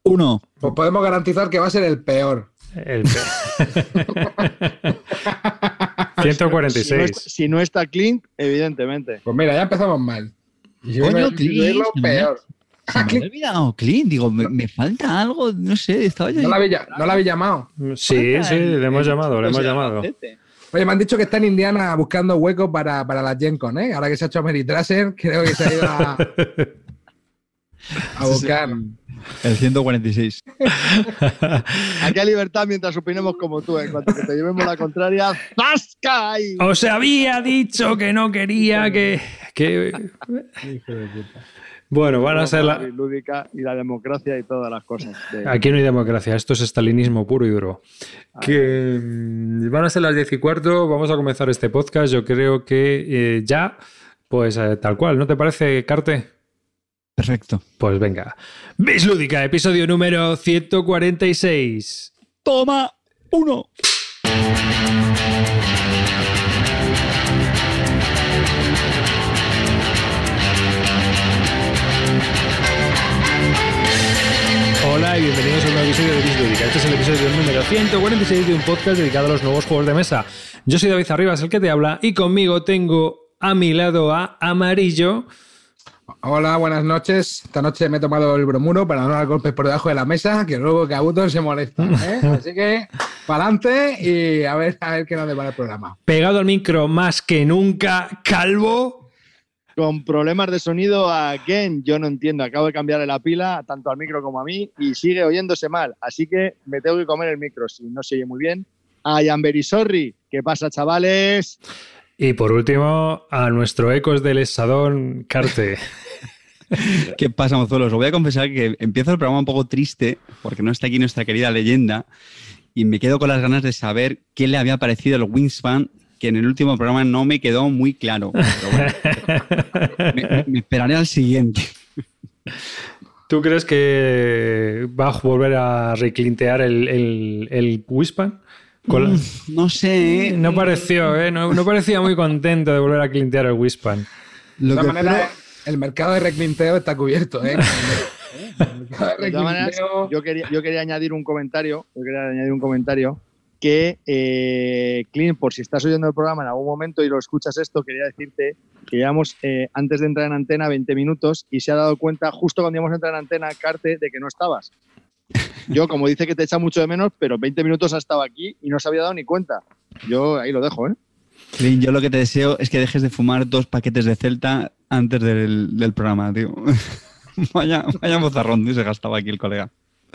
1. Pues podemos garantizar que va a ser el peor. 146. Si no está Clint, evidentemente. Pues mira, ya empezamos mal. Y si Coño, me- Clint, lo peor. Se me había olvidado Clint. Digo, me falta algo, no sé, estaba yo... No la habéis llamado. Sí, le hemos llamado. Oye, me han dicho que está en Indiana buscando huecos para las Gen Con, ¿eh? Ahora que se ha hecho Meritraser, creo que se ha ido a buscar. El 146. Aquí hay libertad mientras opinemos como tú. En cuanto que te llevemos la contraria, ¡zasca! Ahí! Os había dicho que no quería que... Bueno, van a ser la lúdica y la democracia y todas las cosas. Aquí no hay democracia, esto es estalinismo puro y duro. Que van a ser las 10:15, vamos a comenzar este podcast. Yo creo que ya, pues tal cual, ¿no te parece, Carte? Perfecto. Pues venga. Bis Lúdica, episodio número 146. Toma 1. Hola y bienvenidos a un nuevo episodio de Bis Lúdica. Este es el episodio número 146 de un podcast dedicado a los nuevos juegos de mesa. Yo soy David Arribas, el que te habla, y conmigo tengo a mi lado a Amarillo. Hola, buenas noches. Esta noche me he tomado el bromuro para no dar golpes por debajo de la mesa, que luego Cabuto se molesta, ¿eh? Así que, para adelante y a ver qué nos depara el programa. Pegado al micro más que nunca, Calvo. Con problemas de sonido again, yo no entiendo. Acabo de cambiarle la pila tanto al micro como a mí y sigue oyéndose mal. Así que me tengo que comer el micro si no se oye muy bien. I am very sorry. ¿Qué pasa, chavales? Y por último, a nuestro Ecos del Esadón, Carte. ¿Qué pasa, mozuelos? Os voy a confesar que empiezo el programa un poco triste porque no está aquí nuestra querida leyenda y me quedo con las ganas de saber qué le había parecido el Wingspan, que en el último programa no me quedó muy claro. Pero bueno, me esperaré al siguiente. ¿Tú crees que va a volver a reclintear el Wingspan? No sé. No pareció, no parecía muy contento de volver a clintear el Wingspan. De todas maneras, el mercado de reclinteo está cubierto, ¿eh? De todas maneras, yo quería añadir un comentario. Que, Clint, por si estás oyendo el programa en algún momento y lo escuchas esto, quería decirte que llevamos, antes de entrar en antena, 20 minutos y se ha dado cuenta, justo cuando íbamos a entrar en antena, Carte, de que no estabas. Yo, como dice que te echa mucho de menos, pero 20 minutos ha estado aquí y no se había dado ni cuenta. Yo ahí lo dejo, ¿eh? Clint, yo lo que te deseo es que dejes de fumar 2 paquetes de Celta antes del programa, tío. Vaya mozarrón, se gastaba aquí el colega.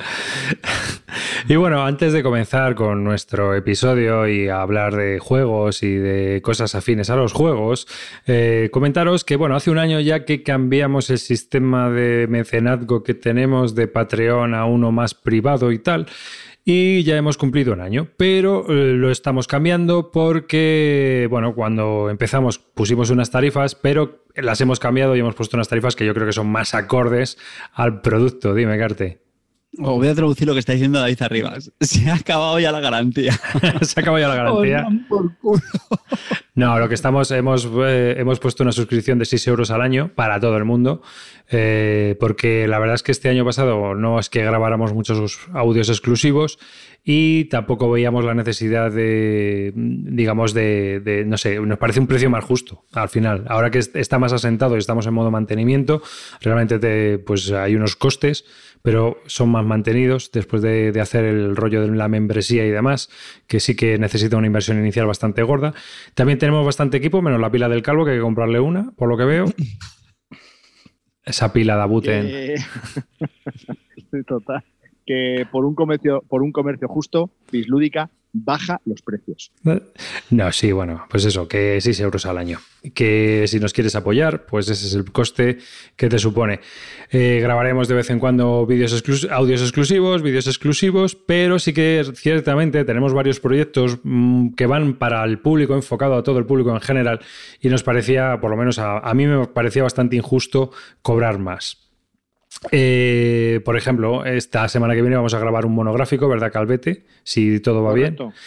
Y bueno, antes de comenzar con nuestro episodio y hablar de juegos y de cosas afines a los juegos, comentaros que, bueno, hace un año ya que cambiamos el sistema de mecenazgo que tenemos de Patreon a uno más privado y tal, y ya hemos cumplido un año, pero lo estamos cambiando porque, bueno, cuando empezamos pusimos unas tarifas, pero las hemos cambiado y hemos puesto unas tarifas que yo creo que son más acordes al producto. Dime, Carte. Os voy a traducir lo que está diciendo David Arribas. Se ha acabado ya la garantía. Se ha acabado ya la garantía. Por culo. No, lo que hemos puesto una suscripción de 6 euros al año para todo el mundo, porque la verdad es que este año pasado no es que grabáramos muchos audios exclusivos y tampoco veíamos la necesidad de, digamos, de no sé, nos parece un precio más justo al final. Ahora que está más asentado y estamos en modo mantenimiento, realmente pues hay unos costes, pero son más mantenidos después de hacer el rollo de la membresía y demás, que sí que necesita una inversión inicial bastante gorda. También tenemos bastante equipo, menos la pila del Calvo, que hay que comprarle una, por lo que veo. Esa pila de Abuten. Total. Que por un comercio justo, Bis Lúdica baja los precios. No, sí, bueno, pues eso, que 6 euros al año. Que si nos quieres apoyar, pues ese es el coste que te supone. Grabaremos de vez en cuando audios exclusivos, pero sí que ciertamente tenemos varios proyectos que van para el público, enfocado a todo el público en general, y nos parecía, por lo menos a mí me parecía bastante injusto cobrar más. Por ejemplo, esta semana que viene vamos a grabar un monográfico, ¿verdad, Calvete? Si todo va Correcto. bien.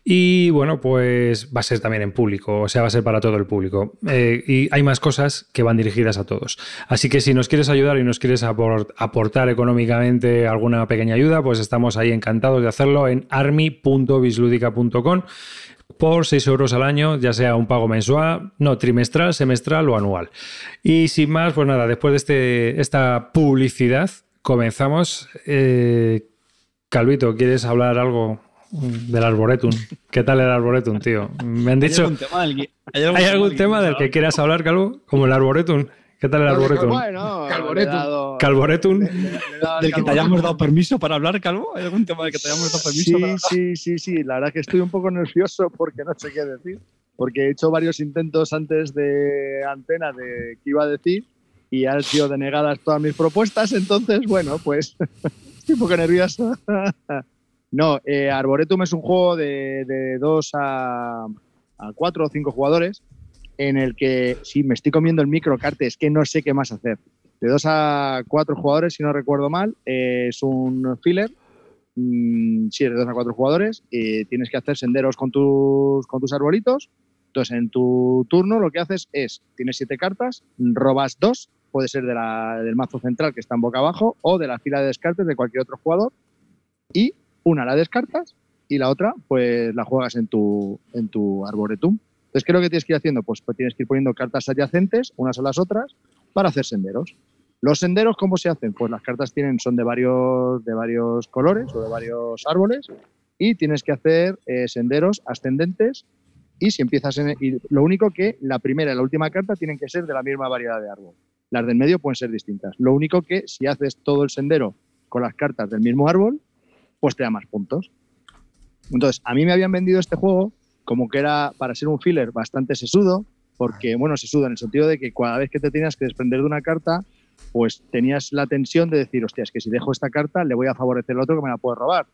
Y bueno, pues va a ser también en público, o sea, va a ser para todo el público. Y hay más cosas que van dirigidas a todos. Así que si nos quieres ayudar y nos quieres aportar económicamente alguna pequeña ayuda, pues estamos ahí encantados de hacerlo en army.bisludica.com por 6 euros al año, ya sea un pago mensual, no, trimestral, semestral o anual. Y sin más, pues nada, después de esta publicidad, comenzamos. Calvito, ¿quieres hablar algo del Arboretum? ¿Qué tal el Arboretum, tío? Me han dicho... ¿Hay algún tema del que quieras hablar, Calvo? Como el Arboretum. ¿Qué tal el Arboretum? Bueno, Calboretum. ¿Del que te hayamos dado permiso para hablar, Calvo? ¿Hay algún tema del que te hayamos dado permiso para hablar? Sí. La verdad que estoy un poco nervioso porque no sé qué decir. Porque he hecho varios intentos antes de antena de qué iba a decir y han sido denegadas todas mis propuestas. Entonces, bueno, pues estoy un poco nervioso. No, Arboretum es un juego de 2 a 4 o 5 jugadores en el que, sí, me estoy comiendo el micro, Carte, es que no sé qué más hacer. De 2 a 4 jugadores, si no recuerdo mal, es un filler. Sí, de 2 a 4 jugadores. Tienes que hacer senderos con tus arbolitos. Entonces, en tu turno lo que haces es, tienes 7 cartas, robas 2, puede ser del mazo central que está en boca abajo o de la fila de descartes de cualquier otro jugador, y una la descartas y la otra pues la juegas en tu Arboretum. Entonces, ¿qué es lo que tienes que ir haciendo? Pues tienes que ir poniendo cartas adyacentes unas a las otras para hacer senderos. Los senderos, ¿cómo se hacen? Pues las cartas son de varios colores o de varios árboles y tienes que hacer senderos ascendentes, y si empiezas y lo único que la primera y la última carta tienen que ser de la misma variedad de árbol. Las del medio pueden ser distintas. Lo único que si haces todo el sendero con las cartas del mismo árbol, pues te da más puntos. Entonces, a mí me habían vendido este juego como que era, para ser un filler, bastante sesudo, porque, bueno, sesudo en el sentido de que cada vez que te tenías que desprender de una carta, pues tenías la tensión de decir, hostia, es que si dejo esta carta le voy a favorecer al otro que me la puede robar.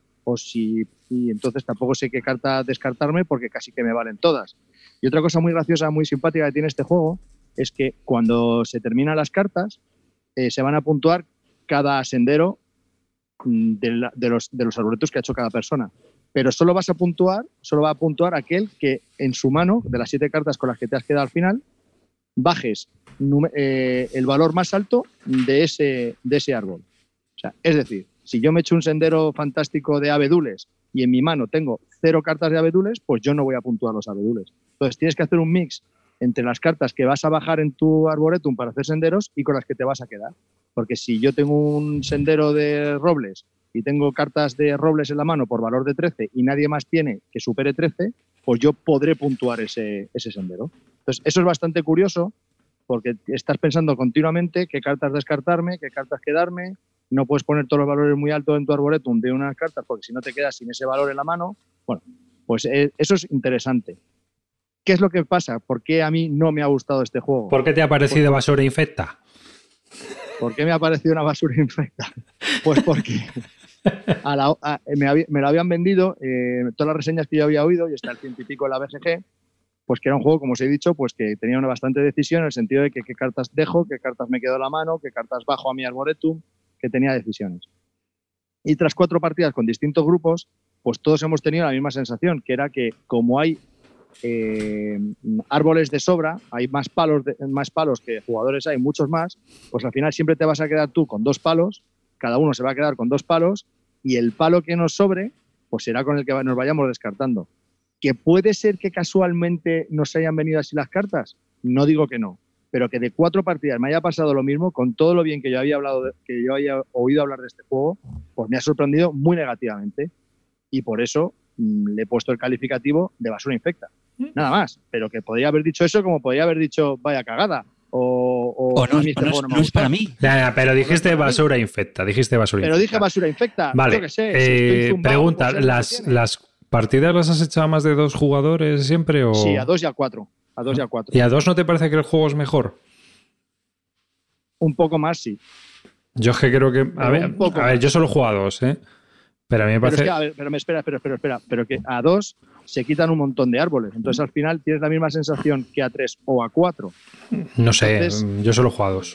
Y entonces tampoco sé qué carta descartarme porque casi que me valen todas. Y otra cosa muy graciosa, muy simpática que tiene este juego es que cuando se terminan las cartas, se van a puntuar cada sendero de los arbolitos que ha hecho cada persona. Pero solo va a puntuar aquel que en su mano, de las 7 cartas con las que te has quedado al final, bajes el valor más alto de ese árbol. O sea, es decir, si yo me echo un sendero fantástico de abedules y en mi mano tengo 0 cartas de abedules, pues yo no voy a puntuar los abedules. Entonces tienes que hacer un mix entre las cartas que vas a bajar en tu Arboretum para hacer senderos y con las que te vas a quedar. Porque si yo tengo un sendero de robles y tengo cartas de robles en la mano por valor de 13 y nadie más tiene que supere 13, pues yo podré puntuar ese sendero. Entonces, eso es bastante curioso porque estás pensando continuamente qué cartas descartarme, qué cartas quedarme. No puedes poner todos los valores muy altos en tu Arboretum de unas cartas porque si no te quedas sin ese valor en la mano. Bueno, pues eso es interesante. ¿Qué es lo que pasa? ¿Por qué a mí no me ha gustado este juego? ¿Por qué te ha parecido basura infecta? ¿Por qué me ha parecido una basura infecta? Pues porque me lo habían vendido, todas las reseñas que yo había oído, y está el 100 y pico en la BGG, pues que era un juego, como os he dicho, pues que tenía una bastante decisión en el sentido de que qué cartas dejo, qué cartas me quedo en la mano, qué cartas bajo a mi Arboretum, que tenía decisiones. Y tras 4 partidas con distintos grupos, pues todos hemos tenido la misma sensación, que era que como hay árboles de sobra, hay más palos que jugadores, hay muchos más, pues al final siempre te vas a quedar tú con 2 palos, cada uno se va a quedar con 2 palos y el palo que nos sobre pues será con el que nos vayamos descartando. ¿Que puede ser que casualmente nos hayan venido así las cartas? No digo que no, pero que de 4 partidas me haya pasado lo mismo, con todo lo bien que yo había oído hablar de este juego, pues me ha sorprendido muy negativamente y por eso le he puesto el calificativo de basura infecta. Nada más, pero que podría haber dicho eso como podría haber dicho vaya cagada. O no es para mí. Pero dijiste basura infecta. Pero dije basura infecta. Vale. Yo qué sé, pregunta, ¿las partidas las has echado a más de 2 jugadores siempre? O... Sí, a 2 y a 4. ¿Y a 2 no te parece que el juego es mejor? Un poco más, sí. Yo es que creo que... A ver, yo solo he jugado a 2, ¿eh? Pero a mí me parece... Pero espera. Pero que a 2 se quitan un montón de árboles. Entonces, al final, tienes la misma sensación que a 3 o a 4. No sé, Entonces, yo solo he jugado a 2.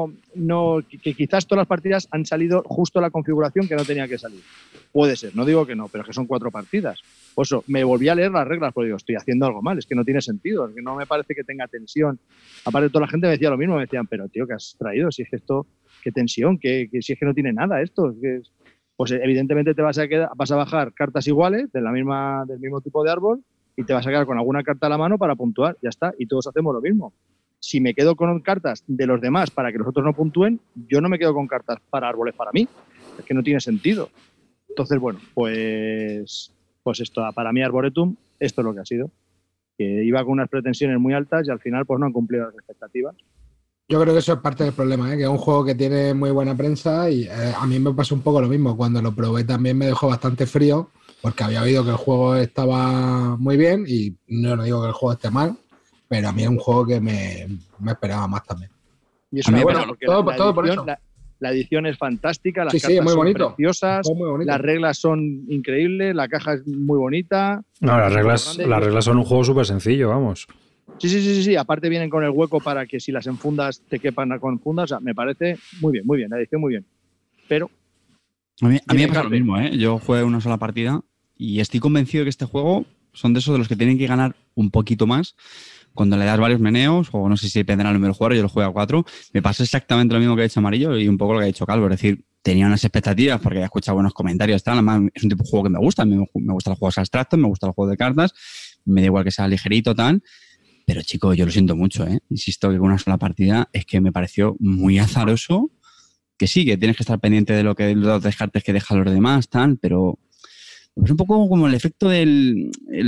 Que quizás todas las partidas han salido justo la configuración que no tenía que salir. Puede ser, no digo que no, pero es que son 4 partidas. Por eso, me volví a leer las reglas, porque digo, estoy haciendo algo mal, es que no tiene sentido, es que no me parece que tenga tensión. Aparte, toda la gente me decía lo mismo, me decían, pero tío, ¿qué has traído? Si es que esto, qué tensión, que si es que no tiene nada esto. Pues evidentemente te vas a bajar cartas iguales del mismo tipo de árbol y te vas a quedar con alguna carta a la mano para puntuar, ya está, y todos hacemos lo mismo. Si me quedo con cartas de los demás para que los otros no puntúen, yo no me quedo con cartas para árboles para mí, es que no tiene sentido. Entonces, bueno, pues esto, para mí Arboretum, esto es lo que ha sido, que iba con unas pretensiones muy altas y al final pues no han cumplido las expectativas. Yo creo que eso es parte del problema, ¿eh? Que es un juego que tiene muy buena prensa y a mí me pasó un poco lo mismo. Cuando lo probé también me dejó bastante frío porque había oído que el juego estaba muy bien y no digo que el juego esté mal, pero a mí es un juego que me esperaba más también. Y eso es bueno, porque todo por eso. La edición es fantástica, las cartas son bonito. preciosas, las reglas son increíbles, la caja es muy bonita. No, las reglas son un juego súper sencillo, vamos. Sí, aparte vienen con el hueco para que si las enfundas te quepan con fundas, o sea, me parece muy bien, la edición muy bien. Pero a mí me pasa lo mismo, ¿eh? Yo jugué una sola partida y estoy convencido de que este juego son de esos de los que tienen que ganar un poquito más cuando le das varios meneos, o no sé si dependerá del número de jugadores, yo lo juego a 4, me pasa exactamente lo mismo que ha dicho Amarillo y un poco lo que ha dicho Calvo, es decir, tenía unas expectativas porque he escuchado buenos comentarios, tal, además es un tipo de juego que me gusta, me gustan los juegos abstractos, me gustan los juegos de cartas, me da igual que sea ligerito, tal, pero chico, yo lo siento mucho, insisto que con una sola partida es que me pareció muy azaroso, que sí, que tienes que estar pendiente de los descartes que dejan los demás, tal, pero es un poco como el efecto del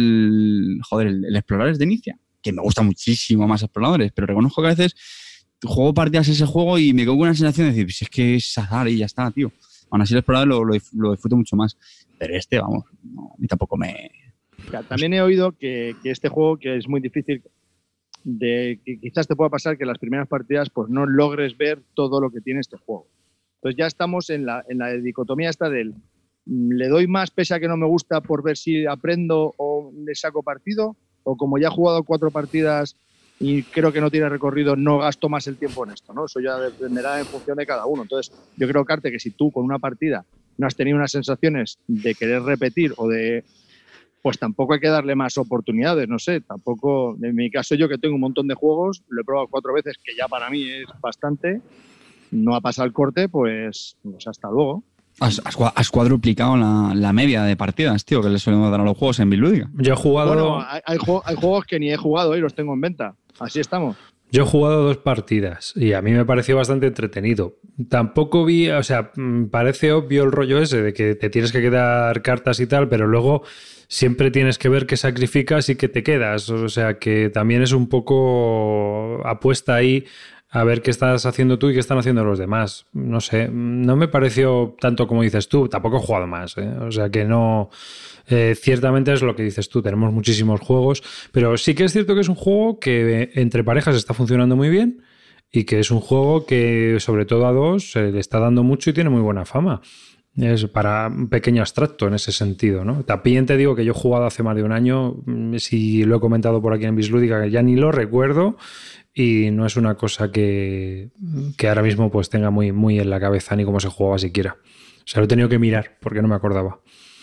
el Exploradores de Inicia, que me gusta muchísimo más Exploradores, pero reconozco que a veces juego partidas ese juego y me quedo con una sensación de decir, pues es que es azar y ya está, tío. Aún así el Explorador lo disfruto mucho más, pero vamos, no, a mí tampoco me... También he oído que este juego, que es muy difícil, que quizás te pueda pasar que en las primeras partidas pues no logres ver todo lo que tiene este juego. Entonces ya estamos en la dicotomía esta del le doy más pese a que no me gusta por ver si aprendo o le saco partido, o como ya he jugado 4 partidas y creo que no tiene recorrido, no gasto más el tiempo en esto, ¿no? Eso ya dependerá en función de cada uno. Entonces yo creo, Carte, que si tú con una partida no has tenido unas sensaciones de querer repetir o de... pues tampoco hay que darle más oportunidades, no sé, tampoco, en mi caso yo que tengo un montón de juegos, lo he probado 4 veces, que ya para mí es bastante, no ha pasado el corte, pues hasta luego. Has cuadruplicado la media de partidas, tío, que le solemos dar a los juegos en Bilúdica. Yo he jugado... Bueno, hay juegos que ni he jugado y los tengo en venta, así estamos. Yo he jugado 2 partidas y a mí me pareció bastante entretenido. Tampoco vi, o sea, parece obvio el rollo ese de que te tienes que quedar cartas y tal, pero luego siempre tienes que ver qué sacrificas y qué te quedas. O sea, que también es un poco apuesta ahí a ver qué estás haciendo tú y qué están haciendo los demás. No sé, no me pareció tanto como dices tú. Tampoco he jugado más, ¿eh? O sea, que no... ciertamente es lo que dices tú, tenemos muchísimos juegos, pero sí que es cierto que es un juego que entre parejas está funcionando muy bien y que es un juego que sobre todo a 2 se le está dando mucho y tiene muy buena fama. Es para un pequeño abstracto en ese sentido, ¿no? También te digo que yo he jugado hace más de un año, si lo he comentado por aquí en Bislúdica, que ya ni lo recuerdo y no es una cosa que ahora mismo pues tenga muy, muy en la cabeza ni cómo se jugaba siquiera. O sea, lo he tenido que mirar porque no me acordaba.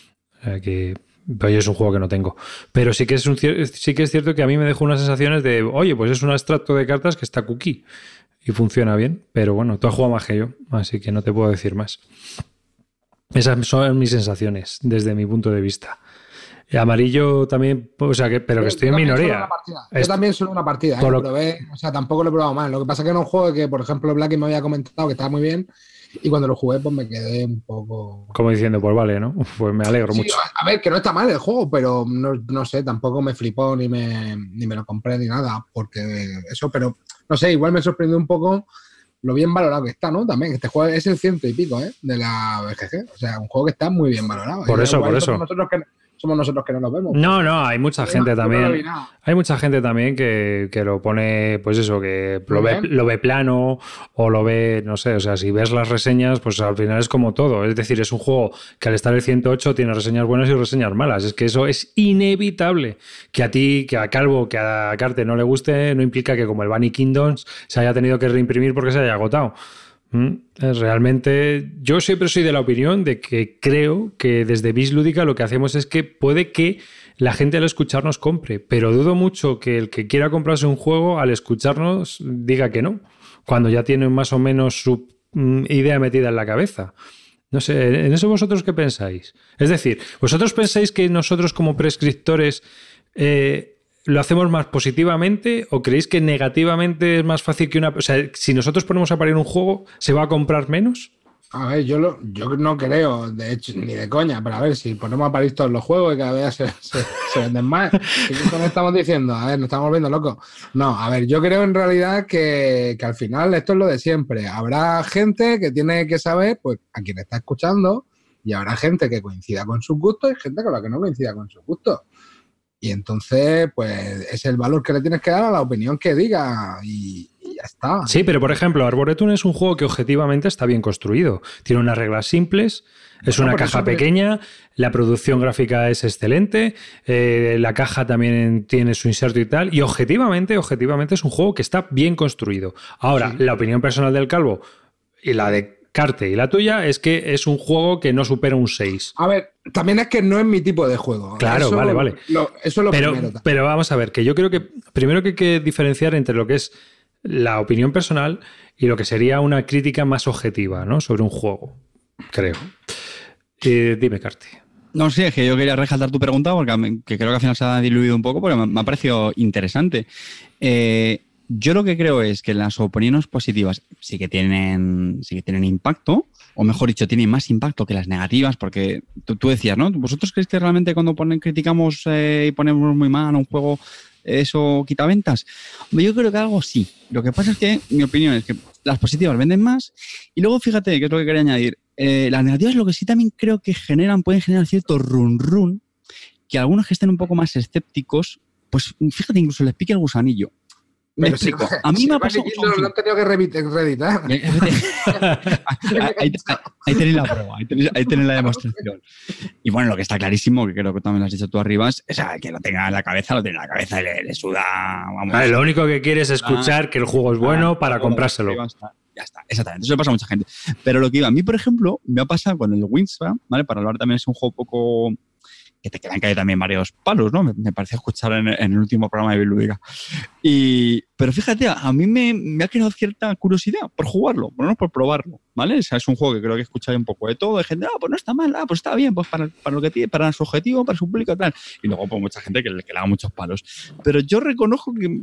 Que hoy es un juego que no tengo, pero sí que es cierto que a mí me dejó unas sensaciones de oye, pues es un abstracto de cartas que está cookie y funciona bien, pero bueno, tú has jugado más que yo, así que no te puedo decir más. Esas son mis sensaciones desde mi punto de vista. Amarillo también, o sea, pero que estoy en minoría. Yo también solo una partida, probé, o sea, tampoco lo he probado mal. Lo que pasa es que era un juego que, por ejemplo, Blacky me había comentado que estaba muy bien. Y cuando lo jugué, pues me quedé un poco... Como diciendo, pues vale, ¿no? Pues me alegro mucho. A ver, que no está mal el juego, pero no sé, tampoco me flipó ni me lo compré ni nada, porque eso, pero no sé, igual me sorprendió un poco lo bien valorado que está, ¿no? También, este juego es el 100 y pico, de la BGG. O sea, un juego que está muy bien valorado. Por eso. Nosotros que somos nosotros que no lo vemos. No, hay mucha gente también. No lo vi nada. Hay mucha gente también que lo pone, pues eso, que lo ve plano o lo ve, no sé, o sea, si ves las reseñas, pues al final es como todo. Es decir, es un juego que al estar el 108 tiene reseñas buenas y reseñas malas. Es que eso es inevitable. Que a ti, que a Calvo, que a Carte no le guste, no implica que como el Bunny Kingdoms se haya tenido que reimprimir porque se haya agotado. Realmente yo siempre soy de la opinión de que creo que desde Vis Lúdica lo que hacemos es que puede que la gente al escucharnos compre, pero dudo mucho que el que quiera comprarse un juego al escucharnos diga que no, cuando ya tiene más o menos su idea metida en la cabeza. No sé, ¿en eso vosotros qué pensáis? Es decir, ¿vosotros pensáis que nosotros como prescriptores lo hacemos más positivamente o creéis que negativamente es más fácil que una... O sea, si nosotros ponemos a parir un juego, ¿se va a comprar menos? A ver, yo no creo, de hecho, ni de coña, pero a ver, si ponemos a parir todos los juegos y cada vez se venden más, ¿qué nos estamos diciendo? A ver, nos estamos volviendo locos. No, a ver, yo creo en realidad que al final esto es lo de siempre. Habrá gente que tiene que saber, pues, a quien está escuchando, y habrá gente que coincida con sus gustos y gente con la que no coincida con sus gustos. Y entonces, pues, es el valor que le tienes que dar a la opinión que diga y ya está. Sí, pero por ejemplo, Arboretum es un juego que objetivamente está bien construido. Tiene unas reglas simples, es una caja pequeña, la producción gráfica es excelente, la caja también tiene su inserto y tal, y objetivamente es un juego que está bien construido. Ahora, la opinión personal del Calvo y la de Carte y la tuya es que es un juego que no supera un 6. A ver, también es que no es mi tipo de juego. Claro, eso, vale. Eso es lo primero. Pero vamos a ver, que yo creo que primero que hay que diferenciar entre lo que es la opinión personal y lo que sería una crítica más objetiva, ¿no? Sobre un juego, creo. Dime, Carte. No sé, es que yo quería resaltar tu pregunta porque que creo que al final se ha diluido un poco, porque me ha parecido interesante. Yo lo que creo es que las opiniones positivas sí que tienen impacto, o mejor dicho, tienen más impacto que las negativas, porque tú decías, ¿no? ¿Vosotros creéis que realmente cuando criticamos y ponemos muy mal a un juego, eso quita ventas? Yo creo que algo sí. Lo que pasa es que, mi opinión es que las positivas venden más, y luego fíjate, que es lo que quería añadir, las negativas lo que sí también creo que pueden generar cierto run, que a algunos que estén un poco más escépticos, pues fíjate, incluso les pique el gusanillo. Me explico. A mí me ha pasado... Lo han tenido que reeditar. Ahí tenéis la prueba, ahí tenéis la demostración. Y bueno, lo que está clarísimo, que creo que también lo has dicho tú arriba, es que lo tenga en la cabeza, lo tiene en la cabeza y le suda... Vamos, vale, lo único que quiere es escuchar que el juego es bueno para comprárselo. Ya está, exactamente. Eso le pasa a mucha gente. Pero lo que iba, a mí, por ejemplo, me ha pasado con el Wingspan, ¿vale? Para hablar también es un juego poco... que te quedan caído también varios palos, ¿no? Me pareció escuchar en el último programa de Bilúdica. Pero fíjate, a mí me ha creado cierta curiosidad por jugarlo, por lo menos por probarlo, ¿vale? O sea, es un juego que creo que he escuchado un poco de todo, de gente, pues no está mal, pues está bien, pues para lo que tiene, para su objetivo, para su público, tal. Y luego, pues mucha gente que le haga muchos palos. Pero yo reconozco que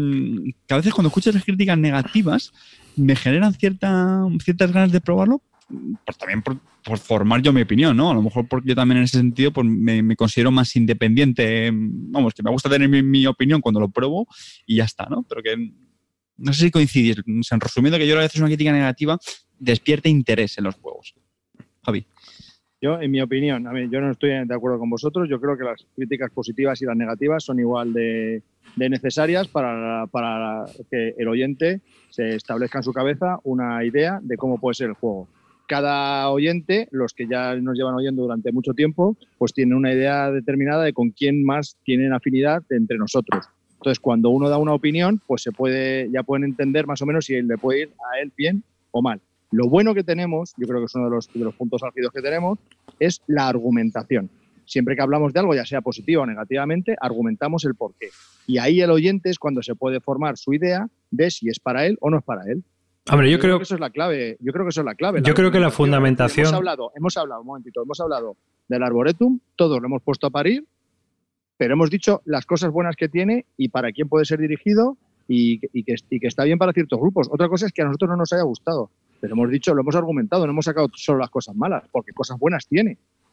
a veces cuando escucho las críticas negativas me generan ciertas ganas de probarlo, pues también por formar yo mi opinión, ¿no? A lo mejor porque yo también en ese sentido pues me considero más independiente, vamos, que me gusta tener mi opinión cuando lo pruebo y ya está, ¿no? Pero que no sé si coincidir, en resumiendo, que yo a veces una crítica negativa despierte interés en los juegos. Javi. Yo, en mi opinión, yo no estoy de acuerdo con vosotros, yo creo que las críticas positivas y las negativas son igual de necesarias para que el oyente se establezca en su cabeza una idea de cómo puede ser el juego. Cada oyente, los que ya nos llevan oyendo durante mucho tiempo, pues tienen una idea determinada de con quién más tienen afinidad entre nosotros. Entonces, cuando uno da una opinión, pues ya pueden entender más o menos si le puede ir a él bien o mal. Lo bueno que tenemos, yo creo que es uno de los puntos álgidos que tenemos, es la argumentación. Siempre que hablamos de algo, ya sea positiva o negativamente, argumentamos el porqué. Y ahí el oyente es cuando se puede formar su idea de si es para él o no es para él. Hombre, yo creo que eso es la clave. Yo creo que eso es la clave. Yo creo que la fundamentación... Hemos hablado, un momentito, hemos hablado del Arboretum, todos lo hemos puesto a parir, pero hemos dicho las cosas buenas que tiene y para quién puede ser dirigido y que está bien para ciertos grupos. Otra cosa es que a nosotros no nos haya gustado, pero hemos dicho, lo hemos argumentado, no hemos sacado solo las cosas malas, porque cosas buenas tiene.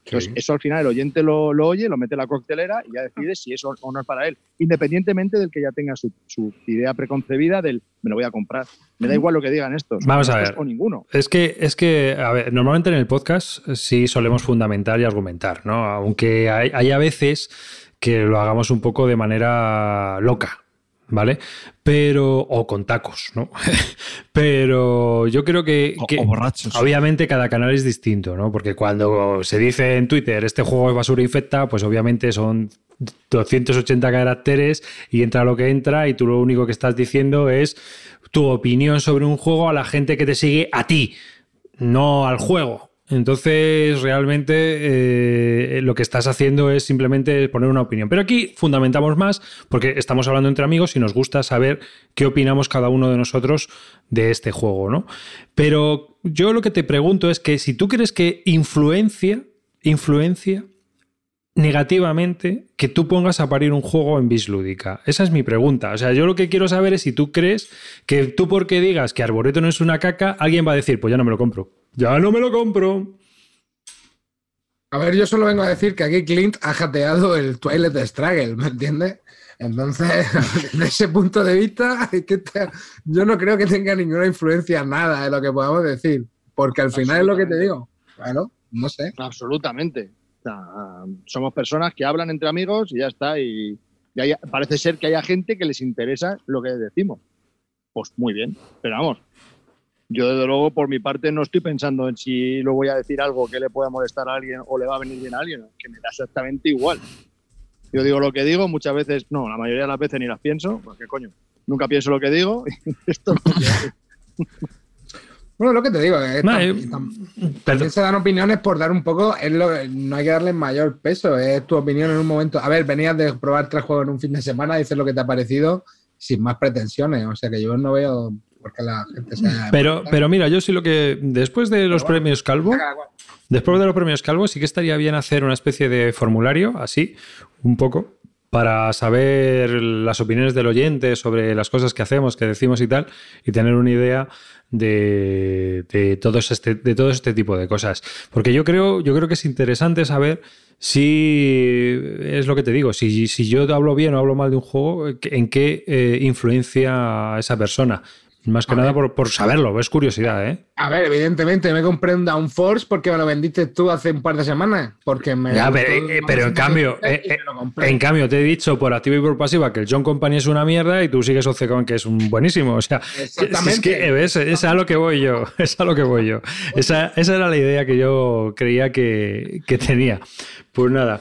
Entonces, eso al final el oyente lo oye, lo mete en la coctelera y ya decide si eso o no es para él, independientemente del que ya tenga su idea preconcebida del me lo voy a comprar. Me da igual lo que digan estos. Vamos a ver. O ninguno. Es que, a ver, normalmente en el podcast sí solemos fundamentar y argumentar, ¿no? Aunque hay a veces que lo hagamos un poco de manera loca, ¿vale? O con tacos, ¿no? Pero yo creo que o borrachos. Obviamente cada canal es distinto, ¿no? Porque cuando se dice en Twitter este juego es basura infecta, pues obviamente son 280 caracteres y entra lo que entra y tú lo único que estás diciendo es tu opinión sobre un juego a la gente que te sigue a ti, no al juego. Entonces, realmente lo que estás haciendo es simplemente poner una opinión. Pero aquí fundamentamos más porque estamos hablando entre amigos y nos gusta saber qué opinamos cada uno de nosotros de este juego, ¿no? Pero yo lo que te pregunto es que si tú crees que influencia negativamente que tú pongas a parir un juego en Bislúdica. Esa es mi pregunta. O sea, yo lo que quiero saber es si tú crees que tú porque digas que Arboreto no es una caca, alguien va a decir, pues ya no me lo compro. ¡Ya no me lo compro! A ver, yo solo vengo a decir que aquí Clint ha jateado el Twilight Struggle, ¿me entiendes? Entonces, desde ese punto de vista, yo no creo que tenga ninguna influencia en nada de lo que podamos decir. Porque al final es lo que te digo. Bueno, no sé. Absolutamente. O sea, somos personas que hablan entre amigos y ya está. Y parece ser que haya gente que les interesa lo que decimos. Pues muy bien. Pero vamos. Yo, desde luego, por mi parte, no estoy pensando en si lo voy a decir algo que le pueda molestar a alguien o le va a venir bien a alguien, que me da exactamente igual. Yo digo lo que digo, muchas veces, no, la mayoría de las veces ni las pienso, porque coño, nunca pienso lo que digo. Esto es lo que hay. Bueno, lo que te digo, también se dan opiniones por dar un poco, no hay que darle mayor peso, es tu opinión en un momento. A ver, venías de probar 3 juegos en un fin de semana, dices lo que te ha parecido sin más pretensiones, o sea que yo no veo por qué la gente se haya... Pero mira, yo sí lo que, después de los premios Calvo, sí que estaría bien hacer una especie de formulario, así, un poco, para saber las opiniones del oyente sobre las cosas que hacemos, que decimos y tal, y tener una idea de todo este tipo de cosas. Porque yo creo que es interesante saber si, es lo que te digo, si yo hablo bien o hablo mal de un juego, en qué influencia a esa persona. Más que nada por saberlo, es curiosidad, ¿eh? A ver, evidentemente me compré un Downforce porque me lo vendiste tú hace un par de semanas. Porque pero en cambio te he dicho por activa y por pasiva que el John Company es una mierda y tú sigues obcecado que es un buenísimo. O sea, exactamente. Es que ¿ves? Es a lo que voy yo. Esa era la idea que yo creía que tenía. Pues nada.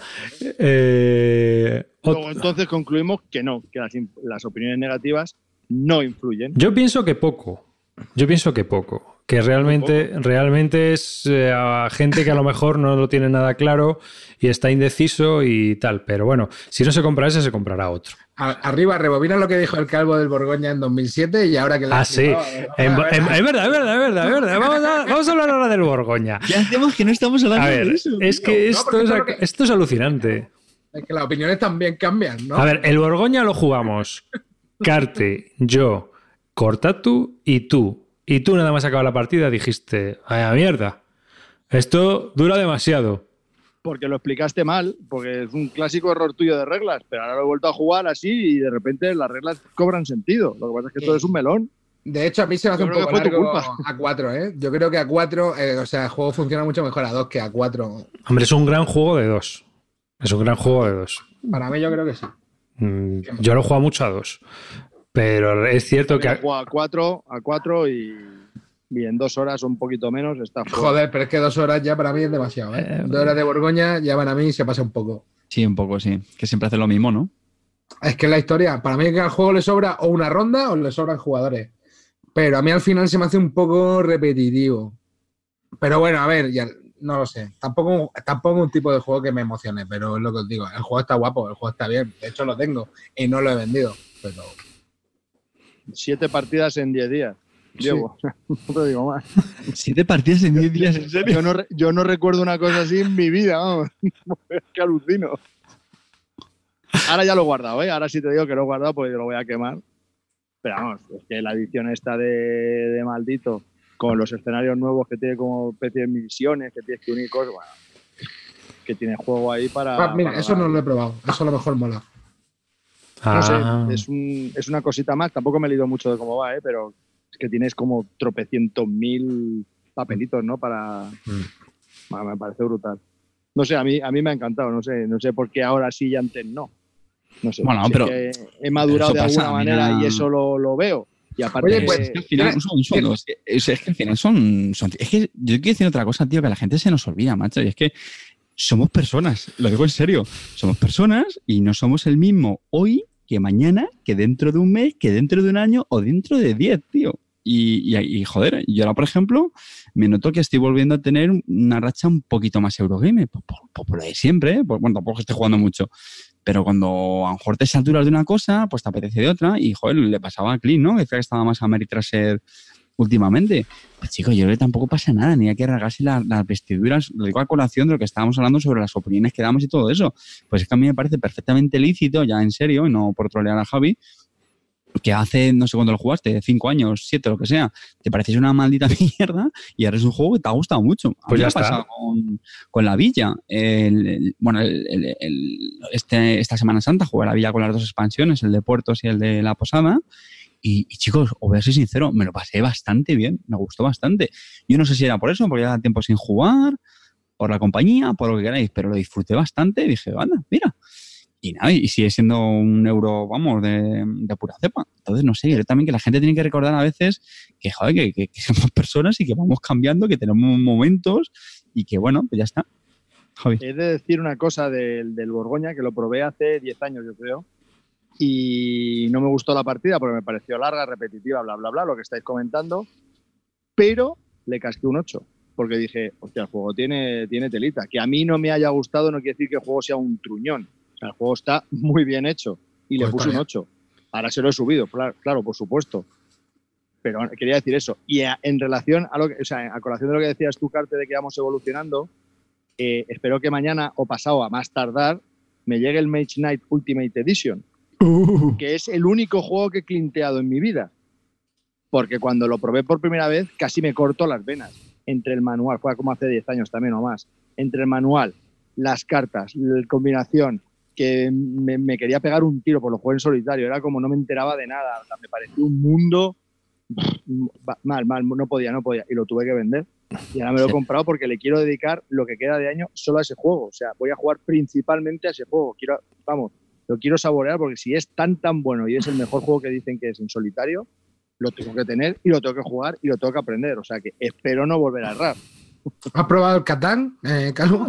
Luego, entonces concluimos que no, que las opiniones negativas no influyen. Yo pienso que poco. Que realmente es a gente que a lo mejor no lo tiene nada claro y está indeciso y tal. Pero bueno, si no se compra ese, se comprará otro. Arriba, rebobina lo que dijo el Calvo del Borgoña en 2007 y ahora que... Sí. Es verdad. Vamos a hablar ahora del Borgoña. ¿Qué hacemos que no estamos hablando de eso? Es que esto es alucinante. Es que las opiniones también cambian, ¿no? A ver, el Borgoña lo jugamos Carte, yo, Cortatu y tú. Y tú nada más acababa la partida dijiste, ¡vaya mierda! Esto dura demasiado. Porque lo explicaste mal, porque es un clásico error tuyo de reglas, pero ahora lo he vuelto a jugar así y de repente las reglas cobran sentido. Lo que pasa es que todo es un melón. De hecho, a mí se me hace un poco largo a 4, ¿eh? Yo creo que a 4, o sea, el juego funciona mucho mejor a 2 que a 4. Hombre, es un gran juego de 2. Para mí yo creo que sí. Yo lo he jugado mucho a 2. Pero es cierto que... He jugado a 4 y en 2 horas o un poquito menos está fuera. Joder, pero es que 2 horas ya para mí es demasiado, ¿eh? 2 horas de Borgoña ya para mí se pasa un poco. Sí, un poco, sí. Que siempre hace lo mismo, ¿no? Es que la historia, para mí es que al juego le sobra o una ronda o le sobran jugadores. Pero a mí al final se me hace un poco repetitivo. Pero bueno, a ver, ya no lo sé. Tampoco un tipo de juego que me emocione, pero es lo que os digo. El juego está guapo, el juego está bien. De hecho lo tengo y no lo he vendido, pero... 7 partidas en 10 días. Diego, sí. No te digo más. 7 partidas en 10 días, ¿en serio? Yo no recuerdo una cosa así en mi vida, vamos. Es que alucino. Ahora ya lo he guardado, ¿eh? Ahora sí te digo que lo he guardado porque lo voy a quemar. Pero vamos, es que la edición esta de Maldito, con los escenarios nuevos que tiene como especie de misiones, que tienes que unir cosas, bueno. que tiene juego ahí para... Mira, eso no lo he probado. Eso a lo mejor mola. No sé, es una cosita más. Tampoco me he leído mucho de cómo va, pero es que tienes como tropecientos mil papelitos, ¿no? Me parece brutal. No sé, a mí me ha encantado. No sé por qué ahora sí y antes no. No sé. Bueno, pero he madurado de alguna manera y eso lo veo. Y aparte, oye, pues, es que al final, es que al final son. Es que yo quiero decir otra cosa, tío, que la gente se nos olvida, macho. Y es que somos personas, lo digo en serio. Somos personas y no somos el mismo hoy que mañana, que dentro de un mes, que dentro de un año o dentro de 10, tío. Y joder, yo ahora, por ejemplo, me noto que estoy volviendo a tener una racha un poquito más Eurogame, por lo de siempre, ¿eh? Bueno, tampoco estoy jugando mucho. Pero cuando a lo mejor te saturas de una cosa, pues te apetece de otra. Y, joder, le pasaba a Clint, ¿no? Que decía que estaba más Ameritraser últimamente. Pues, chicos, yo creo que tampoco pasa nada, ni hay que rasgarse las vestiduras. Lo digo a colación de lo que estábamos hablando sobre las opiniones que damos y todo eso. Pues es que a mí me parece perfectamente lícito, ya en serio, y no por trolear a Javi, que hace, no sé cuándo lo jugaste, 5 años, 7, lo que sea, te pareces una maldita mierda y ahora es un juego que te ha gustado mucho. Pues ya está. Pasado con la Villa. Esta Semana Santa jugué a la Villa con las 2 expansiones, el de Puertos y el de La Posada. Y chicos, os voy a ser sincero, me lo pasé bastante bien, me gustó bastante. Yo no sé si era por eso, porque ya da tiempo sin jugar, por la compañía, por lo que queráis, pero lo disfruté bastante y dije, anda, mira. Y nada, y sigue siendo un euro, vamos, de pura cepa. Entonces, no sé, yo también que la gente tiene que recordar a veces que, joder, que somos personas y que vamos cambiando, que tenemos momentos y que, bueno, pues ya está. Javi. He de decir una cosa del Borgoña, que lo probé hace 10 años, yo creo, y no me gustó la partida porque me pareció larga, repetitiva, bla, bla, bla, lo que estáis comentando, pero le casqué un 8, porque dije, hostia, el juego tiene telita. Que a mí no me haya gustado no quiere decir que el juego sea un truñón. O sea, el juego está muy bien hecho y le puse un 8. Ahora se lo he subido, claro, por supuesto. Pero quería decir eso. Y en relación a a colación de lo que decías tú, Carte, de que vamos evolucionando, espero que mañana o pasado, a más tardar, me llegue el Mage Knight Ultimate Edition, que es el único juego que he clinteado en mi vida. Porque cuando lo probé por primera vez, casi me corto las venas. Entre el manual, fue como hace 10 años también o más, entre el manual, las cartas, la combinación, que me quería pegar un tiro por los juegos en solitario, era como no me enteraba de nada, o sea, me pareció un mundo mal, no podía, y lo tuve que vender, y ahora me lo he comprado porque le quiero dedicar lo que queda de año solo a ese juego, o sea, voy a jugar principalmente a ese juego, lo quiero saborear porque si es tan bueno y es el mejor juego que dicen que es en solitario, lo tengo que tener y lo tengo que jugar y lo tengo que aprender, o sea que espero no volver a errar. ¿Has probado el Catán, Calvo?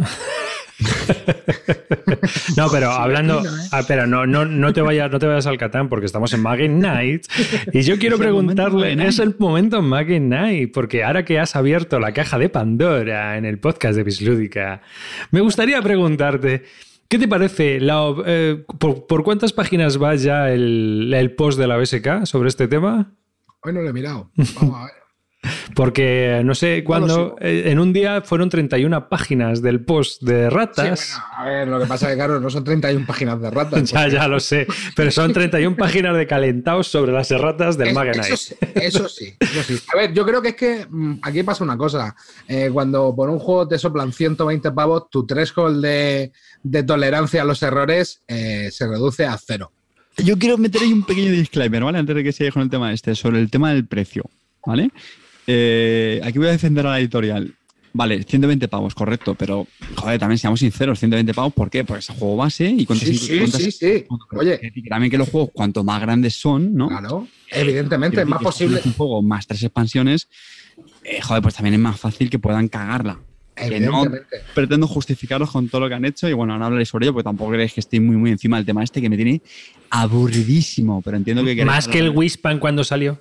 No, pero hablando, espera, no te vayas al Catán porque estamos en Magic Night y yo quiero preguntarle, es el momento en Magic Night, porque ahora que has abierto la caja de Pandora en el podcast de Bislúdica, me gustaría preguntarte, ¿qué te parece? ¿Por cuántas páginas va ya el post de la BSK sobre este tema? Hoy no lo he mirado, vamos a ver. Porque no sé cuándo, en un día fueron 31 páginas del post de ratas. Sí, bueno, a ver, lo que pasa es que, claro, no son 31 páginas de ratas. Ya lo sé, pero son 31 páginas de calentaos sobre las erratas del Magic Night. Eso sí. A ver, yo creo que es que aquí pasa una cosa. Cuando por un juego te soplan 120 pavos, tu threshold de tolerancia a los errores se reduce a 0. Yo quiero meter ahí un pequeño disclaimer, ¿vale? Antes de que siga con el tema sobre el tema del precio, ¿vale? Aquí voy a defender a la editorial. Vale, 120 pavos, correcto, pero, joder, también seamos sinceros, 120 pavos, ¿por qué? Porque es el juego base y cuántas... Sí. Oye, también que los juegos, cuanto más grandes son, ¿no? Claro, evidentemente, es más posible. Un juego más 3 expansiones, joder, pues también es más fácil que puedan cagarla. Que no pretendo justificaros con todo lo que han hecho y bueno, ahora hablaré sobre ello porque tampoco creéis que estoy muy encima del tema este que me tiene aburridísimo, pero entiendo que... Más que el Wispan cuando salió.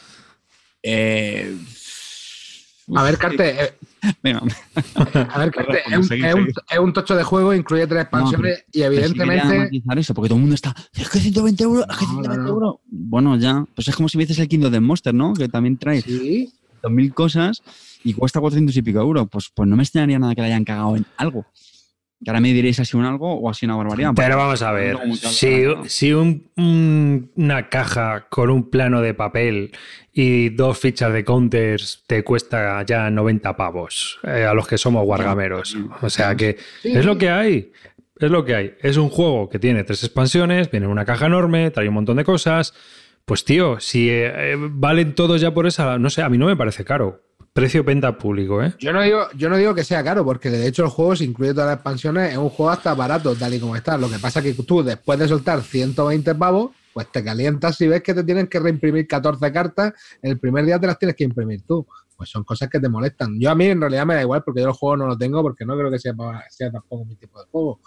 A ver, Carte. Venga. A ver, Carte, es un tocho de juego, incluye 3 expansiones y evidentemente. Eso, porque todo el mundo está. Es que 120 euros, es que 120 euros. Bueno, ya. Pues es como si me dices el Kingdom of the Monster, ¿no? Que también trae 2.000 cosas y cuesta 400 y pico euros. Pues no me extrañaría nada que le hayan cagado en algo. Que ahora me diréis así un algo o así una barbaridad. Pero vamos a ver, si una caja con un plano de papel y 2 fichas de counters te cuesta ya 90 pavos a los que somos wargameros. O sea que es lo que hay. Es lo que hay. Es un juego que tiene 3 expansiones, viene en una caja enorme, trae un montón de cosas. Pues tío, si valen todos ya por esa, no sé, a mí no me parece caro. Precio venta público, ¿eh? Yo no digo que sea caro, porque de hecho el juego, si incluye todas las expansiones, es un juego hasta barato, tal y como está. Lo que pasa es que tú, después de soltar 120 pavos, pues te calientas si ves que te tienen que reimprimir 14 cartas, el primer día te las tienes que imprimir tú. Pues son cosas que te molestan. Yo a mí en realidad me da igual, porque yo el juego no lo tengo, porque no creo que sea tampoco mi tipo de juego.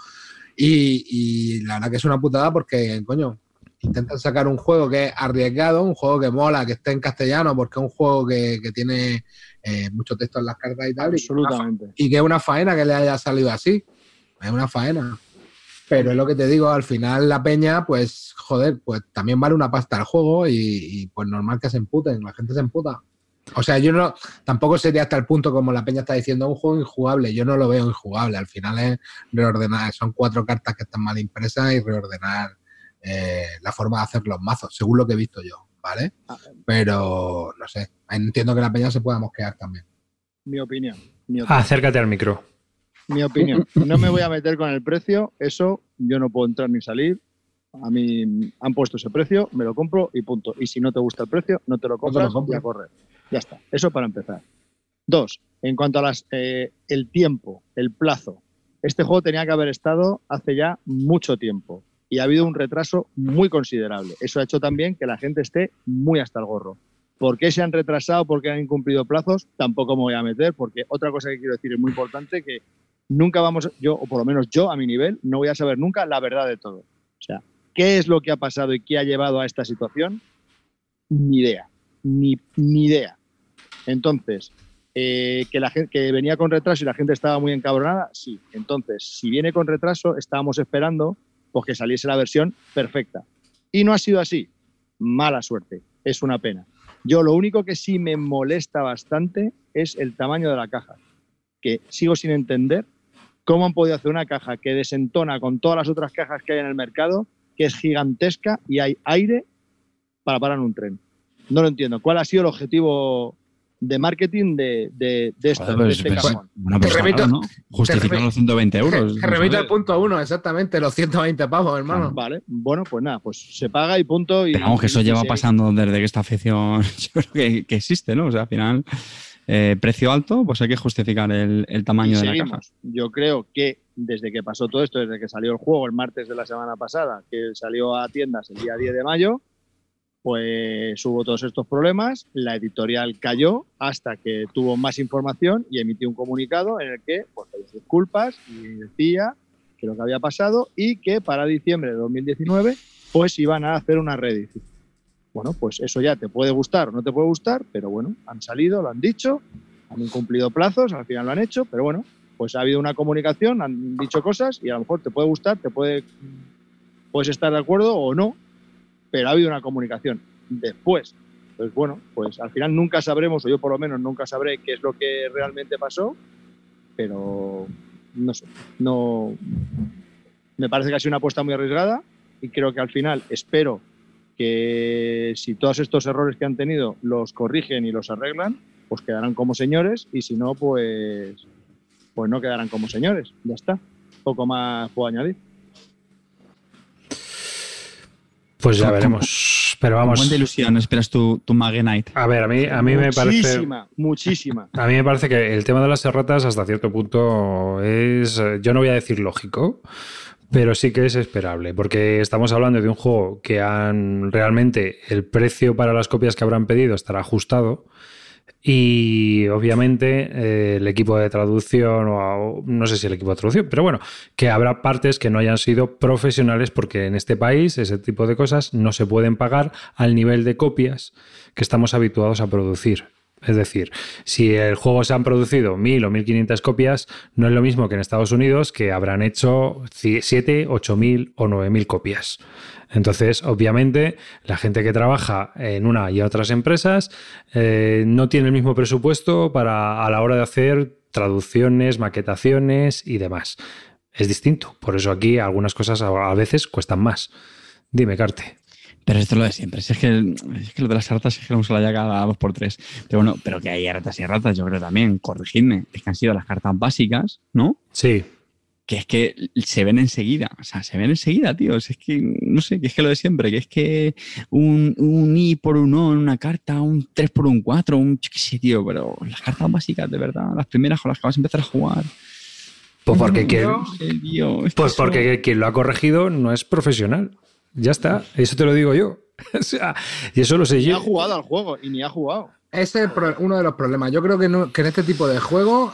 Y la verdad que es una putada porque, coño, intentan sacar un juego que es arriesgado, un juego que mola, que esté en castellano, porque es un juego que tiene mucho texto en las cartas y tal. Absolutamente. Y que es una faena que le haya salido así. Es una faena. Pero es lo que te digo, al final la peña, pues, joder, pues también vale una pasta el juego y pues normal que se emputen, la gente se emputa. O sea, yo no, tampoco sería hasta el punto como la peña está diciendo, un juego injugable. Yo no lo veo injugable. Al final es reordenar, son 4 cartas que están mal impresas y reordenar la forma de hacer los mazos, según lo que he visto yo, ¿vale? Pero, no sé, entiendo que la peña se pueda mosquear también. Mi opinión. Acércate al micro. Mi opinión. No me voy a meter con el precio, eso yo no puedo entrar ni salir. A mí han puesto ese precio, me lo compro y punto. Y si no te gusta el precio, no te lo compras y a correr. Ya está. Eso para empezar. 2. En cuanto a el tiempo, el plazo. Este juego tenía que haber estado hace ya mucho tiempo y ha habido un retraso muy considerable. Eso ha hecho también que la gente esté muy hasta el gorro. ¿Por qué se han retrasado? ¿Por qué han incumplido plazos? Tampoco me voy a meter, porque otra cosa que quiero decir es muy importante, que nunca vamos, yo, o por lo menos yo a mi nivel, no voy a saber nunca la verdad de todo. O sea, ¿qué es lo que ha pasado y qué ha llevado a esta situación? Ni idea. Ni idea. Entonces, que venía con retraso y la gente estaba muy encabronada, sí. Entonces, si viene con retraso, estábamos esperando pues que saliese la versión perfecta. Y no ha sido así. Mala suerte. Es una pena. Yo lo único que sí me molesta bastante es el tamaño de la caja, que sigo sin entender cómo han podido hacer una caja que desentona con todas las otras cajas que hay en el mercado, que es gigantesca y hay aire para parar un tren. No lo entiendo. ¿Cuál ha sido el objetivo de marketing de esto? Joder, pues, de este cajón? Bueno, pues remito, claro, ¿no? Justifican los 120 euros. Te remito al punto 1, exactamente, los 120 pavos, hermano. Vale, bueno, pues nada, pues se paga y punto. Y, pero vamos, que eso lleva pasando desde que esta afición yo creo que existe, ¿no? O sea, al final, precio alto, pues hay que justificar el tamaño de la caja. Yo creo que desde que pasó todo esto, desde que salió el juego el martes de la semana pasada, que salió a tiendas el día 10 de mayo, pues hubo todos estos problemas, la editorial cayó hasta que tuvo más información y emitió un comunicado en el que pues pedía disculpas y decía que lo que había pasado y que para diciembre de 2019 pues iban a hacer una reedición. Bueno, pues eso ya te puede gustar o no te puede gustar, pero bueno, han salido, lo han dicho, han incumplido plazos, al final lo han hecho, pero bueno, pues ha habido una comunicación, han dicho cosas y a lo mejor te puede gustar, puedes estar de acuerdo o no, pero ha habido una comunicación después. Pues bueno, pues al final nunca sabremos, o yo por lo menos nunca sabré qué es lo que realmente pasó, pero no sé, no me parece que ha sido una apuesta muy arriesgada y creo que al final espero que si todos estos errores que han tenido los corrigen y los arreglan, pues quedarán como señores y si no, pues no quedarán como señores. Ya está. Poco más puedo añadir. Pues ya veremos. Pero vamos. ¿Cuánta ilusión esperas tu Magenite? A ver, a mí me parece. Muchísima. A mí me parece que el tema de las erratas hasta cierto punto es. Yo no voy a decir lógico, pero sí que es esperable. Porque estamos hablando de un juego que realmente el precio para las copias que habrán pedido estará ajustado. Y obviamente el equipo de traducción, o no sé si el equipo de traducción, pero bueno, que habrá partes que no hayan sido profesionales porque en este país ese tipo de cosas no se pueden pagar al nivel de copias que estamos habituados a producir. Es decir, si el juego se han producido 1.000 o 1.500 copias, no es lo mismo que en Estados Unidos, que habrán hecho 7, 8.000 o 9.000 copias. Entonces, obviamente, la gente que trabaja en una y otras empresas no tiene el mismo presupuesto a la hora de hacer traducciones, maquetaciones y demás. es distinto. Por eso aquí algunas cosas a veces cuestan más. Dime, Carte. Pero esto es lo de siempre. Si es que lo de las ratas es que lo usamos ya cada 2x3. Pero bueno, pero que hay ratas y ratas, yo creo también, corregidme, es que han sido las cartas básicas, ¿no? Sí. Que es que se ven enseguida. O sea, se ven enseguida, tío. Es que, no sé, que es que lo de siempre. Que es que un I por un O en una carta, un 3 por un 4, yo qué sé, tío. Pero las cartas básicas, de verdad, las primeras con las que vas a empezar a jugar. Pues porque, porque quien lo ha corregido no es profesional. Ya está, eso te lo digo yo. O sea, y eso lo sé yo. Ni ha jugado al juego y ni ha jugado. Ese es uno de los problemas. Yo creo que en este tipo de juego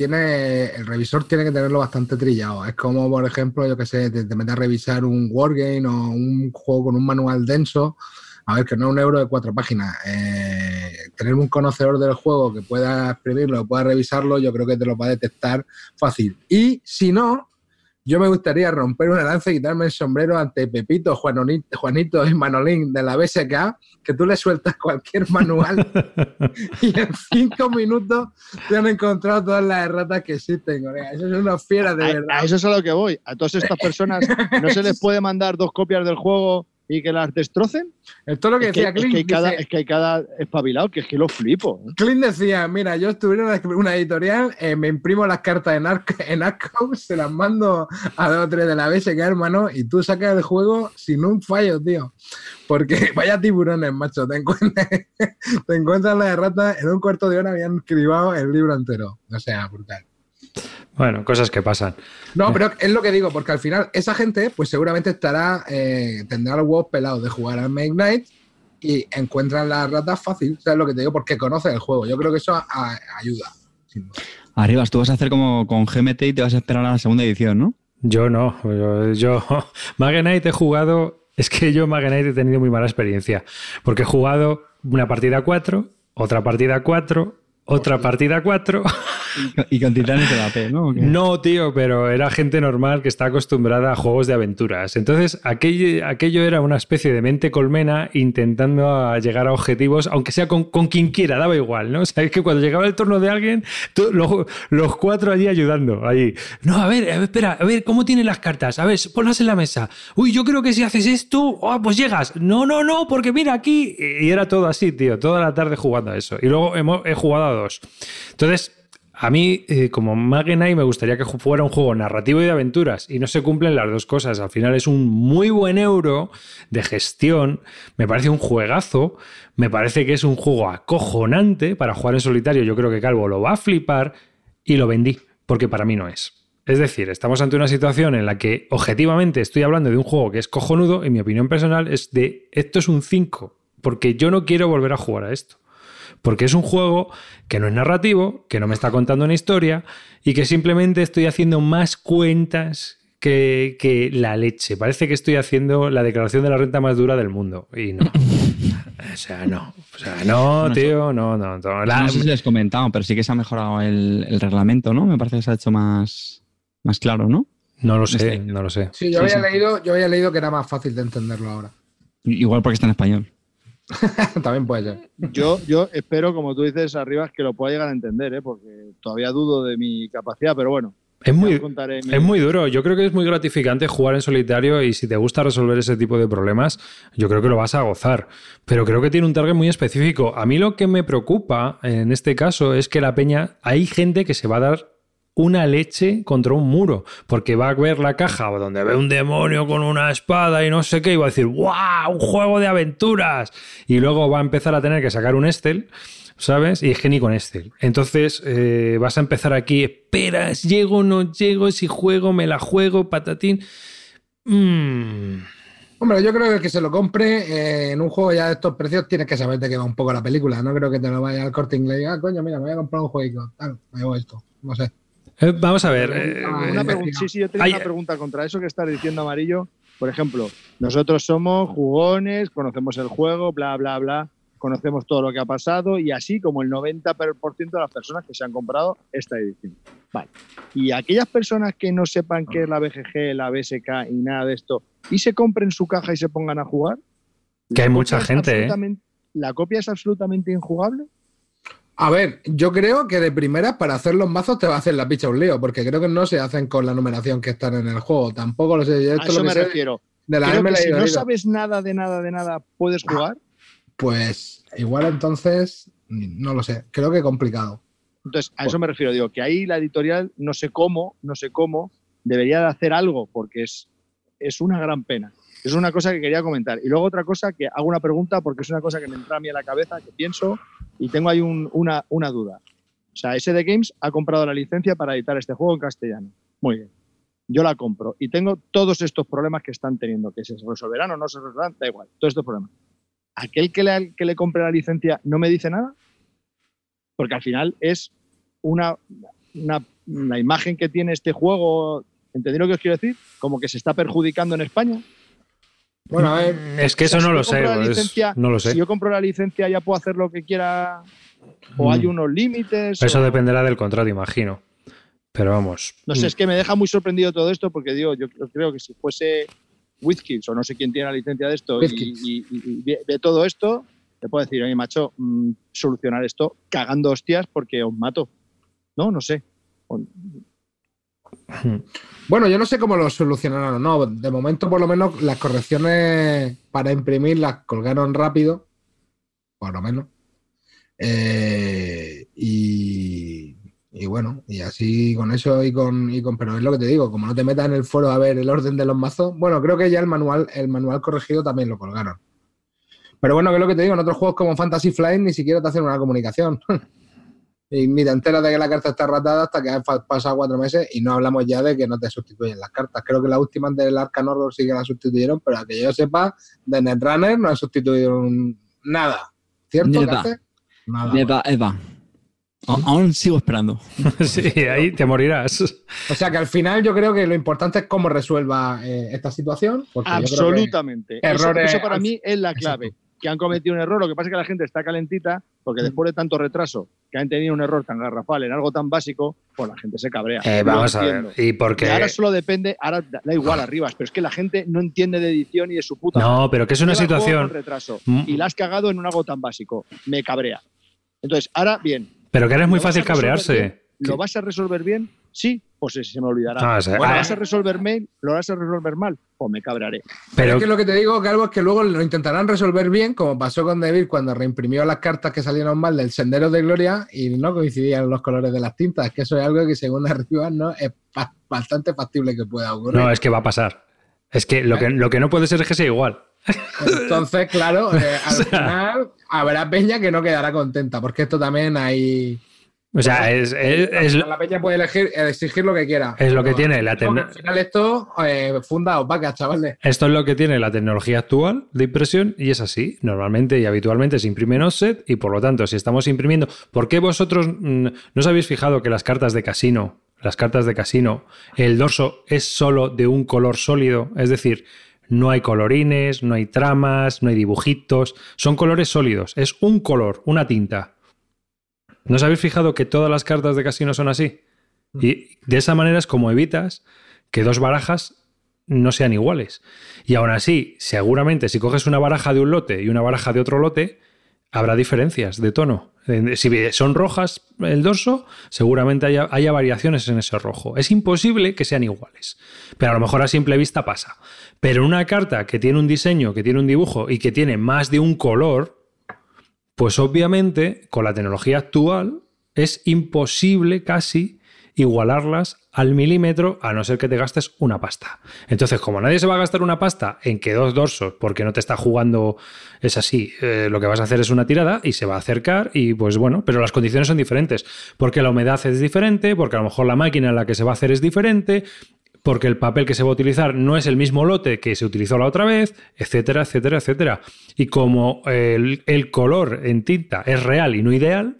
el revisor tiene que tenerlo bastante trillado. Es como, por ejemplo, yo que sé, te metes a revisar un wargame o un juego con un manual denso. A ver, que no es un euro de 4 páginas. Tener un conocedor del juego que pueda exprimirlo, pueda revisarlo, yo creo que te lo va a detectar fácil. Y si no, yo me gustaría romper una lanza y quitarme el sombrero ante Pepito, Juanito y Manolín de la BSK, que tú le sueltas cualquier manual y en 5 minutos te han encontrado todas las erratas que existen, colega. Eso son unas fieras de verdad. A eso es a lo que voy. A todas estas personas no se les puede mandar 2 copias del juego y que las destrocen. Esto es lo que decía Clint. Es que hay cada espabilado que es que lo flipo. Clint decía, mira, yo estuve en una editorial, me imprimo las cartas en Arco, se las mando a 2 o 3 de la BSK, hermano, y tú sacas el juego sin un fallo, tío. Porque vaya tiburones, macho, te encuentras las erratas, en un cuarto de hora habían cribado el libro entero. O sea, brutal. Bueno, cosas que pasan. No, pero es lo que digo, porque al final esa gente pues seguramente tendrá los huevos pelados de jugar al Make Night y encuentran las ratas fácil, ¿sabes lo que te digo? Porque conocen el juego. Yo creo que eso ayuda. Arribas, tú vas a hacer como con GMT y te vas a esperar a la segunda edición, ¿no? Yo no. Yo Make Night he jugado... Es que yo Make Night he tenido muy mala experiencia. Porque he jugado una partida 4, otra partida 4... Otra partida 4. Y con Titanes de la P, ¿no? No, tío, pero era gente normal que está acostumbrada a juegos de aventuras. Entonces, aquello era una especie de mente colmena intentando llegar a objetivos, aunque sea con quien quiera, daba igual, ¿no? O sea, es que cuando llegaba el turno de alguien, los 4 allí ayudando, allí. No, a ver, espera, a ver, ¿cómo tienen las cartas? A ver, ponlas en la mesa. Uy, yo creo que si haces esto, pues llegas. No, porque mira aquí. Y era todo así, tío, toda la tarde jugando a eso. Y luego he jugado a 2. Entonces, a mí, como Make Night, me gustaría que fuera un juego narrativo y de aventuras, y no se cumplen las dos cosas. Al final es un muy buen euro de gestión, me parece un juegazo, me parece que es un juego acojonante para jugar en solitario. Yo creo que Calvo lo va a flipar y lo vendí, porque para mí no es. Es decir, estamos ante una situación en la que objetivamente estoy hablando de un juego que es cojonudo y mi opinión personal es de esto es un 5, porque yo no quiero volver a jugar a esto. Porque es un juego que no es narrativo, que no me está contando una historia y que simplemente estoy haciendo más cuentas que la leche. Parece que estoy haciendo la declaración de la renta más dura del mundo. Y no. O sea, no, tío, no. No sé si les he comentado, pero sí que se ha mejorado el reglamento, ¿no? Me parece que se ha hecho más claro, ¿no? No lo sé. Sí, yo había leído que era más fácil de entenderlo ahora. Igual porque está en español. También puede ser. Yo espero, como tú dices, Arribas, que lo pueda llegar a entender, porque todavía dudo de mi capacidad, pero bueno. Es muy duro. Yo creo que es muy gratificante jugar en solitario y si te gusta resolver ese tipo de problemas, yo creo que lo vas a gozar. Pero creo que tiene un target muy específico. A mí lo que me preocupa en este caso es que la peña, hay gente que se va a dar una leche contra un muro, porque va a ver la caja donde ve un demonio con una espada y no sé qué, y va a decir ¡guau! ¡Un juego de aventuras! Y luego va a empezar a tener que sacar un Estel, ¿sabes? Y es que ni con Estel. Entonces vas a empezar aquí, esperas, llego, no llego, si juego, me la juego, patatín. Hombre, yo creo que el que se lo compre en un juego ya de estos precios tienes que saber de qué va un poco la película. No creo que te lo vaya al Corte Inglés y diga, coño, mira, me voy a comprar un jueguito. Me llevo esto. No sé. Vamos a ver. Yo tengo una pregunta contra eso que estás diciendo, Amarillo. Por ejemplo, nosotros somos jugones, conocemos el juego, bla, bla, bla, conocemos todo lo que ha pasado y así como el 90% de las personas que se han comprado esta edición. Vale. Y aquellas personas que no sepan qué es la BGG, la BSK y nada de esto y se compren su caja y se pongan a jugar. Que hay mucha gente, ¿La copia es absolutamente injugable? A ver, yo creo que de primeras para hacer los mazos te va a hacer la picha un lío, porque creo que no se hacen con la numeración que están en el juego. Tampoco lo sé. Yo esto A eso lo que me sé refiero. de la Creo M que la he si no oído. sabes nada de nada, ¿puedes jugar? Pues igual entonces, no lo sé. Creo que complicado. Entonces, a eso me refiero. Digo, que ahí la editorial, no sé cómo, debería de hacer algo, porque es una gran pena. Es una cosa que quería comentar. Y luego otra cosa, que hago una pregunta, porque es una cosa que me entra a mí a la cabeza, que pienso, y tengo ahí una duda. O sea, SD Games ha comprado la licencia para editar este juego en castellano. Muy bien. Yo la compro. Y tengo todos estos problemas que están teniendo, que se resolverán o no se resolverán, da igual. Todos estos problemas. ¿Aquel que le compre la licencia no me dice nada? Porque al final es la imagen que tiene este juego, ¿entendéis lo que os quiero decir? Como que se está perjudicando en España. Bueno, a ver. Es que eso no lo sé. No lo sé. Si yo compro la licencia, ¿ya puedo hacer lo que quiera? ¿O hay unos límites? Eso dependerá del contrato, imagino. Pero vamos. No sé, es que me deja muy sorprendido todo esto, porque digo, yo creo que si fuese WizKids o no sé quién tiene la licencia de esto y ve todo esto, te puedo decir, oye, macho, solucionar esto cagando hostias porque os mato. No sé. Bueno, yo no sé cómo lo solucionaron o no. De momento, por lo menos, las correcciones para imprimir las colgaron rápido. Por lo menos. Y bueno, y así con eso y con. Pero es lo que te digo, como no te metas en el foro a ver el orden de los mazos. Bueno, creo que ya el manual corregido también lo colgaron. Pero bueno, que es lo que te digo, en otros juegos como Fantasy Flight ni siquiera te hacen una comunicación. Y ni te enteras de que la carta está ratada hasta que han pasado 4 meses, y no hablamos ya de que no te sustituyen las cartas. Creo que la última del Arkham Horror sí que la sustituyeron, pero a que yo sepa, de Netrunner no han sustituido nada. ¿Cierto? Nada. Eva. Aún sigo esperando. Sí, ahí te morirás. O sea que al final yo creo que lo importante es cómo resuelva esta situación. Absolutamente. Eso para mí es la clave. Exacto. Que han cometido un error. Lo que pasa es que la gente está calentita porque después de tanto retraso, que han tenido un error tan garrafal en algo tan básico, pues la gente se cabrea. Vamos a ver. ¿Y por qué? Ahora solo depende, ahora da igual arriba, pero es que la gente no entiende de edición y de su puta. No, pero que es una situación. Con retraso y la has cagado en un algo tan básico. Me cabrea. Entonces, ahora bien. Pero que ahora es muy fácil cabrearse. ¿Lo vas a resolver bien? Sí, pues se me olvidará. ¿Lo vas a resolver mal? ¿Lo vas a resolver mal? Pues me cabrearé. Pero es que lo que te digo, Calvo, es que luego lo intentarán resolver bien, como pasó con Devil cuando reimprimió las cartas que salieron mal del Sendero de Gloria y no coincidían los colores de las tintas. Es que eso es algo que, según arriba, no es bastante factible que pueda ocurrir. No, es que va a pasar. Es que lo que no puede ser es que sea igual. Entonces, claro, al final habrá peña que no quedará contenta, porque esto también hay. O sea, la peña puede exigir lo que quiera. Es lo que tiene la tecnología. Al final esto funda opacas, chavales. Esto es lo que tiene la tecnología actual de impresión y es así. Normalmente y habitualmente se imprime en offset y por lo tanto, si estamos imprimiendo... ¿Por qué vosotros no os habéis fijado que las cartas de casino, el dorso es solo de un color sólido? Es decir, no hay colorines, no hay tramas, no hay dibujitos. Son colores sólidos. Es un color, una tinta. ¿No os habéis fijado que todas las cartas de casino son así? Y de esa manera es como evitas que dos barajas no sean iguales. Y aún así, seguramente si coges una baraja de un lote y una baraja de otro lote, habrá diferencias de tono. Si son rojas el dorso, seguramente haya variaciones en ese rojo. Es imposible que sean iguales. Pero a lo mejor a simple vista pasa. Pero una carta que tiene un diseño, que tiene un dibujo y que tiene más de un color, pues obviamente, con la tecnología actual, es imposible casi igualarlas al milímetro, a no ser que te gastes una pasta. Entonces, como nadie se va a gastar una pasta en que dos dorsos, porque no te está jugando, es así, lo que vas a hacer es una tirada y se va a acercar y pues bueno, pero las condiciones son diferentes, porque la humedad es diferente, porque a lo mejor la máquina en la que se va a hacer es diferente, porque el papel que se va a utilizar no es el mismo lote que se utilizó la otra vez, etcétera, etcétera, etcétera. Y como el color en tinta es real y no ideal,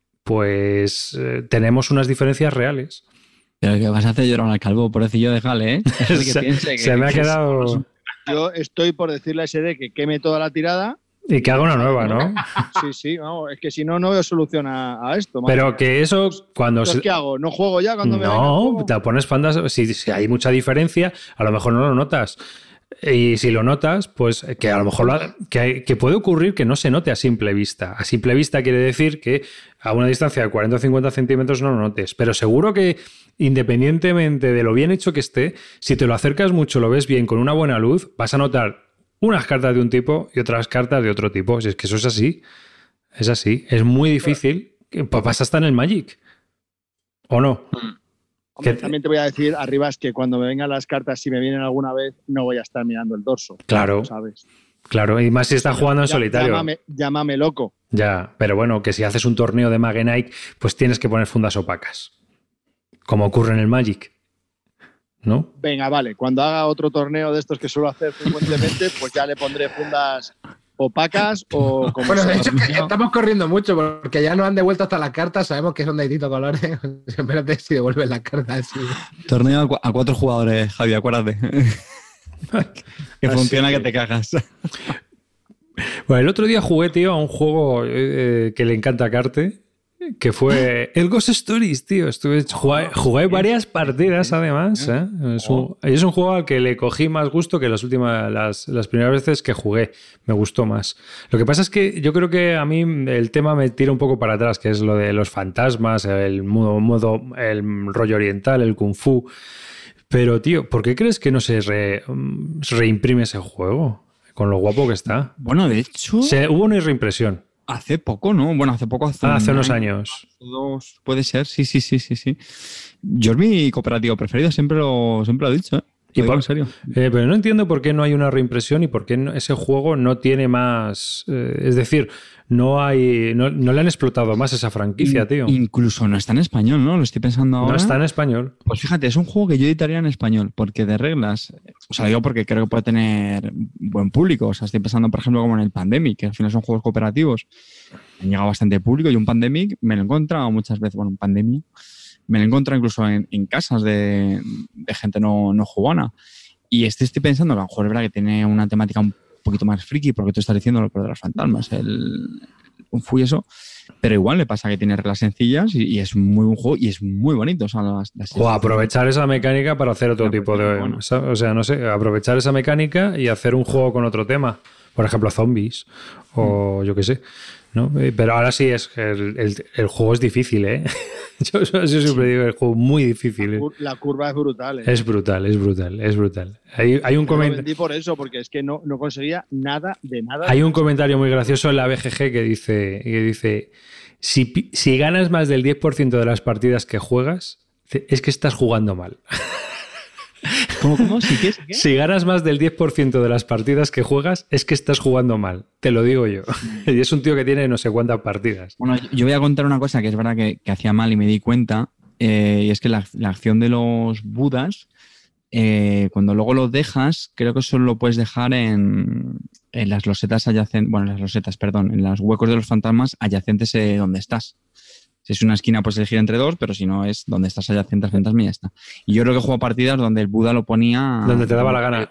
pues tenemos unas diferencias reales. Pero que vas a hacer llorar al Calvo, pobrecillo, déjale, ¿eh? Se me ha quedado... Yo estoy por decirle a SD que queme toda la tirada. Y que haga una nueva, ¿no? Sí, vamos, es que si no, no veo solución a esto. Pero madre. Que eso cuando... Entonces, ¿qué hago? ¿No juego ya cuando me venga? No, te pones fandas... Si hay mucha diferencia, a lo mejor no lo notas. Y si lo notas, pues que a lo mejor que puede ocurrir que no se note a simple vista. A simple vista quiere decir que a una distancia de 40 o 50 centímetros no lo notes. Pero seguro que independientemente de lo bien hecho que esté, si te lo acercas mucho, lo ves bien con una buena luz, vas a notar unas cartas de un tipo y otras cartas de otro tipo. Si es que eso es así. Es así. Es muy difícil. Pasa hasta en el Magic. ¿O no? Hombre, también te voy a decir, Arribas, que cuando me vengan las cartas, si me vienen alguna vez, no voy a estar mirando el dorso. Claro. ¿Sabes? Claro, y más si estás jugando en solitario. Llámame loco. Ya, pero bueno, que si haces un torneo de Magenite, pues tienes que poner fundas opacas. Como ocurre en el Magic. ¿No? Venga, vale. Cuando haga otro torneo de estos que suelo hacer frecuentemente, pues ya le pondré fundas opacas o como bueno, sea. de hecho, estamos corriendo mucho porque ya nos han devuelto hasta las cartas, sabemos que son de distintos colores. Espérate si devuelven las cartas. Sí. Torneo a 4 jugadores, Javi, acuérdate. Que funciona que te cagas. Bueno, el otro día jugué, tío, a un juego que le encanta a Carte, que fue el Ghost Stories, tío. Jugué varias partidas, además. Es un juego al que le cogí más gusto que las primeras veces que jugué. Me gustó más. Lo que pasa es que yo creo que a mí el tema me tira un poco para atrás, que es lo de los fantasmas, el rollo oriental, el kung fu. Pero, tío, ¿por qué crees que no se reimprime ese juego? Con lo guapo que está. Bueno, de hecho... Hubo una reimpresión. Hace poco, ¿no? Bueno, hace poco. Hace unos años. Dos, puede ser, sí. Yo es mi cooperativo preferido, siempre lo he dicho, ¿eh? En serio. Pero no entiendo por qué no hay una reimpresión y por qué ese juego no tiene más... es decir, no le han explotado más esa franquicia, tío. Incluso no está en español, ¿no? Lo estoy pensando ahora. No está en español. Pues fíjate, es un juego que yo editaría en español, porque de reglas... O sea, digo porque creo que puede tener buen público. O sea, estoy pensando, por ejemplo, como en el Pandemic, que al final son juegos cooperativos. Han llegado bastante público y un Pandemic me lo he encontrado muchas veces. Bueno, un Pandemia... Me lo he encontrado incluso en casas de gente no jugona. Y estoy pensando que a lo mejor es verdad que tiene una temática un poquito más friki, porque tú estás diciendo lo de los fantasmas, el Kung Fu y eso. Pero igual le pasa que tiene reglas sencillas y es muy buen juego y es muy bonito. O sea, o aprovechar esa mecánica para hacer otro tipo de... Bueno. O sea, no sé, aprovechar esa mecánica y hacer un juego con otro tema. Por ejemplo, zombies o yo qué sé. ¿No? Pero ahora sí, el juego es difícil, ¿eh? Yo siempre digo, el juego es muy difícil. La curva es brutal, ¿eh? Es brutal. Hay un comentario. Lo vendí por eso, porque es que no conseguía nada de nada. Hay un comentario muy gracioso en la BGG que dice si ganas más del 10% de las partidas que juegas, es que estás jugando mal. ¿Cómo? ¿Sí qué? Si ganas más del 10% de las partidas que juegas, es que estás jugando mal. Te lo digo yo. Y es un tío que tiene no sé cuántas partidas. Bueno, yo voy a contar una cosa que es verdad que hacía mal y me di cuenta. Y es que la acción de los budas, cuando luego lo dejas, creo que solo lo puedes dejar en las losetas adyacentes. Bueno, en los huecos de los fantasmas adyacentes donde estás. Si es una esquina, puedes elegir entre dos, pero si no es donde estás adyacente al fantasma y ya está. Y yo creo que he jugado partidas donde el Buda lo ponía... Donde te daba la gana.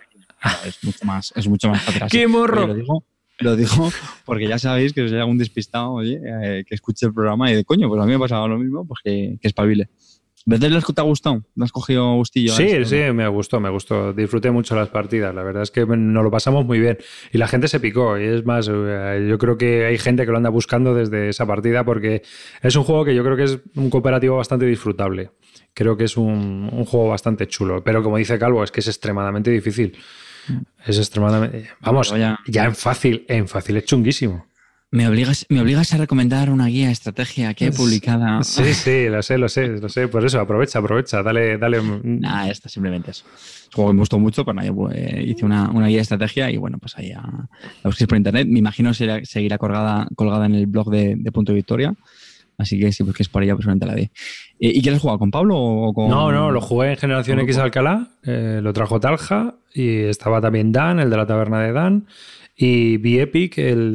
Es mucho más fácil así. ¡Qué morro! Lo digo porque ya sabéis que si hay algún despistado, oye, que escuche el programa y de coño, pues a mí me ha pasado lo mismo, pues que espabile. ¿Ves las que te ha gustado? ¿Te has cogido gustillo? Sí, me gustó. Disfruté mucho las partidas. La verdad es que nos lo pasamos muy bien. Y la gente se picó. Y es más, yo creo que hay gente que lo anda buscando desde esa partida porque es un juego que yo creo que es un cooperativo bastante disfrutable. Creo que es un juego bastante chulo. Pero como dice Calvo, es que es extremadamente difícil. Es extremadamente... Vamos, ya en fácil es chunguísimo. Me obligas a recomendar una guía de estrategia que he publicada. Sí, lo sé. Por eso, aprovecha. Dale. Nada, esto simplemente eso. Es un juego que me gustó mucho, pero hice una guía de estrategia y bueno, pues ahí la busquéis por internet. Me imagino seguirá colgada en el blog de Punto Victoria. Así que si busquéis por ella, pues solamente la de. ¿Y quieres jugar con Pablo o con...? No, lo jugué en Generación X Alcalá, lo trajo Talja y estaba también Dan, el de la taberna de Dan. Y vi Epic, el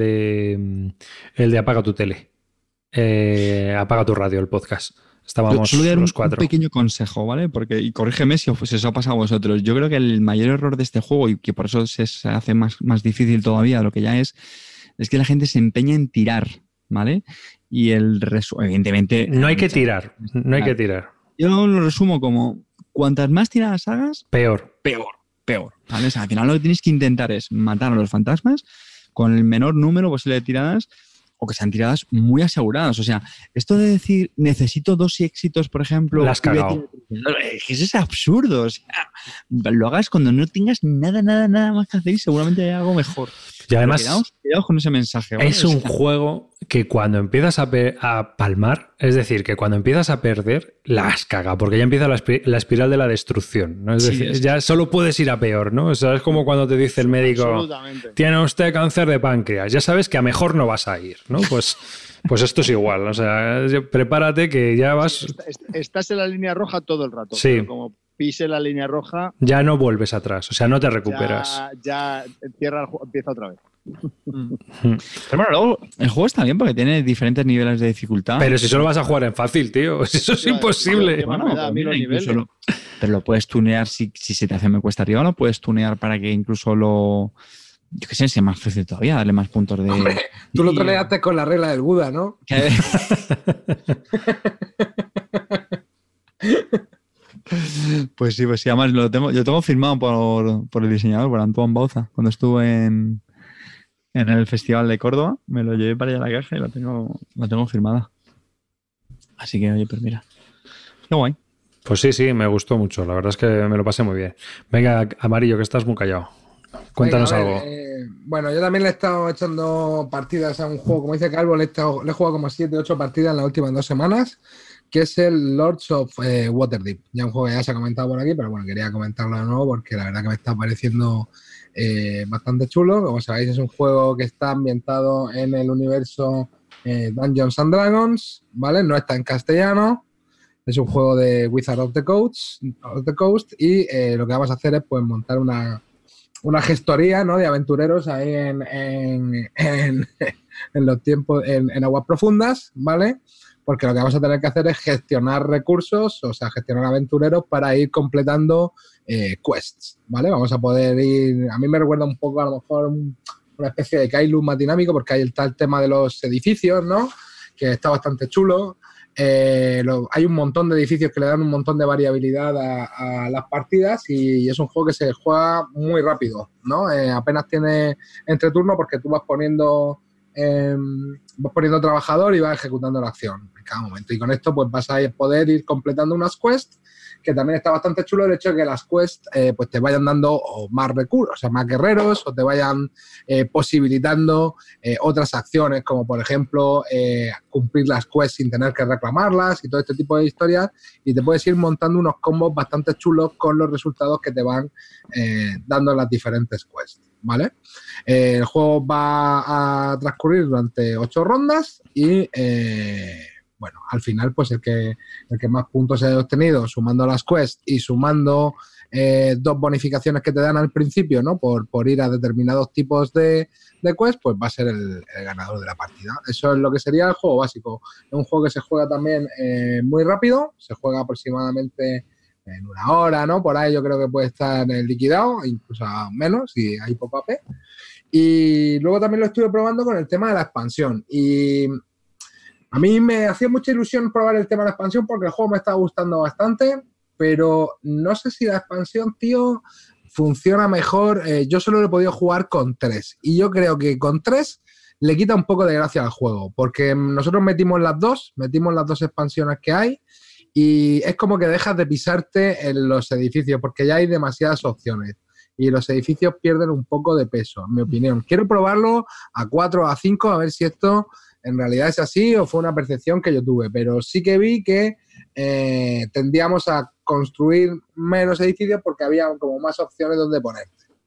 de Apaga tu tele. Apaga tu radio, el podcast. Estábamos los cuatro. Un pequeño consejo, ¿vale? Y corrígeme si os ha pasado a vosotros. Yo creo que el mayor error de este juego, y que por eso se hace más difícil todavía de lo que ya es que la gente se empeña en tirar, ¿vale? Y evidentemente... No hay que tirar. Yo lo resumo como, cuantas más tiradas hagas... Peor. peor, ¿vale? O sea, al final lo que tienes que intentar es matar a los fantasmas con el menor número posible de tiradas o que sean tiradas muy aseguradas. O sea, esto de decir, necesito 2 éxitos, por ejemplo... La has cagado. Eso es absurdo. O sea, lo hagas cuando no tengas nada más que hacer y seguramente hay algo mejor. Y además, cuidado con ese mensaje, ¿vale? es un juego que cuando empiezas a palmar, es decir, que cuando empiezas a perder, la has cagado, porque ya empieza la espiral de la destrucción, ¿no? Es decir, ya solo puedes ir a peor, ¿no? O sea, es como cuando te dice el médico, tiene usted cáncer de páncreas, ya sabes que a mejor no vas a ir, ¿no? Pues esto es igual, o sea, prepárate que ya vas... Estás en la línea roja todo el rato, sí. pero como pise la línea roja... Ya no vuelves atrás, o sea, no te recuperas. Ya cierra el juego, empieza otra vez. Pero bueno, luego el juego está bien porque tiene diferentes niveles de dificultad. Pero si solo vas a jugar en fácil, tío, eso es imposible. Pero lo puedes tunear si se te hace muy cuesta arriba, lo puedes tunear para que incluso yo qué sé, sea más fácil todavía, darle más puntos de... Hombre, tú lo troleaste con la regla del Buda, ¿no? Pues sí, además yo tengo firmado por el diseñador, por Antoine Bauza, cuando estuve en el Festival de Córdoba, me lo llevé para allá a la caja y la tengo firmada. Así que, oye, pues mira, qué guay. Pues sí, me gustó mucho, la verdad es que me lo pasé muy bien. Venga, Amarillo, que estás muy callado. Cuéntanos algo. Bueno, yo también le he estado echando partidas a un juego, como dice Calvo, le he jugado como 7 o 8 partidas en las últimas 2 semanas, que es el Lords of Waterdeep. Ya un juego que ya se ha comentado por aquí, pero bueno, quería comentarlo de nuevo porque la verdad que me está pareciendo bastante chulo. Como sabéis, es un juego que está ambientado en el universo Dungeons and Dragons, ¿vale? No está en castellano. Es un juego de Wizard of the Coast y lo que vamos a hacer es pues montar una gestoría, ¿no?, de aventureros ahí en los tiempos, en aguas profundas, ¿vale? Porque lo que vamos a tener que hacer es gestionar recursos, o sea, gestionar aventureros para ir completando quests, ¿vale? Vamos a poder ir... A mí me recuerda un poco, a lo mejor, una especie de Kailus más dinámico, porque ahí está el tema de los edificios, ¿no?, que está bastante chulo. Hay un montón de edificios que le dan un montón de variabilidad a las partidas y es un juego que se juega muy rápido, ¿no? Apenas tiene entreturno porque tú vas poniendo trabajador y vas ejecutando la acción en cada momento. Y con esto pues vas a poder ir completando unas quests, que también está bastante chulo el hecho de que las quests pues te vayan dando o más recursos, o sea, más guerreros, o te vayan posibilitando otras acciones, como por ejemplo cumplir las quests sin tener que reclamarlas y todo este tipo de historias, y te puedes ir montando unos combos bastante chulos con los resultados que te van dando las diferentes quests, ¿vale? El juego va a transcurrir durante 8 rondas y bueno, al final, pues el que más puntos haya obtenido sumando las quests y sumando 2 bonificaciones que te dan al principio, ¿no?, por ir a determinados tipos de quests, pues va a ser el ganador de la partida. Eso es lo que sería el juego básico. Es un juego que se juega también muy rápido, se juega aproximadamente en 1 hora, ¿no? Por ahí yo creo que puede estar liquidado, incluso menos, si hay poco AP. Y luego también lo estuve probando con el tema de la expansión. Y a mí me hacía mucha ilusión probar el tema de la expansión porque el juego me estaba gustando bastante, pero no sé si la expansión, tío, funciona mejor. Yo solo lo he podido jugar con 3 y yo creo que con 3 le quita un poco de gracia al juego, porque nosotros metimos las dos expansiones que hay y es como que dejas de pisarte en los edificios porque ya hay demasiadas opciones y los edificios pierden un poco de peso, en mi opinión. Quiero probarlo a 4 o a 5 a ver si esto en realidad es así o fue una percepción que yo tuve, pero sí que vi que tendíamos a construir menos edificios porque había como más opciones donde ponerte.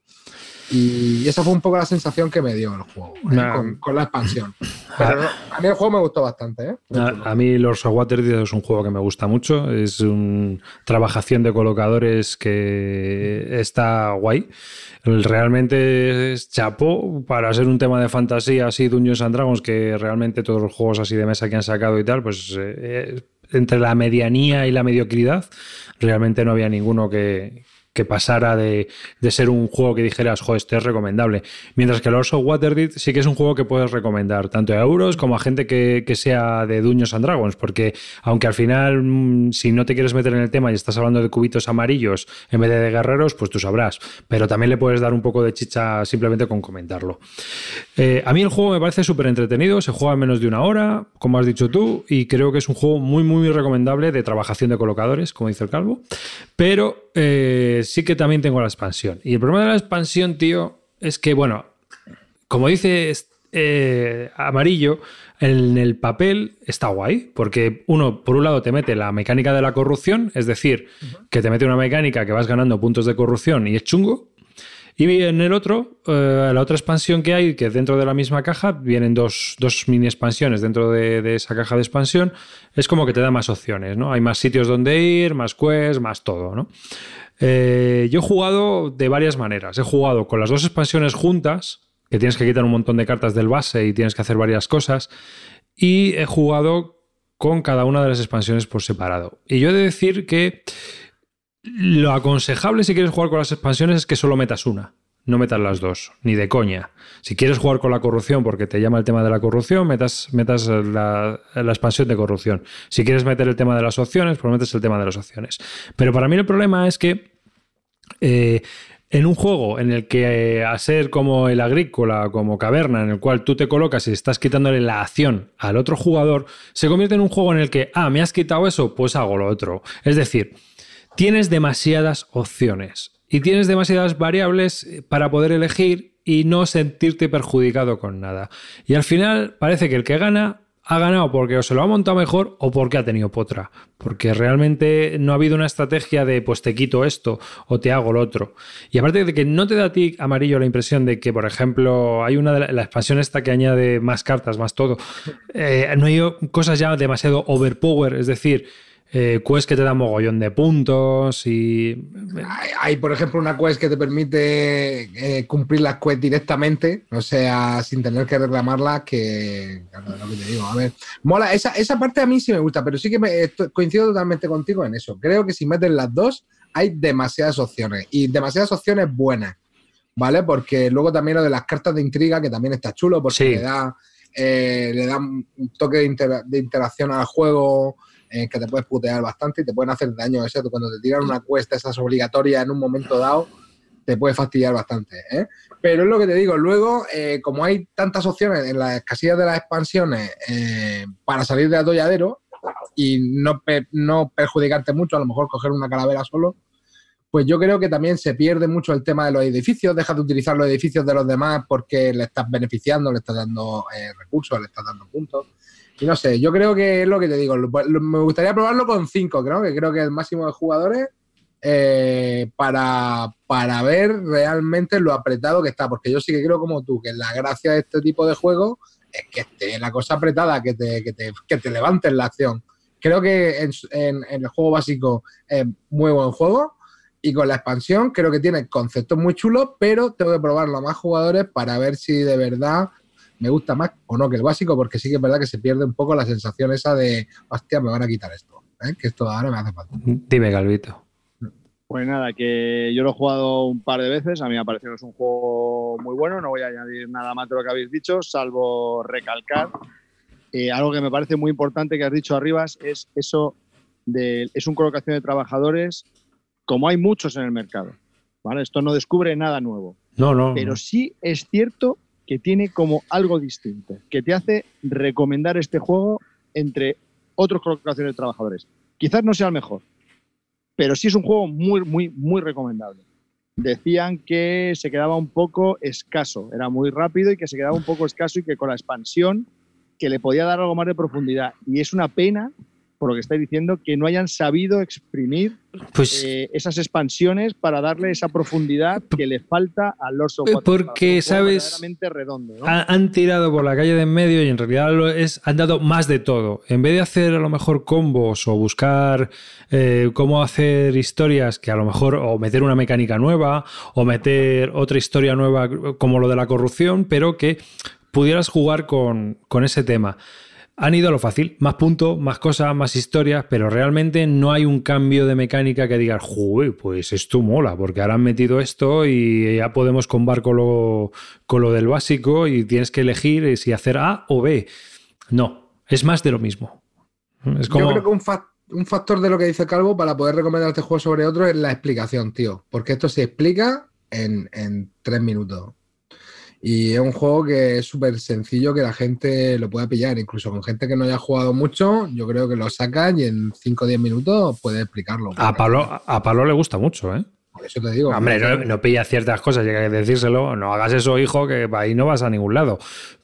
Y esa fue un poco la sensación que me dio el juego con la expansión. Pero a mí el juego me gustó bastante, ¿eh? A mí Lords of Waterdeep es un juego que me gusta mucho. Es una trabajación de colocadores que está guay. Realmente es chapó para ser un tema de fantasía así, Dungeons and Dragons, que realmente todos los juegos así de mesa que han sacado y tal, pues entre la medianía y la mediocridad realmente no había ninguno que que pasara de ser un juego que dijeras, joder, este es recomendable. Mientras que Lords of Waterdeep sí que es un juego que puedes recomendar, tanto a euros como a gente que sea de Dungeons and Dragons, porque aunque al final, si no te quieres meter en el tema y estás hablando de cubitos amarillos en vez de guerreros, pues tú sabrás. Pero también le puedes dar un poco de chicha simplemente con comentarlo. A mí el juego me parece súper entretenido, se juega en menos de 1 hora, como has dicho tú, y creo que es un juego muy, muy recomendable de trabajación de colocadores, como dice el Calvo, pero sí que también tengo la expansión. Y el problema de la expansión, tío, es que, bueno, como dice Amarillo, en el papel está guay, porque por un lado te mete la mecánica de la corrupción, es decir, que te mete una mecánica que vas ganando puntos de corrupción y es chungo. Y en el otro, la otra expansión que hay, que dentro de la misma caja, vienen dos mini expansiones dentro de esa caja de expansión, es como que te da más opciones, ¿no? Hay más sitios donde ir, más quests, más todo, ¿no? Yo he jugado de varias maneras. He jugado con las 2 expansiones juntas, que tienes que quitar un montón de cartas del base y tienes que hacer varias cosas, y he jugado con cada una de las expansiones por separado. Y yo he de decir que lo aconsejable si quieres jugar con las expansiones es que solo metas una, no metas las 2, ni de coña. Si quieres jugar con la corrupción porque te llama el tema de la corrupción, metas la expansión de corrupción. Si quieres meter el tema de las opciones, pues metes el tema de las opciones. Pero para mí el problema es que en un juego en el que a ser como el Agrícola, como Caverna, en el cual tú te colocas y estás quitándole la acción al otro jugador, se convierte en un juego en el que, me has quitado eso, pues hago lo otro. Es decir, tienes demasiadas opciones y tienes demasiadas variables para poder elegir y no sentirte perjudicado con nada. Y al final parece que el que gana ha ganado porque o se lo ha montado mejor o porque ha tenido potra. Porque realmente no ha habido una estrategia de pues te quito esto o te hago lo otro. Y aparte de que no te da a ti, Amarillo, la impresión de que, por ejemplo, hay una de la expansión esta que añade más cartas, más todo. No hay cosas ya demasiado overpower, es decir, quests que te dan mogollón de puntos y... Hay, por ejemplo, una quest que te permite cumplir las quests directamente, o sea, sin tener que reclamarlas, que... Claro, lo que te digo, a ver... Mola, esa parte a mí sí me gusta, pero sí que coincido totalmente contigo en eso. Creo que si metes las 2, hay demasiadas opciones, y demasiadas opciones buenas, ¿vale? Porque luego también lo de las cartas de intriga, que también está chulo, porque sí, le da un toque de interacción al juego... que te puedes putear bastante y te pueden hacer daño. Excepto cuando te tiran una quest esas obligatorias en un momento dado, te puede fastidiar bastante, ¿eh? Pero es lo que te digo, luego, como hay tantas opciones en las casillas de las expansiones para salir de atolladero y no perjudicarte mucho, a lo mejor coger una calavera solo, pues yo creo que también se pierde mucho el tema de los edificios, dejas de utilizar los edificios de los demás porque le estás beneficiando, le estás dando recursos, le estás dando puntos. Y no sé, yo creo que es lo que te digo. Me gustaría probarlo con 5, ¿no? Que creo que es el máximo de jugadores para ver realmente lo apretado que está. Porque yo sí que creo como tú, que la gracia de este tipo de juegos es que esté la cosa apretada, que te levantes la acción. Creo que en el juego básico es muy buen juego. Y con la expansión creo que tiene conceptos muy chulos, pero tengo que probarlo a más jugadores para ver si de verdad... me gusta más o no que el básico, porque sí que es verdad que se pierde un poco la sensación esa de hostia, me van a quitar esto, que esto ahora me hace falta. Dime, Calvito. Pues nada, que yo lo he jugado un par de veces, a mí me ha parecido que es un juego muy bueno, no voy a añadir nada más de lo que habéis dicho, salvo recalcar algo que me parece muy importante que has dicho, Arribas, es eso es una colocación de trabajadores como hay muchos en el mercado, ¿vale? Esto no descubre nada nuevo. No. Pero sí es cierto que tiene como algo distinto, que te hace recomendar este juego entre otros colocaciones de trabajadores. Quizás no sea el mejor, pero sí es un juego muy, muy, muy recomendable. Decían que se quedaba un poco escaso, era muy rápido y que se quedaba un poco escaso y que con la expansión que le podía dar algo más de profundidad. Y es una pena, por lo que estáis diciendo, que no hayan sabido exprimir esas expansiones para darle esa profundidad que le falta a Lords of Waterdeep. Porque, ¿sabes? Redondo, ¿no? Han tirado por la calle de en medio y en realidad han dado más de todo. En vez de hacer a lo mejor combos o buscar cómo hacer historias que a lo mejor, o meter una mecánica nueva o meter otra historia nueva como lo de la corrupción, pero que pudieras jugar con ese tema. Han ido a lo fácil, más puntos, más cosas, más historias, pero realmente no hay un cambio de mecánica que digas, joder, pues esto mola, porque ahora han metido esto y ya podemos combar con lo del básico y tienes que elegir si hacer A o B. No, es más de lo mismo. Es como... Yo creo que un factor de lo que dice Calvo para poder recomendar este juego sobre otro es la explicación, tío, porque esto se explica en 3 minutos. Y es un juego que es súper sencillo que la gente lo pueda pillar, incluso con gente que no haya jugado mucho, yo creo que lo sacan y en 5 o 10 minutos puede explicarlo. A Pablo le gusta mucho, ¿eh? Por eso te digo. Hombre, no pilla ciertas cosas, llega que decírselo, no hagas eso, hijo, que ahí no vas a ningún lado.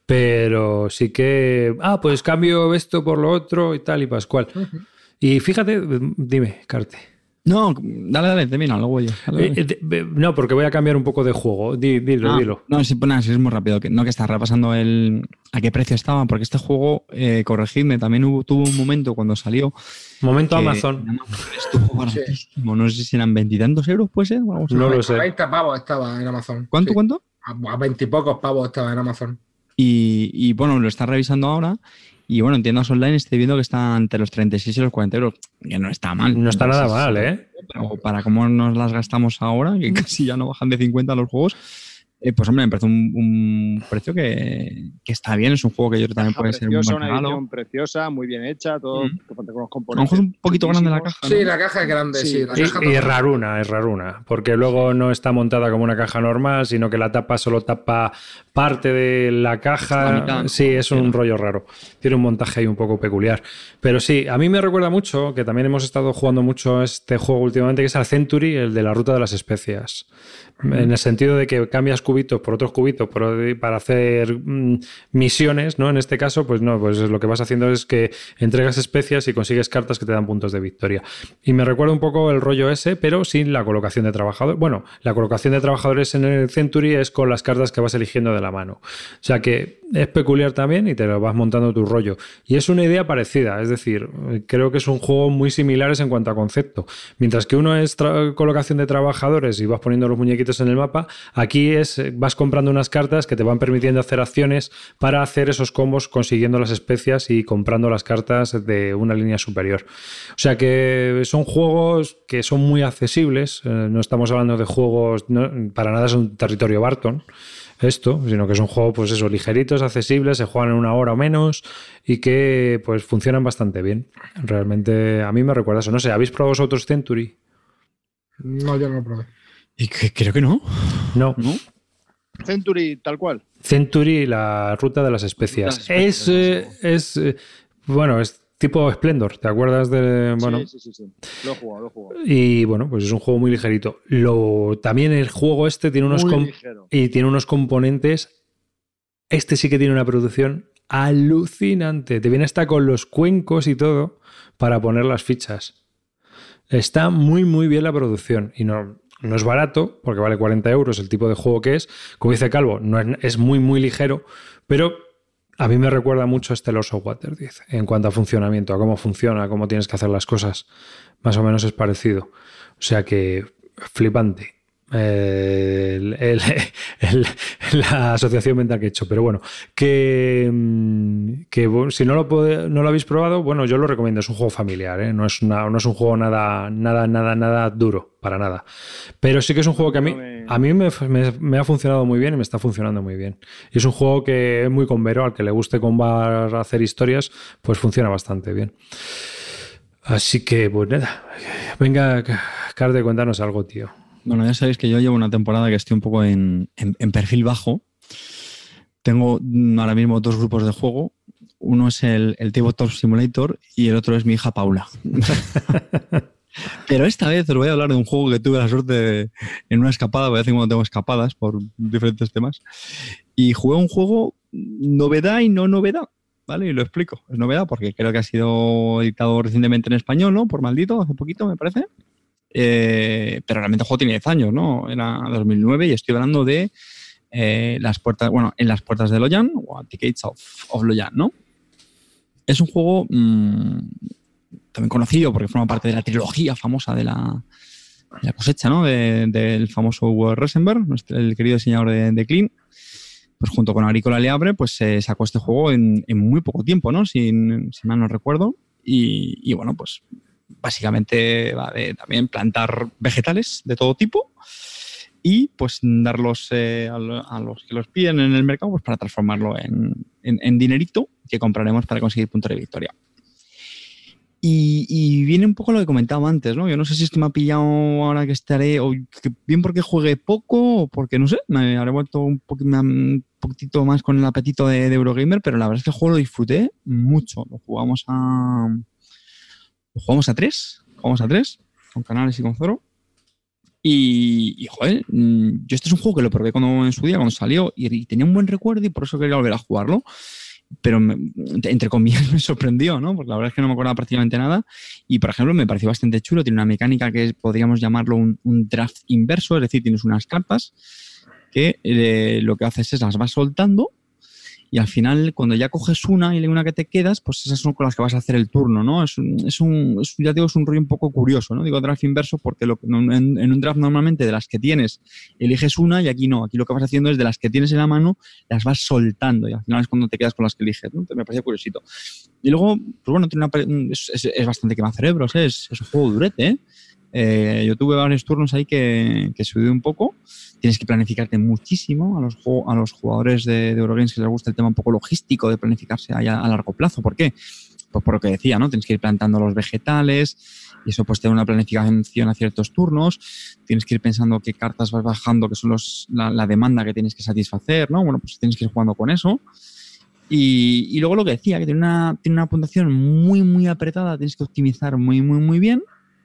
Pero sí que, pues cambio esto por lo otro y tal y pascual. Uh-huh. Y fíjate, dime, Carte. No, dale, termina, luego yo. No, porque voy a cambiar un poco de juego. Dilo. No, es muy rápido. Que estás repasando a qué precio estaba, porque este juego, corregidme, también tuvo un momento cuando salió. Momento Amazon. Estuvo baratísimo. No sé si eran 20 y tantos euros, puede ser. No lo sé. A 20 pavos estaba en Amazon. ¿Cuánto? A 20 y pocos pavos estaba en Amazon. Y bueno, lo está revisando ahora. Y bueno, en tiendas online estoy viendo que está entre los 36 y los 40 euros, que no está mal. No está nada mal, ¿eh? Pero para cómo nos las gastamos ahora, que casi ya no bajan de 50 los juegos, pues hombre, me parece un precio que está bien. Es un juego que yo creo que también puede ser un buen regalo. Una edición preciosa, muy bien hecha, todo con los componentes. A lo mejor es un poquito grande la caja, ¿no? Sí, la caja es grande, sí. Y es raruna, porque luego no está montada como una caja normal, sino que la tapa solo tapa parte de la caja. La mitad, ¿no? Sí, es un rollo raro. Tiene un montaje ahí un poco peculiar. Pero sí, a mí me recuerda mucho, que también hemos estado jugando mucho este juego últimamente, que es el Century, el de la ruta de las especias. En el sentido de que cambias cubitos por otros cubitos para hacer misiones, ¿no? En este caso, pues no, pues lo que vas haciendo es que entregas especias y consigues cartas que te dan puntos de victoria. Y me recuerda un poco el rollo ese, pero sin la colocación de trabajadores. Bueno, la colocación de trabajadores en el Century es con las cartas que vas eligiendo de la mano. O sea que es peculiar también y te lo vas montando tu rollo. Y es una idea parecida, es decir, creo que es un juego muy similares en cuanto a concepto. Mientras que uno es colocación de trabajadores y vas poniendo los muñequitos en el mapa, aquí vas comprando unas cartas que te van permitiendo hacer acciones para hacer esos combos consiguiendo las especias y comprando las cartas de una línea superior. O sea que son juegos que son muy accesibles, no estamos hablando de juegos, para nada es un territorio Barton esto, sino que es un juego, pues eso, ligeritos, accesibles, se juegan en 1 hora o menos y que pues funcionan bastante bien. Realmente a mí me recuerda eso. No sé, ¿habéis probado vosotros Century? No, yo no lo probé. Y creo que no. No. Century, tal cual. Century, la ruta de las especias. Es tipo Splendor, ¿te acuerdas de...? Bueno, sí. Lo he jugado. Y bueno, pues es un juego muy ligerito. También el juego tiene unos componentes. Este sí que tiene una producción alucinante. Te viene hasta con los cuencos y todo para poner las fichas. Está muy, muy bien la producción. Y no es barato, porque vale 40 euros el tipo de juego que es. Como dice Calvo, es muy, muy ligero, pero a mí me recuerda mucho a este Lords of Waterdeep en cuanto a funcionamiento, a cómo funciona, a cómo tienes que hacer las cosas. Más o menos es parecido. O sea que flipante. La asociación mental que he hecho, pero bueno, que si no lo habéis probado, bueno, yo lo recomiendo, es un juego familiar, ¿eh? No es un juego nada duro, para nada, pero sí que es un juego que a mí me ha funcionado muy bien y me está funcionando muy bien, y es un juego que es muy convero, al que le guste combar hacer historias, pues funciona bastante bien. Así que, pues nada, venga, Carte, cuéntanos algo, tío. Bueno, ya sabéis que yo llevo una temporada que estoy un poco en perfil bajo. Tengo ahora mismo 2 grupos de juego. Uno es el Tabletop Simulator y el otro es mi hija Paula. Pero esta vez os voy a hablar de un juego que tuve la suerte en una escapada, voy a decir cuando tengo escapadas por diferentes temas. Y jugué un juego novedad y no novedad, ¿vale? Y lo explico. Es novedad porque creo que ha sido editado recientemente en español, ¿no? Por Maldito, hace poquito, me parece. Pero realmente el juego tiene 10 años, ¿no? Era 2009 y estoy hablando de en las puertas de Loyan o At the Gates of Loyan, ¿no? Es un juego también conocido porque forma parte de la trilogía famosa de la cosecha, ¿no? Del famoso Uwe Rosenberg, el querido diseñador de Clean, pues junto con Agrícola Le Havre, pues se sacó este juego en muy poco tiempo, ¿no? Si mal no recuerdo. Y bueno, pues básicamente va de también plantar vegetales de todo tipo y pues darlos a los que los piden en el mercado pues para transformarlo en dinerito que compraremos para conseguir puntos de victoria. Y viene un poco lo que comentaba antes, ¿no? Yo no sé si es que me ha pillado ahora que estaré, o que bien porque juegué poco, o porque, no sé, me habré vuelto un poquitito más con el apetito de Eurogamer, pero la verdad es que el juego lo disfruté mucho. Lo jugamos a 3, con Canales y con Zoro. Y joder, yo este es un juego que lo probé en su día, cuando salió, y tenía un buen recuerdo y por eso quería volver a jugarlo. Pero entre comillas me sorprendió, ¿no? Porque la verdad es que no me acordaba prácticamente nada y, por ejemplo, me pareció bastante chulo. Tiene una mecánica que podríamos llamarlo un draft inverso, es decir, tienes unas cartas que lo que haces es las vas soltando y al final, cuando ya coges una y una que te quedas, pues esas son con las que vas a hacer el turno, ¿no? Ya digo, es un rollo un poco curioso, ¿no? Digo draft inverso porque en un draft normalmente de las que tienes eliges una y aquí no. Aquí lo que vas haciendo es de las que tienes en la mano, las vas soltando y al final es cuando te quedas con las que eliges, ¿no? Entonces me pareció curiosito. Y luego, pues bueno, es bastante quema cerebros, ¿eh? Es un juego durete, ¿eh? Yo tuve varios turnos ahí que subí un poco. Tienes que planificarte muchísimo a los jugadores de Eurogames que les gusta el tema un poco logístico de planificarse a largo plazo. ¿Por qué? Pues por lo que decía, ¿no? Tienes que ir plantando los vegetales y eso pues te da una planificación a ciertos turnos. Tienes que ir pensando qué cartas vas bajando, que son la demanda que tienes que satisfacer, ¿no? Bueno, pues tienes que ir jugando con eso. Y luego lo que decía, que tiene una puntuación muy, muy apretada, tienes que optimizar muy, muy, muy bien.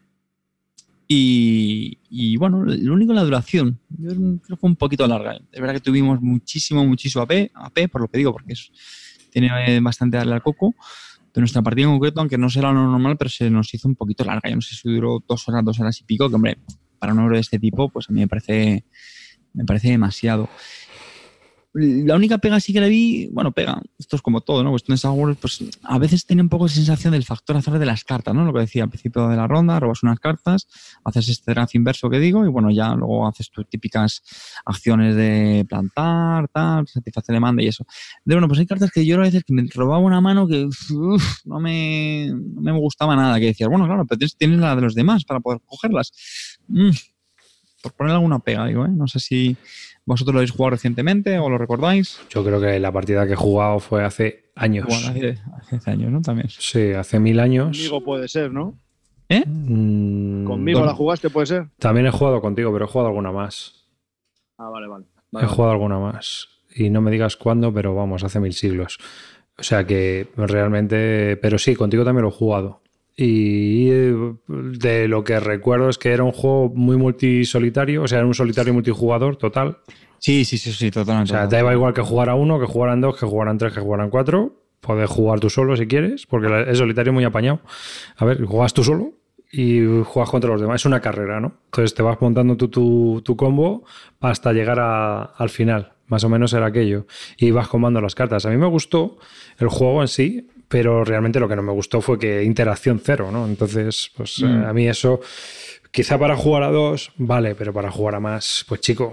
Y bueno, lo único es la duración. Yo creo que fue un poquito larga. Es verdad que tuvimos muchísimo AP, por lo que digo, porque tiene bastante darle al coco. Pero nuestra partida en concreto, aunque no será lo normal, pero se nos hizo un poquito larga. Yo no sé si duró 2 horas y pico, que hombre, para un euro de este tipo, pues a mí me parece demasiado. La única pega sí que le vi, bueno, pega, esto es como todo, ¿no? Cuestiones de Hogwarts, pues a veces tiene un poco esa sensación del factor azar de las cartas, ¿no? Lo que decía al principio de la ronda, robas unas cartas, haces este draft inverso que digo, y bueno, ya luego haces tus típicas acciones de plantar, tal, satisfacer demanda y eso. De bueno, pues hay cartas que yo a veces que me robaba una mano que no me gustaba nada, que decías, bueno, claro, pero tienes la de los demás para poder cogerlas. Por poner alguna pega, digo, ¿eh? No sé si vosotros lo habéis jugado recientemente o lo recordáis. Yo creo que la partida que he jugado fue hace años. Bueno, hace años, ¿no? También. Sí, hace 1000 años. Conmigo puede ser, ¿no? ¿Eh? ¿Conmigo la jugaste, puede ser? También he jugado contigo, pero he jugado alguna más. Ah, vale. He jugado alguna más. Y no me digas cuándo, pero vamos, hace 1000 siglos. O sea que realmente... Pero sí, contigo también lo he jugado. Y de lo que recuerdo es que era un juego muy multisolitario, o sea, era un solitario multijugador total. Sí, totalmente. O sea, te daba igual que jugara uno, que jugaran dos, que jugaran tres, que jugaran cuatro. Puedes jugar tú solo si quieres, porque el solitario es muy apañado. A ver, juegas tú solo y juegas contra los demás. Es una carrera, ¿no? Entonces te vas montando tu combo hasta llegar al final. Más o menos era aquello. Y vas combando las cartas. A mí me gustó el juego en sí, pero realmente lo que no me gustó fue que interacción cero, ¿no? Entonces, pues a mí eso, quizá para jugar a 2, vale, pero para jugar a más, pues chico,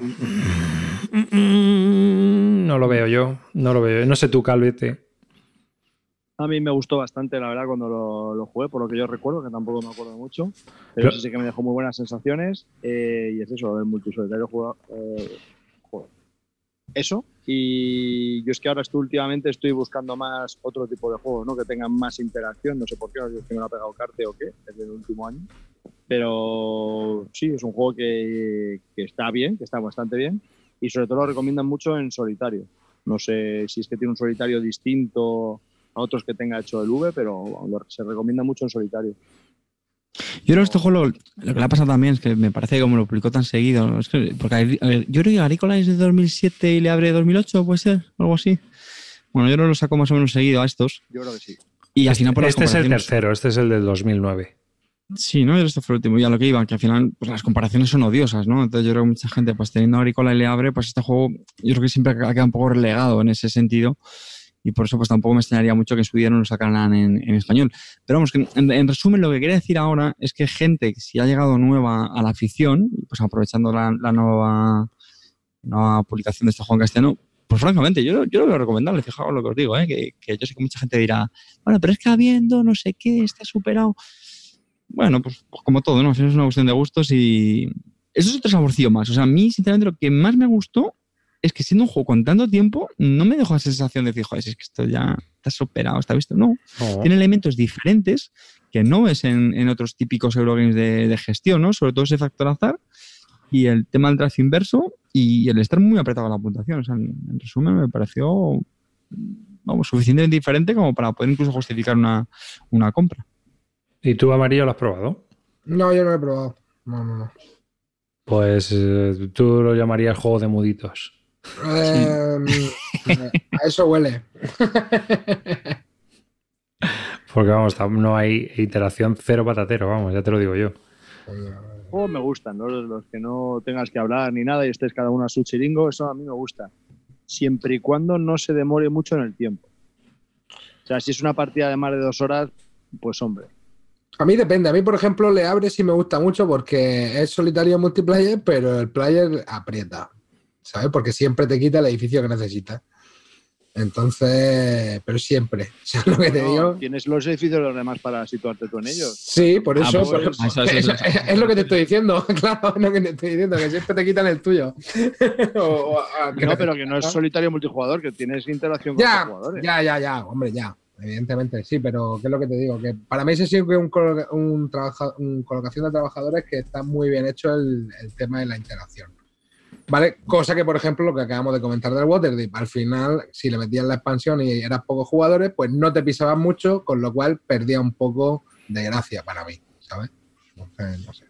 no lo veo yo. No sé tú, Calvete. A mí me gustó bastante, la verdad, cuando lo jugué, por lo que yo recuerdo, que tampoco me acuerdo mucho, pero sí que me dejó muy buenas sensaciones y es eso, el multisolitario juego. Eso, y yo es que ahora últimamente estoy buscando más otro tipo de juegos, ¿no? Que tengan más interacción, no sé por qué, no sé si me lo ha pegado Carte o qué, desde el último año, pero sí, es un juego que está bien, que está bastante bien, y sobre todo lo recomiendan mucho en solitario. No sé si es que tiene un solitario distinto a otros que tenga hecho el V, pero se recomienda mucho en solitario. Yo creo que este juego lo que le ha pasado también es que me parece que como lo publicó tan seguido, es que, porque yo creo que Agrícola es de 2007 y Le Havre de 2008, puede ser, o algo así. Bueno, yo no lo saco más o menos seguido a estos. Yo creo que sí. Y al final por este es el tercero, este es el del 2009. Sí, ¿no? Este fue el último, ya lo que iba, que al final pues las comparaciones son odiosas, ¿no? Entonces yo creo que mucha gente, pues teniendo Agrícola y Le Havre, pues este juego yo creo que siempre ha quedado un poco relegado en ese sentido. Y por eso pues tampoco me extrañaría mucho que en su día no lo sacaran en español. Pero vamos, que en resumen lo que quería decir ahora es que gente que si ha llegado nueva a la afición, pues aprovechando la nueva publicación de este juego en castellano, Pues francamente, yo lo veo recomendable, fijaos lo que os digo, que yo sé que mucha gente dirá, bueno, pero es que habiendo no sé qué, está superado. Bueno, pues como todo, ¿no? Es una cuestión de gustos y eso es otro saborcillo más. O sea, a mí, sinceramente, lo que más me gustó es que siendo un juego con tanto tiempo, no me dejó esa sensación de, fijo, es que esto ya está superado, está visto. No, tiene elementos diferentes que no ves en otros típicos Eurogames de gestión, ¿no? Sobre todo ese factor azar y el tema del draft inverso y el estar muy apretado a la puntuación. O sea, en resumen, me pareció suficientemente diferente como para poder incluso justificar una compra. ¿Y tú, Amarillo, lo has probado? No, yo no lo he probado. No. Pues tú lo llamarías juego de muditos. A eso huele. Porque vamos, no hay iteración cero patatero, vamos, ya te lo digo yo. Me gustan, ¿no? Los que no tengas que hablar ni nada y estés cada uno a su chiringo, eso a mí me gusta. Siempre y cuando no se demore mucho en el tiempo. O sea, si es una partida de más de 2 horas, pues hombre. A mí depende. A mí, por ejemplo, Le Abres sí me gusta mucho porque es solitario multiplayer, pero el player aprieta, ¿sabes? Porque siempre te quita el edificio que necesitas. Entonces, pero siempre, ¿sabes lo que te digo? Tienes los edificios de los demás para situarte tú en ellos. Sí, por eso. Es lo que te estoy diciendo, claro, es lo que te estoy diciendo, que siempre te quitan el tuyo. No, pero que no es solitario multijugador, que tienes interacción con los jugadores. Ya, hombre, ya. Evidentemente, sí, pero ¿qué es lo que te digo? Que para mí ese sí que es un colocación de trabajadores que está muy bien hecho el tema de la interacción. ¿Vale? Cosa que, por ejemplo, lo que acabamos de comentar del Waterdeep, al final, si le metías la expansión y eras pocos jugadores, pues no te pisaban mucho, con lo cual perdía un poco de gracia para mí, ¿sabes? Entonces, no sé.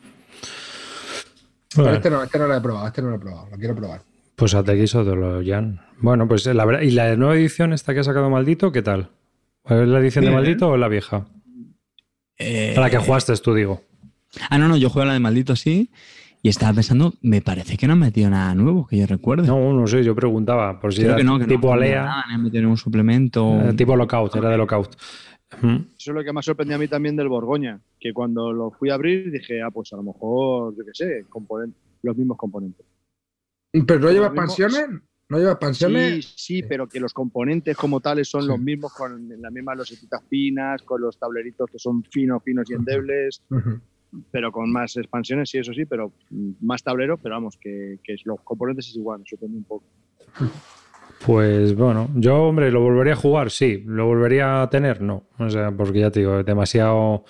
Bueno. Pero este no lo he probado, lo quiero probar. Pues a te solo, Jan. Bueno, pues la verdad, ¿y la nueva edición esta que ha sacado Maldito, qué tal? ¿Es la edición de Maldito o la vieja? A la que jugaste tú, digo. No, yo juego a la de Maldito, sí. Y estaba pensando, me parece que no han metido nada nuevo, que yo recuerde. No sé, yo preguntaba por si creo era que tipo Alea. No han metido ningún suplemento. Tipo Lockout, era de Lockout. Eso es lo que más sorprendió a mí también del Borgoña, que cuando lo fui a abrir dije, pues a lo mejor, yo qué sé, los mismos componentes. ¿Pero no lleva expansiones? ¿No lleva expansiones? Sí, pero que los componentes como tales son los mismos, con las mismas losetitas finas, con los tableritos que son finos y endebles. Pero con más expansiones, sí, eso sí, pero más tablero, pero vamos, que los componentes es igual, me sorprende un poco. Pues bueno, yo, hombre, ¿lo volvería a jugar? Sí. ¿Lo volvería a tener? No. O sea, porque ya te digo, demasiado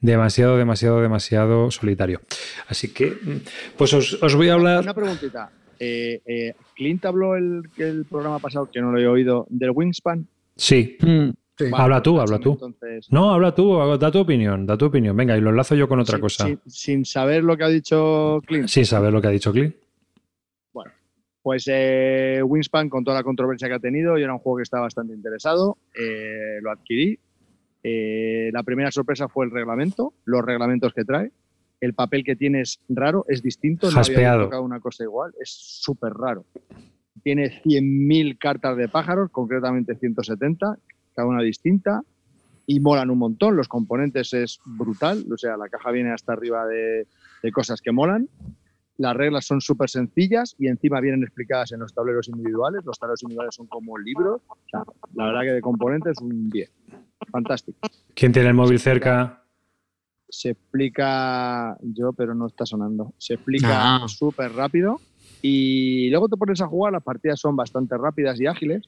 solitario. Así que, pues os voy a hablar... Una preguntita. ¿Clint habló el programa pasado, que no lo he oído, del Wingspan? Sí. Sí. Vale, habla tú. Entonces... No, habla tú, da tu opinión. Venga, y lo enlazo yo con otra cosa. Sin saber lo que ha dicho Clint. Sin saber lo que ha dicho Clint. Bueno, pues Wingspan, con toda la controversia que ha tenido, yo era un juego que estaba bastante interesado. Lo adquirí. La primera sorpresa fue el reglamento, los reglamentos que trae. El papel que tiene es raro, es distinto. Jaspeado. No había tocado una cosa igual, es súper raro. Tiene 100.000 cartas de pájaros, concretamente 170, cada una distinta, y molan un montón. Los componentes es brutal, o sea, la caja viene hasta arriba de cosas que molan. Las reglas son súper sencillas y encima vienen explicadas en los tableros individuales. Los tableros individuales son como libros. O sea, la verdad que de componentes un 10. Fantástico. ¿Quién tiene el móvil cerca? Se explica yo, pero no está sonando. Se explica súper rápido y luego te pones a jugar. Las partidas son bastante rápidas y ágiles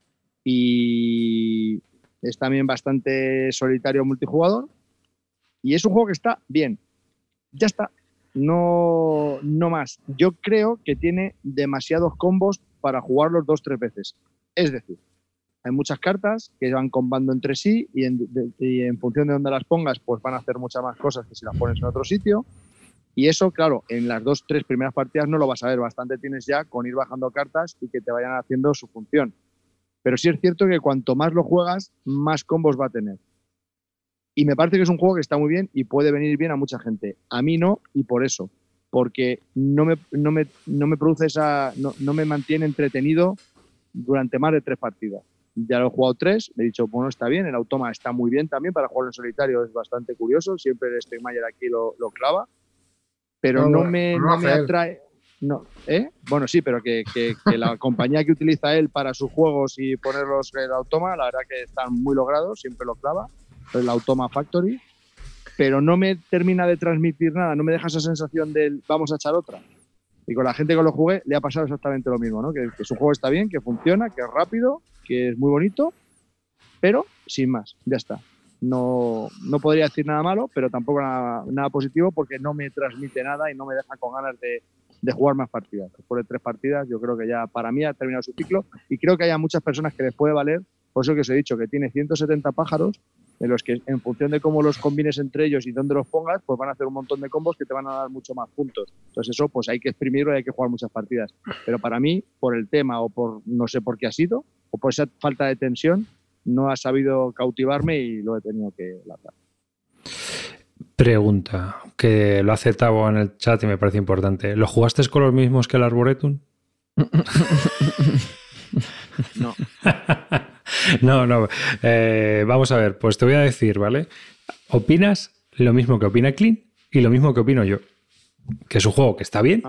y es también bastante solitario multijugador y es un juego que está bien. Ya está. No más. Yo creo que tiene demasiados combos para jugarlos 2-3 veces. Es decir, hay muchas cartas que van combando entre sí y en función de dónde las pongas, pues van a hacer muchas más cosas que si las pones en otro sitio. Y eso, claro, en las 2-3 primeras partidas no lo vas a ver. Bastante tienes ya con ir bajando cartas y que te vayan haciendo su función. Pero sí es cierto que cuanto más lo juegas, más combos va a tener. Y me parece que es un juego que está muy bien y puede venir bien a mucha gente. A mí no, y por eso. Porque no me produce no me mantiene entretenido durante más de 3 partidas. Ya lo he jugado 3, me he dicho, bueno, está bien, el automa está muy bien también, para jugarlo en solitario es bastante curioso, siempre el Stegmaier aquí lo clava, pero no me atrae. No, Bueno, sí, pero que la compañía que utiliza él para sus juegos y ponerlos en el Automa, la verdad que están muy logrados, siempre lo clava, el Automa Factory, pero no me termina de transmitir nada, no me deja esa sensación del vamos a echar otra. Y con la gente que lo jugué le ha pasado exactamente lo mismo, ¿no? Que su juego está bien, que funciona, que es rápido, que es muy bonito, pero sin más, ya está. No podría decir nada malo, pero tampoco nada positivo porque no me transmite nada y no me deja con ganas de jugar más partidas. Después de 3 partidas yo creo que ya para mí ha terminado su ciclo y creo que haya muchas personas que les puede valer, por eso que os he dicho que tiene 170 pájaros en los que en función de cómo los combines entre ellos y dónde los pongas, pues van a hacer un montón de combos que te van a dar mucho más puntos. Entonces eso pues hay que exprimirlo y hay que jugar muchas partidas. Pero para mí, por el tema o por no sé por qué ha sido, o por esa falta de tensión, no ha sabido cautivarme y lo he tenido que lanzar. Pregunta, que lo hace Tavo en el chat y me parece importante. ¿Lo jugaste con los mismos que el Arboretum? No. No. Vamos a ver, pues te voy a decir, ¿vale? Opinas lo mismo que opina Clean y lo mismo que opino yo. Que es un juego que está bien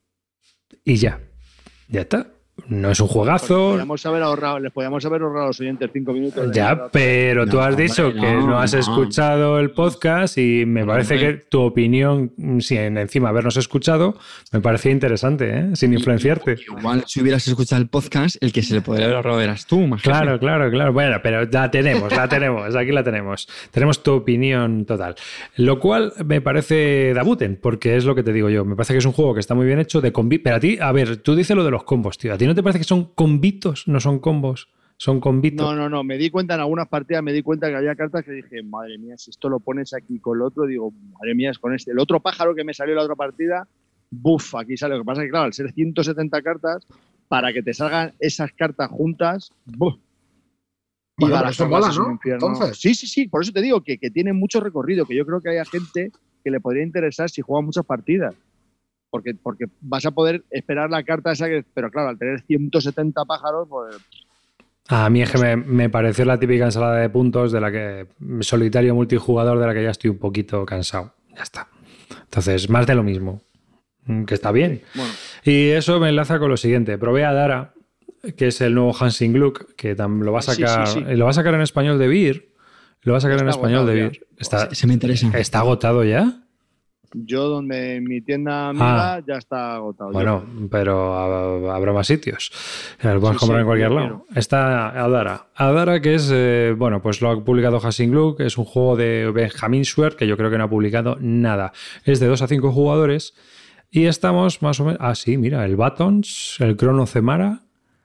y ya. Ya está. No es un juegazo. Les podíamos haber ahorrado a los oyentes 5 minutos. Ya, pero tú has dicho que no has escuchado el podcast y me parece que tu opinión, sin encima habernos escuchado, me parecía interesante, ¿eh? Sin influenciarte. Igual si hubieras escuchado el podcast, el que se le podría haber ahorrado eras tú, más Claro. Bueno, pero la tenemos, aquí la tenemos. Tenemos tu opinión total. Lo cual me parece Dabuten, porque es lo que te digo yo. Me parece que es un juego que está muy bien hecho de combi. Pero a ti, a ver, tú dices lo de los combos, tío. ¿A ti no te parece que son combitos? No son combos, son combitos. No. Me di cuenta en algunas partidas, que había cartas que dije, madre mía, si esto lo pones aquí con el otro, digo, madre mía, es con este. El otro pájaro que me salió en la otra partida, buf, aquí sale. Lo que pasa es que, claro, al ser 170 cartas, para que te salgan esas cartas juntas, buf. Bueno, pero eso mola, ¿no? Entonces. Sí, por eso te digo que tiene mucho recorrido, que yo creo que hay gente que le podría interesar si juega muchas partidas. Porque vas a poder esperar la carta esa, pero claro, al tener 170 pájaros, pues... A mí es que me pareció la típica ensalada de puntos de la que solitario multijugador de la que ya estoy un poquito cansado. Ya está. Entonces, más de lo mismo. Que está bien. Bueno. Y eso me enlaza con lo siguiente. Probé a Dara, que es el nuevo Hansing Gluck, que lo va a sacar. Sí. Lo va a sacar en español de Beer. Lo va a sacar en español de Beer. Se me interesa. ¿Está agotado ya? Yo, donde mi tienda amiga ya está agotado. Bueno, pero habrá más sitios. Lo puedes comprar en cualquier lado. Está Adara. Adara, que es, pues lo ha publicado Hansing Gluck, es un juego de Benjamin Schwer, que yo creo que no ha publicado nada. Es de 2 a 5 jugadores y estamos más o menos... Ah, sí, mira, el Batons, el Chrono Zemara,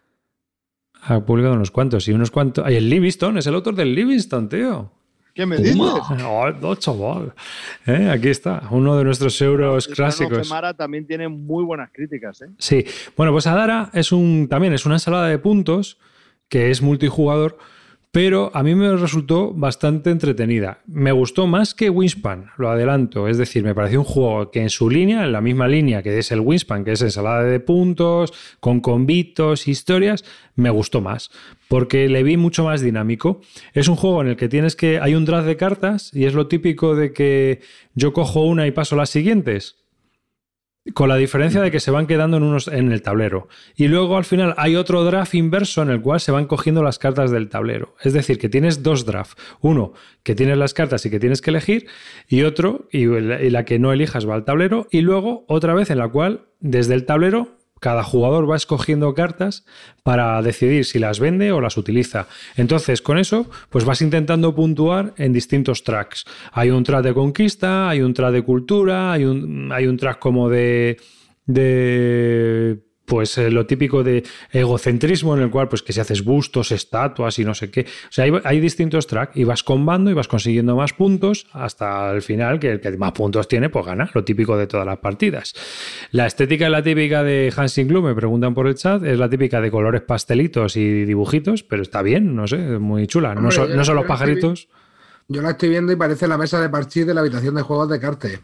ha publicado unos cuantos. Y el Livingston, es el autor del Livingston, tío. ¿Qué me dices? No, chaval. Aquí está, uno de nuestros euros clásicos. Femara también tiene muy buenas críticas, ¿eh? Sí. Bueno, pues Adara también es una ensalada de puntos que es multijugador, pero a mí me resultó bastante entretenida. Me gustó más que Wingspan, lo adelanto. Es decir, me pareció un juego que en su línea, en la misma línea que es el Wingspan, que es ensalada de puntos, con combitos, historias, me gustó más, porque le vi mucho más dinámico. Es un juego en el que hay un draft de cartas y es lo típico de que yo cojo una y paso las siguientes, con la diferencia de que se van quedando en el tablero. Y luego al final hay otro draft inverso en el cual se van cogiendo las cartas del tablero. Es decir, que tienes 2 drafts. Uno que tienes las cartas y que tienes que elegir, y otro, y la que no elijas va al tablero, y luego otra vez en la cual desde el tablero cada jugador va escogiendo cartas para decidir si las vende o las utiliza. Entonces, con eso, pues vas intentando puntuar en distintos tracks. Hay un track de conquista, hay un track de cultura, hay un track como de pues lo típico de egocentrismo, en el cual pues que si haces bustos, estatuas y no sé qué. O sea, hay distintos tracks y vas combando y vas consiguiendo más puntos hasta el final, que el que más puntos tiene, pues gana, lo típico de todas las partidas. La estética es la típica de Hansing Gluck, me preguntan por el chat, es la típica de colores pastelitos y dibujitos, pero está bien, no sé, muy chula. No son los pajaritos. Yo la estoy viendo y parece la mesa de parchís de la habitación de juegos de Carte.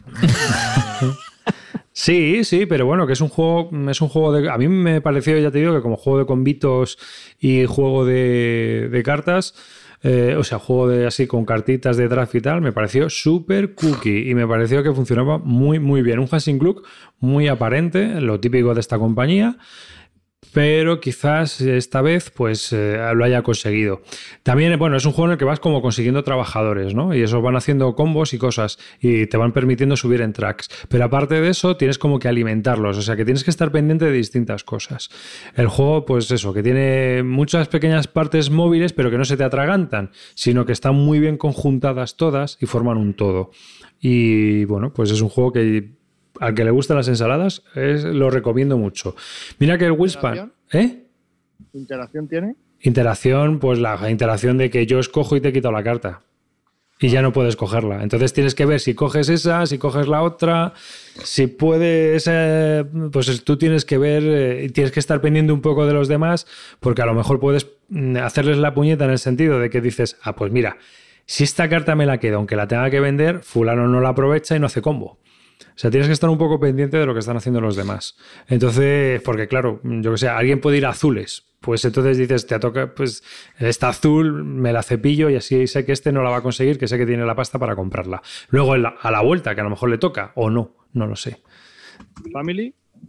Sí, pero bueno, que es un juego de... A mí me pareció, ya te digo, que como juego de combitos y juego de cartas, o sea, juego de así con cartitas de draft y tal, me pareció súper cookie y me pareció que funcionaba muy, muy bien. Un Hansing Look muy aparente, lo típico de esta compañía, pero quizás esta vez pues lo haya conseguido. También, bueno, es un juego en el que vas como consiguiendo trabajadores, ¿no? Y esos van haciendo combos y cosas y te van permitiendo subir en tracks. Pero aparte de eso, tienes como que alimentarlos, o sea que tienes que estar pendiente de distintas cosas. El juego, pues eso, que tiene muchas pequeñas partes móviles, pero que no se te atragantan, sino que están muy bien conjuntadas todas y forman un todo. Y bueno, pues es un juego que al que le gustan las ensaladas, lo recomiendo mucho. Mira que el Wingspan... ¿Interacción tiene? Interacción, pues la interacción de que yo escojo y te he quitado la carta. Y ya no puedes cogerla. Entonces tienes que ver si coges esa, si coges la otra, si puedes... pues tú tienes que ver, tienes que estar pendiente un poco de los demás, porque a lo mejor puedes hacerles la puñeta en el sentido de que dices, pues mira, si esta carta me la quedo, aunque la tenga que vender, fulano no la aprovecha y no hace combo. O sea, tienes que estar un poco pendiente de lo que están haciendo los demás. Entonces, porque claro, yo que sé, alguien puede ir a azules. Pues entonces dices, te toca, pues esta azul me la cepillo y así sé que este no la va a conseguir, que sé que tiene la pasta para comprarla. Luego a la vuelta, que a lo mejor le toca, o no lo sé. ¿Family?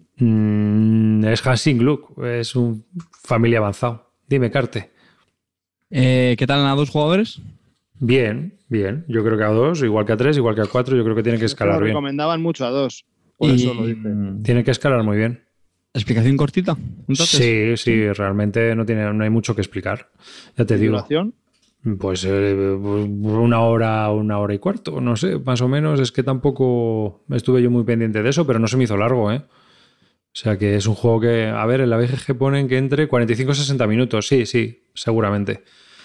Es Hansing Look, es un familia avanzado. Dime, Carte. ¿Qué tal a 2 jugadores? Bien. Yo creo que a 2, igual que a 3, igual que a 4, yo creo que tiene que escalar bien. Recomendaban mucho a 2. Por eso lo dice. Tiene que escalar muy bien. ¿Explicación cortita? Entonces, sí, realmente no hay mucho que explicar. Ya te digo. ¿Duración? Pues 1 hora, 1 hora y cuarto, no sé, más o menos. Es que tampoco estuve yo muy pendiente de eso, pero no se me hizo largo, ¿eh? O sea que es un juego que, a ver, en la BGG ponen que entre 45-60 minutos. Sí, seguramente.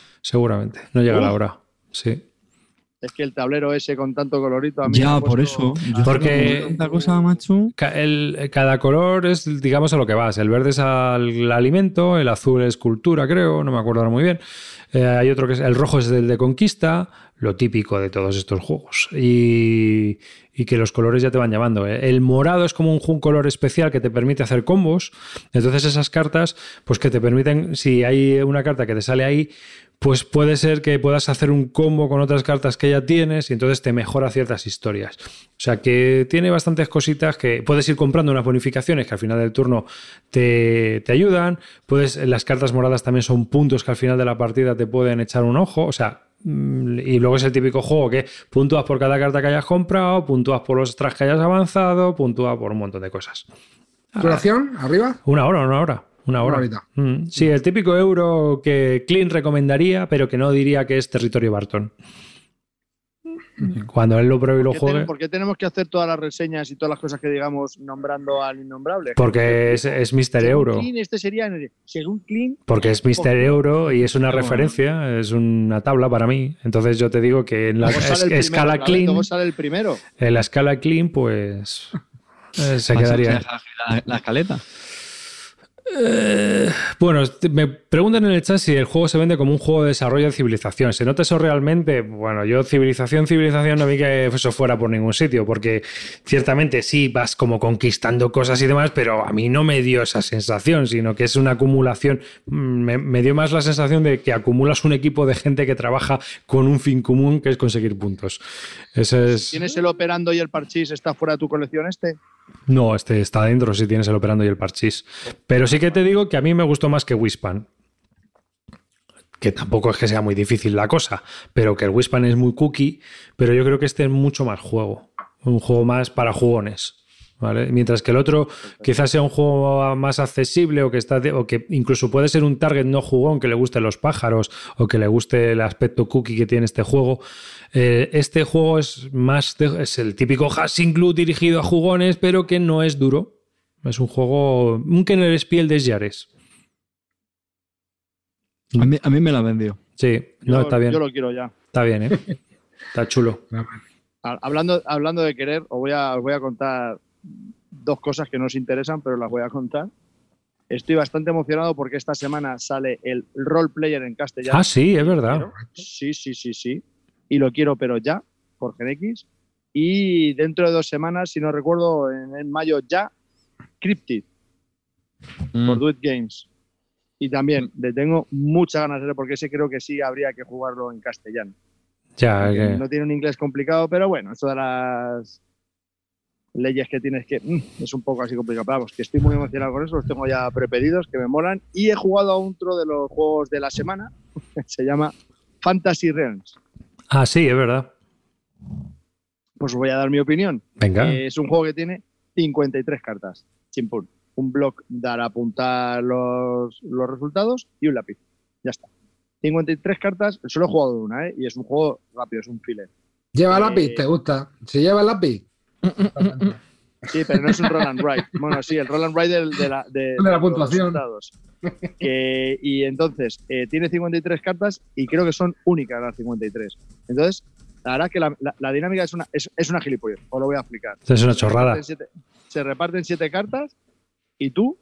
No llega la hora. Sí. Es que el tablero ese con tanto colorito a mí ya, por eso. Porque tanta cosa, macho. Cada color es, digamos, a lo que vas. El verde es al alimento, el azul es cultura, creo, no me acuerdo ahora muy bien. Hay otro que es el rojo, es el de conquista, lo típico de todos estos juegos. Y que los colores ya te van llamando. El morado es como un color especial que te permite hacer combos. Entonces esas cartas, pues que te permiten, si hay una carta que te sale ahí, pues puede ser que puedas hacer un combo con otras cartas que ya tienes y entonces te mejora ciertas historias. O sea que tiene bastantes cositas que puedes ir comprando unas bonificaciones que al final del turno te ayudan. Las cartas moradas también son puntos que al final de la partida te pueden echar un ojo. O sea, y luego es el típico juego que puntúas por cada carta que hayas comprado, puntúas por los tracks que hayas avanzado, puntúas por un montón de cosas. ¿Duración? ¿Arriba? 1 hora. 1 hora. Sí, el típico euro que Clint recomendaría, pero que no diría que es territorio Barton. Cuando él lo pruebe y lo juegue. ¿Por qué tenemos que hacer todas las reseñas y todas las cosas que digamos nombrando al innombrable? Porque es Mr. Euro. Clint, este sería según Clint. Porque es Mr. Euro y es una referencia, es una tabla para mí. Entonces yo te digo que en la escala Clint. Luego sale el primero. En la escala Clint, pues. Se quedaría. La escaleta. Bueno, me preguntan en el chat si el juego se vende como un juego de desarrollo de civilización. ¿Se nota eso realmente? Bueno, yo civilización no vi que eso fuera por ningún sitio, porque ciertamente sí vas como conquistando cosas y demás, pero a mí no me dio esa sensación, sino que es una acumulación. Me dio más la sensación de que acumulas un equipo de gente que trabaja con un fin común, que es conseguir puntos. ¿Tienes el operando y el parchís? ¿Está fuera de tu colección este? No, este está dentro si tienes el operando y el parchís. Pero sí que te digo que a mí me gustó más que Wingspan. Que tampoco es que sea muy difícil la cosa, pero que el Wingspan es muy cookie, pero yo creo que este es mucho más juego. Un juego más para jugones. ¿Vale? Mientras que el otro quizás sea un juego más accesible o que incluso puede ser un target no jugón que le gusten los pájaros o que le guste el aspecto cookie que tiene este juego. Este juego es es el típico Hansing Look dirigido a jugones, pero que no es duro. Es un juego, un Kennerspiel des Jahres. A mí me la vendió. Sí, está bien. Yo lo quiero ya. Está bien, ¿eh? Está chulo. Hablando de querer, os voy a contar 2 cosas que no os interesan, pero las voy a contar. Estoy bastante emocionado porque esta semana sale el Role Player en castellano. Ah, sí, es verdad. Sí. Y lo quiero, pero ya, por GenX. Y dentro de 2 semanas, si no recuerdo, en mayo ya, Cryptid, por Do It Games. Y también le tengo muchas ganas de ver, porque ese creo que sí habría que jugarlo en castellano. Ya, que... No tiene un inglés complicado, pero bueno, eso de las leyes que tienes que... es un poco así complicado. Pero vamos, que estoy muy emocionado con eso, los tengo ya prepedidos, que me molan. Y he jugado a otro de los juegos de la semana, se llama Fantasy Realms. Ah, sí, es verdad. Pues os voy a dar mi opinión. Venga. Es un juego que tiene 53 cartas, chimpún. Un bloc para apuntar los resultados y un lápiz. Ya está. 53 cartas, solo he jugado de una, y es un juego rápido, es un filler. ¿Lleva lápiz? ¿Te gusta? Si lleva lápiz. Sí, pero no es un roll and write. Bueno, sí, el roll and write de la puntuación. Y entonces, tiene 53 cartas y creo que son únicas las 53. Entonces, la verdad es que la dinámica es una gilipollez, os lo voy a explicar. Es una chorrada. Se reparten 7 cartas y tú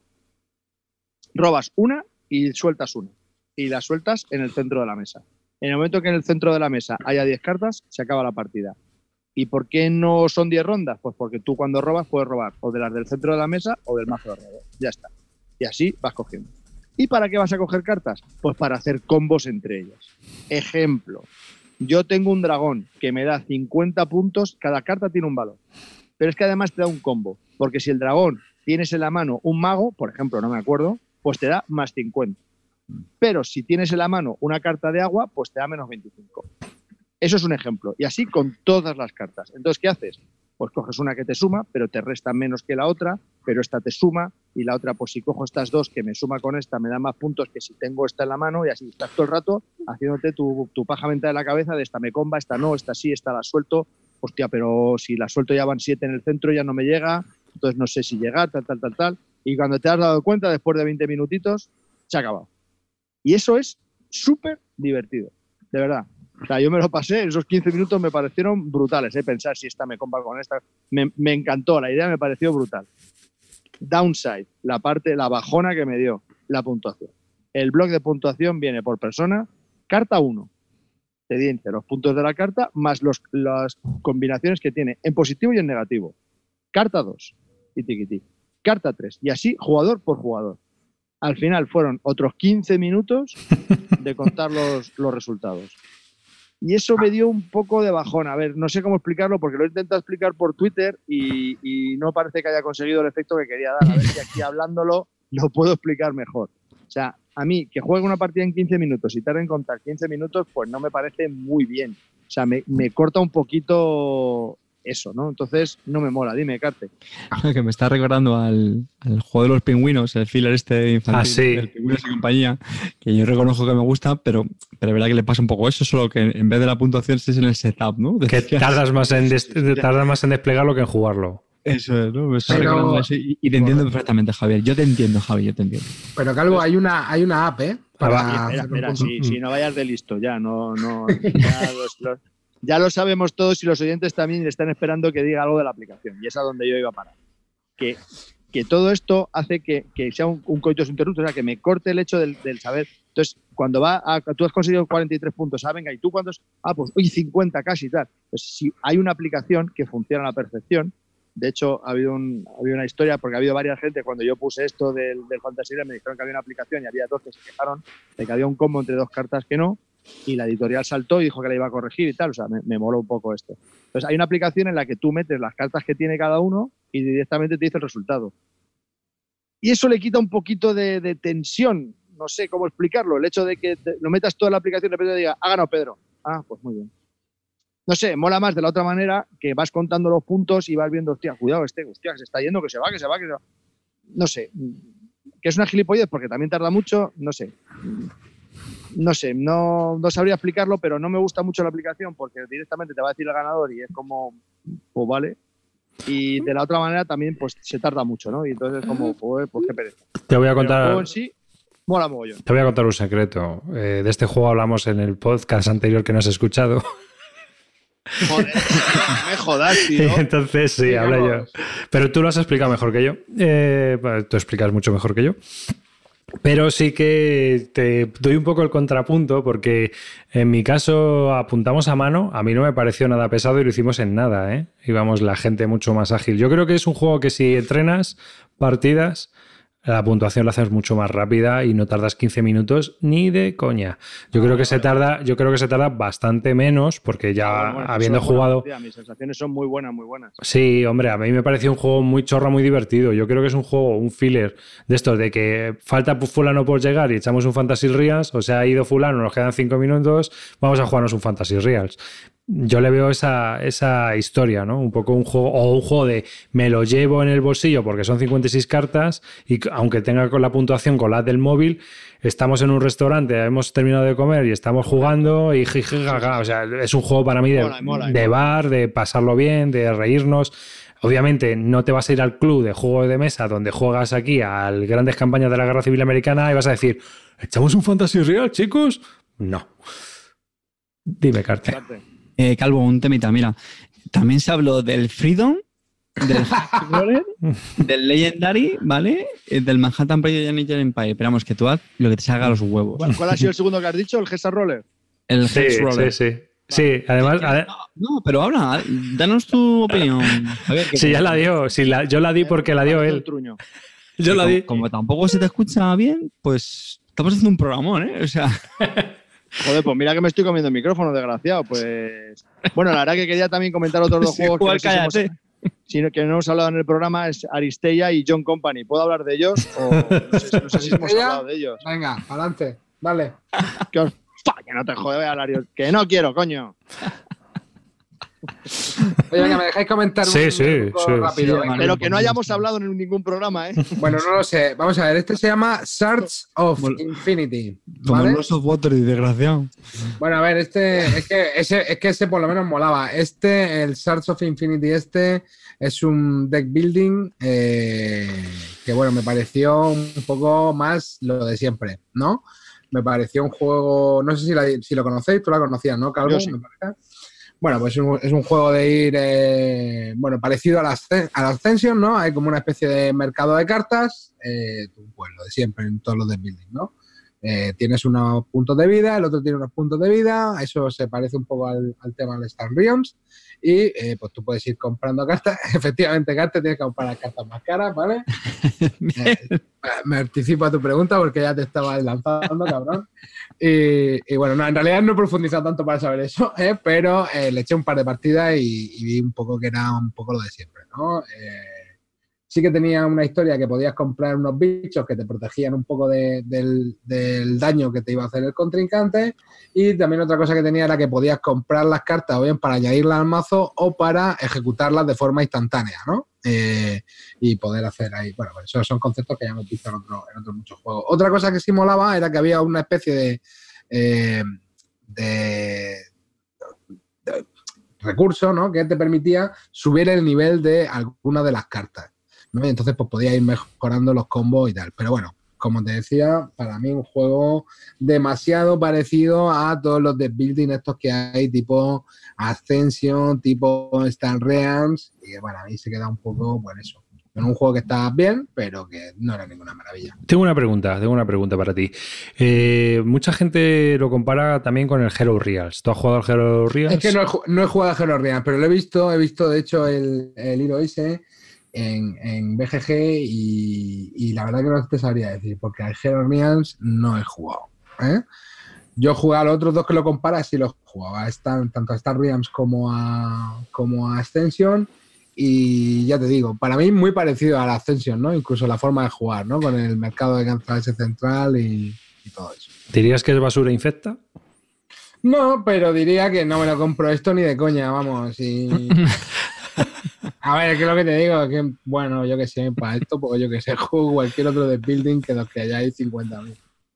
robas una y sueltas una. Y la sueltas en el centro de la mesa. En el momento que en el centro de la mesa haya 10 cartas, se acaba la partida. ¿Y por qué no son 10 rondas? Pues porque tú cuando robas puedes robar o de las del centro de la mesa o del mazo de robo. Ya está. Y así vas cogiendo. ¿Y para qué vas a coger cartas? Pues para hacer combos entre ellas. Ejemplo. Yo tengo un dragón que me da 50 puntos. Cada carta tiene un valor. Pero es que además te da un combo. Porque si el dragón tienes en la mano un mago, por ejemplo, no me acuerdo, pues te da más 50. Pero si tienes en la mano una carta de agua, pues te da menos 25. Eso es un ejemplo. Y así con todas las cartas. Entonces, ¿qué haces? Pues coges una que te suma, pero te resta menos que la otra, pero esta te suma, y la otra, pues si cojo estas dos que me suma con esta, me da más puntos que si tengo esta en la mano, y así estás todo el rato haciéndote tu paja mental en la cabeza de esta me comba, esta no, esta sí, esta la suelto. Hostia, pero si la suelto ya van 7 en el centro, ya no me llega, entonces no sé si llegar, tal. Y cuando te has dado cuenta, después de 20 minutitos, se ha acabado. Y eso es súper divertido, de verdad. O sea, yo me lo pasé, esos 15 minutos me parecieron brutales, pensar si esta me compa con esta. Me encantó, la idea me pareció brutal. Downside, la bajona que me dio, la puntuación. El bloque de puntuación viene por persona, carta 1. Te dice los puntos de la carta más las combinaciones que tiene en positivo y en negativo. Carta 2, y tiquití. Carta 3, y así jugador por jugador. Al final fueron otros 15 minutos de contar los resultados. Y eso me dio un poco de bajón. A ver, no sé cómo explicarlo porque lo he intentado explicar por Twitter y no parece que haya conseguido el efecto que quería dar. A ver si aquí hablándolo lo puedo explicar mejor. O sea, a mí que juegue una partida en 15 minutos y tarde en contar 15 minutos, pues no me parece muy bien. O sea, me corta un poquito eso, ¿no? Entonces no me mola. Dime, Carte. Que me está recordando al juego de los pingüinos, el filler infantil, sí. del Pingüinos y compañía, que yo reconozco que me gusta, pero es verdad que le pasa un poco eso, solo que en vez de la puntuación es en el setup, ¿no? Que tardas más en desplegarlo que en jugarlo. Eso es, ¿no? Me está recordando eso y te entiendo perfectamente, Javier. Yo te entiendo, Javi, yo te entiendo. Pero Calvo, hay una app, Espera, si no vayas de listo, ya no. Ya lo sabemos todos y los oyentes también están esperando que diga algo de la aplicación. Y es a donde yo iba a parar. Que todo esto hace que sea un coitus interruptus, o sea, que me corte el hecho del saber. Entonces, cuando tú has conseguido 43 puntos, venga, ¿y tú cuántos? Pues hoy 50 casi y tal. Pues si hay una aplicación que funciona a la perfección, de hecho, ha habido una historia, porque ha habido varias gente, cuando yo puse esto del Fantasy Realms, me dijeron que había una aplicación y había 2 que se quejaron de que había un combo entre 2 cartas que no, y la editorial saltó y dijo que la iba a corregir y tal, o sea, me moló un poco esto. Entonces hay una aplicación en la que tú metes las cartas que tiene cada uno y directamente te dice el resultado. Y eso le quita un poquito de tensión, no sé cómo explicarlo, el hecho de que lo metas toda la aplicación y de repente diga, ha ganado Pedro. Pues muy bien. No sé, mola más de la otra manera, que vas contando los puntos y vas viendo, hostia, cuidado, hostia, que se está yendo, que se va. No sé, que es una gilipollez porque también tarda mucho, no sé. No sabría explicarlo, pero no me gusta mucho la aplicación porque directamente te va a decir el ganador y es como, pues vale. Y de la otra manera también pues se tarda mucho, ¿no? Y entonces es como, pues qué pereza. Te voy a contar... el juego en sí mola mogollón. Te voy a contar un secreto. De este juego hablamos en el podcast anterior que no has escuchado. Joder, me jodas, tío. Entonces sí, hablé yo. Pero tú lo has explicado mejor que yo. Tú explicas mucho mejor que yo. Pero sí que te doy un poco el contrapunto porque en mi caso apuntamos a mano, a mí no me pareció nada pesado y lo hicimos en nada, ¿eh? Íbamos la gente mucho más ágil. Yo creo que es un juego que si entrenas partidas la puntuación la haces mucho más rápida y no tardas 15 minutos ni de coña. Yo creo que se tarda bastante menos porque ya habiendo jugado... Mis sensaciones son muy buenas, muy buenas. Sí, hombre, a mí me pareció un juego muy chorra, muy divertido. Yo creo que es un juego, un filler de estos de que falta fulano por llegar y echamos un Fantasy Reals, o sea, ha ido fulano, nos quedan 5 minutos, vamos a jugarnos un Fantasy Reals. Yo le veo esa historia, ¿no? Un poco un juego de me lo llevo en el bolsillo porque son 56 cartas y aunque tenga con la puntuación con la del móvil, estamos en un restaurante, hemos terminado de comer y estamos jugando y jijijaja. O sea, es un juego para mí de bar, de pasarlo bien, de reírnos. Obviamente no te vas a ir al club de juego de mesa donde juegas aquí a grandes campañas de la Guerra Civil Americana y vas a decir, ¿echamos un Fantasy Real, chicos? No. Dime, Carte. Calvo, un temita. Mira, también se habló del Freedom, del Roller, del Legendary, ¿vale? Del Manhattan Project Ninja Empire. Esperamos que tú haz lo que te salga a los huevos. ¿Cuál ha sido el segundo que has dicho? ¿El Hexa Roller? El Hex Roller. Sí, además... No, pero habla, danos tu opinión. Sí, ya la dio. Yo la di porque la dio él. Yo la di. Como tampoco se te escucha bien, pues estamos haciendo un programón, ¿eh? O sea... Joder, pues mira que me estoy comiendo el micrófono, desgraciado. Pues bueno, la verdad que quería también comentar otros dos juegos que no hemos hablado en el programa, es Aristeia y John Company. ¿Puedo hablar de ellos? O no sé si hemos hablado de ellos. Venga, adelante, dale. Que no te jode, voy a hablar yo. Que no quiero, coño. Oye, venga, me dejáis comentar un poco rápido. Sí, pero que no hayamos hablado en ningún programa, ¿eh? Bueno, no lo sé. Vamos a ver, este se llama Shards of Infinity. Como el Lost of Water, desgraciado. Bueno, a ver, es que ese por lo menos molaba. El Shards of Infinity es un deck building que, bueno, me pareció un poco más lo de siempre, ¿no? Me pareció un juego, no sé si lo conocéis, tú la conocías, ¿no, Calvo? Sí. Me parece. Bueno, pues es un juego de ir, parecido a la Ascension, ¿no? Hay como una especie de mercado de cartas, pues lo de siempre en todos los deck building, ¿no? Tienes unos puntos de vida, el otro tiene unos puntos de vida, eso se parece un poco al tema del Star Realms y pues tú puedes ir comprando cartas. Efectivamente, Carte, tienes que comprar las cartas más caras, ¿vale? Me anticipo a tu pregunta porque ya te estaba lanzando, cabrón. Y bueno, no, en realidad no he profundizado tanto para saber eso, pero le eché un par de partidas y vi un poco que era un poco lo de siempre, ¿no? Sí que tenía una historia que podías comprar unos bichos que te protegían un poco del daño que te iba a hacer el contrincante, y también otra cosa que tenía era que podías comprar las cartas o bien para añadirlas al mazo o para ejecutarlas de forma instantánea, ¿no? Y poder hacer ahí, bueno, pues esos son conceptos que ya hemos visto en otros muchos juegos. Otra cosa que sí molaba era que había una especie de recurso, ¿no? Que te permitía subir el nivel de alguna de las cartas, ¿no? Y entonces pues podías ir mejorando los combos y tal. Pero bueno, como te decía, para mí un juego demasiado parecido a todos los de building estos que hay, tipo Ascension, tipo Star Realms, y que bueno, a mí se queda un poco, bueno, eso. En un juego que está bien, pero que no era ninguna maravilla. Tengo una pregunta para ti. Mucha gente lo compara también con el Hero Reals. ¿Tú has jugado al Hero Reals? Es que no he jugado al Hero Reals, pero lo he visto de hecho el hilo ese en BGG y la verdad que no te sabría decir, porque al Hero Reals no he jugado, ¿eh? Yo he jugado a los otros dos que lo comparas, sí los he jugado, tanto a Star Realms como a Ascension. Y ya te digo, para mí muy parecido a la Ascension, ¿no? Incluso la forma de jugar, ¿no? Con el mercado de cartas central y todo eso. ¿Dirías que es basura infecta? No, pero diría que no me lo compro esto ni de coña, vamos. A ver, ¿qué es lo que te digo? Que, bueno, yo que sé, para esto, pues yo que sé, juego cualquier otro de building que los que hayáis 50.000.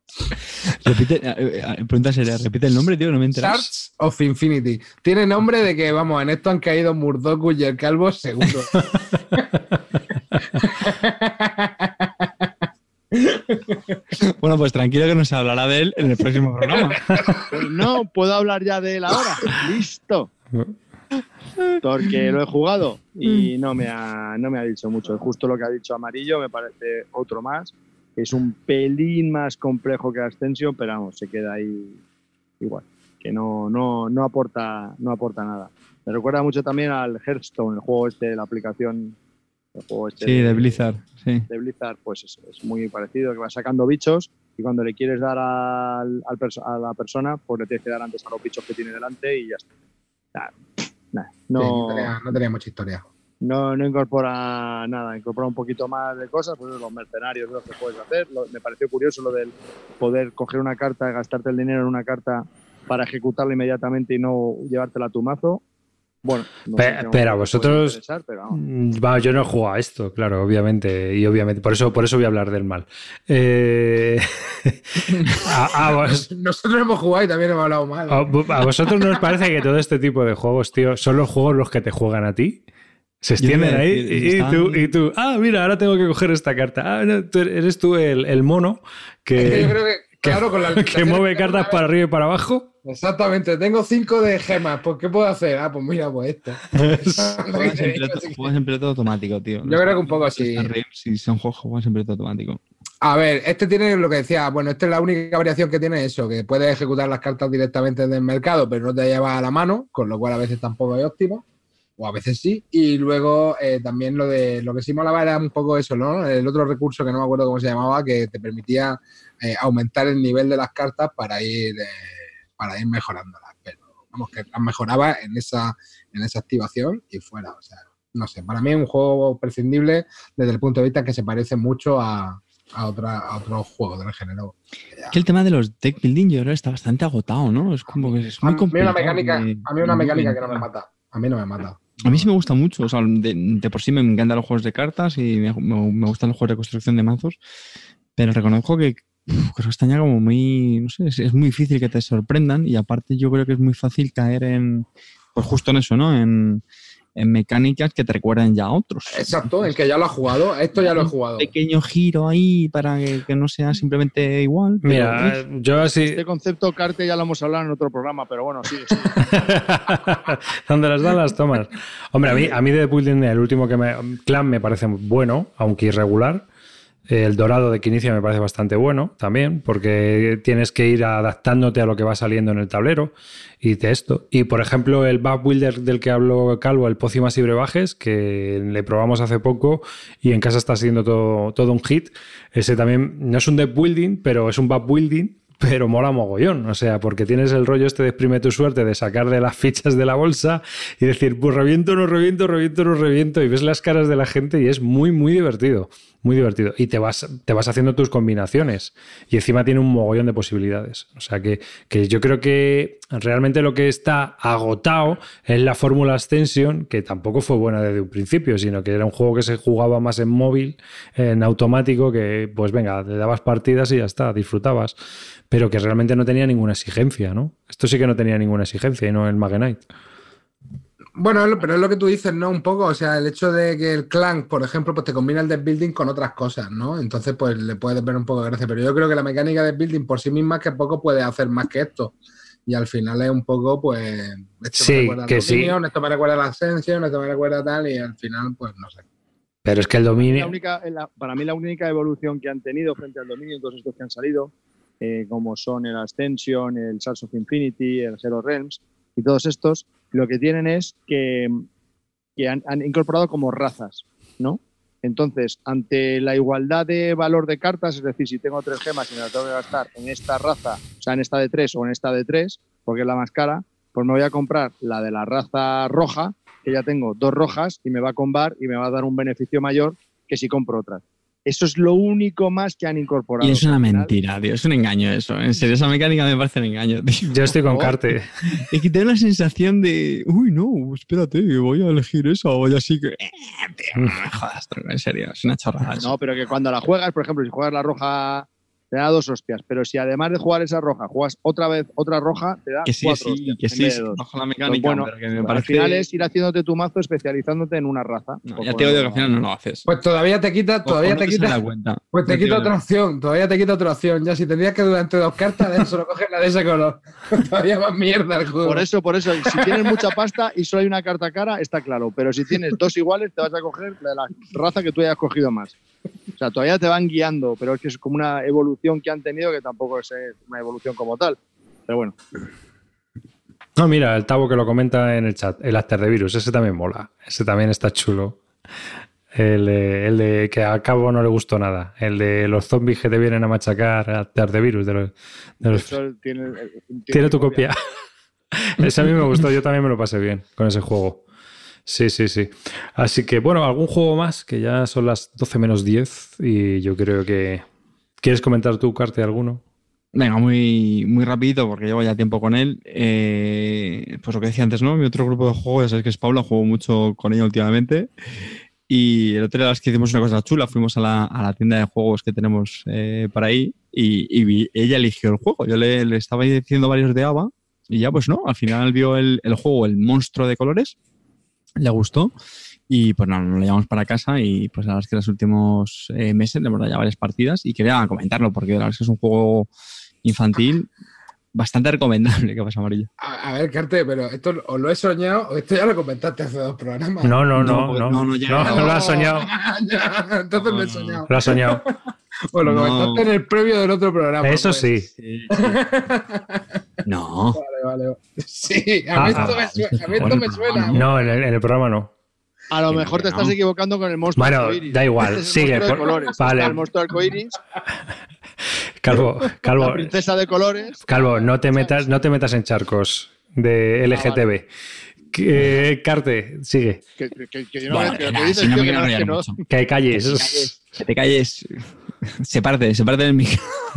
Pregunta seria, repite el nombre, tío, no me enteras. Shards of Infinity. Tiene nombre de que, vamos, en esto han caído Murdoku y el Calvo, seguro. Bueno, pues tranquilo que nos hablará de él en el próximo programa. Pues no, puedo hablar ya de él ahora. Listo. Porque lo he jugado y no me ha dicho mucho. Justo lo que ha dicho Amarillo me parece otro más. Es un pelín más complejo que Ascension, pero vamos, se queda ahí igual, que no aporta nada. Me recuerda mucho también al Hearthstone, el juego este de la aplicación El juego este Sí, de Blizzard. Sí. de Blizzard, pues es muy parecido, que vas sacando bichos y cuando le quieres dar a la persona, pues le tienes que dar antes a los bichos que tiene delante y ya está. No tenía mucha historia. No incorpora nada, incorpora un poquito más de cosas, pues los mercenarios, lo que puedes hacer. Me pareció curioso lo del poder coger una carta, gastarte el dinero en una carta para ejecutarla inmediatamente y no llevártela a tu mazo. Bueno, no sé pero vosotros, pero vamos, yo no he jugado a esto, claro, obviamente, y obviamente por eso voy a hablar del mal. Nosotros hemos jugado y también hemos hablado mal. ¿A vosotros no os parece que todo este tipo de juegos, tío, son los juegos los que te juegan a ti? Se extienden ahí y tú, mira, ahora tengo que coger esta carta. No, eres tú el mono que, yo creo que claro, con la que mueve cartas para arriba y para abajo. Exactamente, tengo 5 de gemas, pues ¿qué puedo hacer? Pues mira, pues esto. Juegas en piloto automático, tío. Yo creo que un poco así. Si son juegos, juegas en piloto automático. A ver, este tiene lo que decía, bueno, esta es la única variación que tiene eso, que puedes ejecutar las cartas directamente del mercado, pero no te llevas a la mano, con lo cual a veces tampoco es óptimo. O a veces sí, y luego también lo que sí molaba era un poco eso, ¿no? El otro recurso que no me acuerdo cómo se llamaba, que te permitía aumentar el nivel de las cartas para ir mejorándolas, pero vamos, que las mejoraba en esa activación y fuera, o sea, no sé, para mí es un juego prescindible desde el punto de vista que se parece mucho a otros juegos del género. Que el tema de los deck building yo creo que está bastante agotado, ¿no? Es como que es muy complicado. A mí una mecánica que no me mata. A mí no me mata. A mí sí me gusta mucho, o sea, de por sí me encantan los juegos de cartas y me gustan los juegos de construcción de mazos, pero reconozco que eso está como muy, no sé, es muy difícil que te sorprendan y aparte yo creo que es muy fácil caer pues justo en eso, ¿no? En mecánicas que te recuerdan ya a otros. Exacto, en que ya lo has jugado, esto ya lo he jugado. Un pequeño giro ahí para que no sea simplemente igual. Mira, yo así... Este concepto Carte ya lo hemos hablado en otro programa, pero bueno, sí. Donde las dan las tomas. Hombre, a mí de Building, el último Clan me parece bueno, aunque irregular. El dorado de Quinicia me parece bastante bueno también, porque tienes que ir adaptándote a lo que va saliendo en el tablero y de esto. Y por ejemplo, el Back Builder del que habló Calvo, el Pócimas y Brebajes, que le probamos hace poco y en casa está siendo todo un hit. Ese también no es un deck building, pero es un back building. Pero mola mogollón, o sea, porque tienes el rollo este de exprime tu suerte, de sacar de las fichas de la bolsa y decir, pues reviento, no reviento, reviento, no reviento, y ves las caras de la gente y es muy, muy divertido, muy divertido. Y te vas haciendo tus combinaciones y encima tiene un mogollón de posibilidades. O sea, que yo creo que realmente lo que está agotado es la fórmula Ascension, que tampoco fue buena desde un principio, sino que era un juego que se jugaba más en móvil, en automático, que pues venga, le dabas partidas y ya está, disfrutabas. Pero que realmente no tenía ninguna exigencia, ¿no? Esto sí que no tenía ninguna exigencia y no el Magenite. Bueno, pero es lo que tú dices, ¿no? Un poco, o sea, el hecho de que el clan, por ejemplo, pues te combina el deck building con otras cosas, ¿no? Entonces, pues le puedes ver un poco de gracia. Pero yo creo que la mecánica de building por sí misma es que poco puede hacer más que esto. Y al final es un poco, pues... Esto sí, me recuerda que al sí. Dominion, esto me recuerda a la Ascension, esto me recuerda tal, y al final, pues no sé. Pero es que el dominio... Para mí la única evolución que han tenido frente al dominio, todos estos que han salido, como son el Ascension, el Shards of Infinity, el Hero Realms y todos estos, lo que tienen es que han incorporado como razas, ¿no? Entonces, ante la igualdad de valor de cartas, es decir, si tengo 3 gemas y me las tengo que gastar en esta raza, o sea, en esta de 3 o en esta de 3, porque es la más cara, pues me voy a comprar la de la raza roja, que ya tengo 2 rojas y me va a combar y me va a dar un beneficio mayor que si compro otras. Eso es lo único más que han incorporado. Y es una mentira, tío. Es un engaño eso. En serio, esa mecánica me parece un engaño, tío. Yo estoy con Carte. Es que te da una sensación de... Uy, no, espérate, voy a elegir esa. O ya así que... Tío, no me jodas, en serio. Es una chorrada eso. No, pero que cuando la juegas, por ejemplo, si juegas la roja... te da 2 hostias, pero si además de jugar esa roja, juegas otra vez otra roja, te da 4 hostias. Que sí, bajo la mecánica, bueno, pero que me parece... al final es ir haciéndote tu mazo especializándote en una raza. No, ya te digo que al final no lo haces. Pues todavía te quita cuenta. Pues te quita otra opción, todavía te quita otra opción. Ya si tendrías que durante 2 cartas, solo coges la de ese color. Todavía más mierda el juego. Por eso, si tienes mucha pasta y solo hay una carta cara, está claro. Pero si tienes 2 iguales, te vas a coger la de la raza que tú hayas cogido más. O sea, todavía te van guiando, pero es que es como una evolución que han tenido que tampoco es una evolución como tal. Pero bueno. No, mira, el Tavo que lo comenta en el chat, el After the Virus, ese también mola. Ese también está chulo. El de que a cabo no le gustó nada. El de los zombies que te vienen a machacar a Artevirus. Tiene tu copia. Ese a mí me gustó, yo también me lo pasé bien con ese juego. Sí. Así que, bueno, algún juego más, que ya son las 12 menos 10 y yo creo que... ¿Quieres comentar tú, Carte, alguno? Venga, muy, muy rapidito porque llevo ya tiempo con él. Pues lo que decía antes, ¿no? Mi otro grupo de juegos, ya sabes que es Paula, juego mucho con ella últimamente. Y el otro día que hicimos una cosa chula, fuimos a la tienda de juegos que tenemos por ahí y ella eligió el juego. Yo le estaba diciendo varios de ABBA y ya pues no, al final vio el juego, el monstruo de colores, le gustó. Y pues nada, nos lo llevamos para casa y pues la verdad es que en los últimos meses le hemos dado ya varias partidas y quería comentarlo porque la verdad es que es un juego infantil bastante recomendable. ¿Qué pasa, Amarillo? A ver, Carte, pero esto o lo he soñado o esto ya lo comentaste hace 2 programas. No No lo has soñado. Entonces lo he soñado. Lo has soñado. O lo comentaste en el previo del otro programa. Eso pues. sí. No. Vale. Sí, a mí esto me suena. No, en el programa no. A lo mejor te estás equivocando con el monstruo arcoíris. Da igual, sigue. El colores. Vale. El monstruo arcoíris. Calvo. La princesa de colores. Calvo, no te metas en charcos de LGTB. Carte, sigue. Que no. Que calles. Que te calles. Sepárate del micro.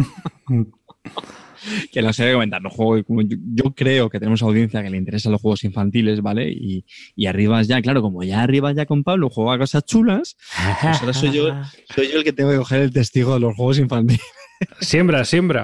Que no sé qué comentar. Los juegos, yo creo que tenemos audiencia que le interesan los juegos infantiles, ¿vale? Y Arribas ya, claro, como ya Arribas ya con Pablo juega cosas chulas, pues ahora soy yo el que tengo que coger el testigo de los juegos infantiles. Siembra.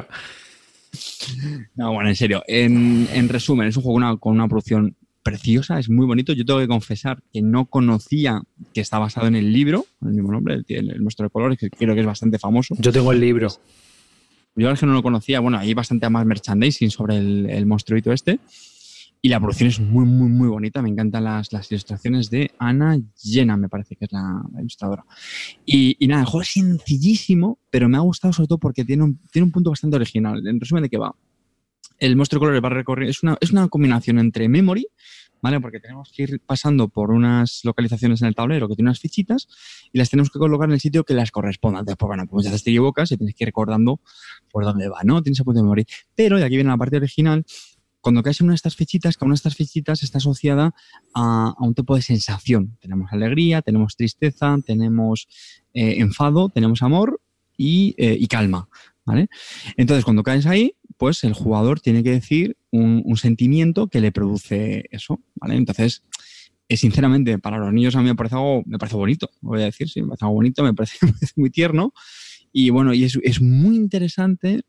No, bueno, en serio. En resumen, es un juego con una producción preciosa, es muy bonito. Yo tengo que confesar que no conocía que está basado en el libro, el mismo nombre, el monstruo de colores, que creo que es bastante famoso. Yo tengo el libro. Yo es que no lo conocía. Bueno, hay bastante más merchandising sobre el monstruito este. Y la producción es muy, muy, muy bonita. Me encantan las ilustraciones de Ana Llena, me parece que es la ilustradora. Y nada, el juego es sencillísimo, pero me ha gustado sobre todo porque tiene un punto bastante original. En resumen, ¿de qué va? El monstruo de colores va a recorrer... Es una combinación entre memory, ¿vale? Porque tenemos que ir pasando por unas localizaciones en el tablero que tiene unas fichitas y las tenemos que colocar en el sitio que las correspondan. Después, bueno, pues ya te equivocas y tienes que ir recordando por dónde va, ¿no? Tienes a punto de memory. Pero, y aquí viene la parte original, cuando caes en una de estas fichitas, cada una de estas fichitas está asociada a un tipo de sensación. Tenemos alegría, tenemos tristeza, tenemos enfado, tenemos amor y calma, ¿vale? Entonces, cuando caes ahí, pues el jugador tiene que decir un sentimiento que le produce eso, ¿vale? Entonces, sinceramente, para los niños a mí me parece bonito, voy a decir, sí, me parece algo bonito, me parece muy tierno y bueno, y es muy interesante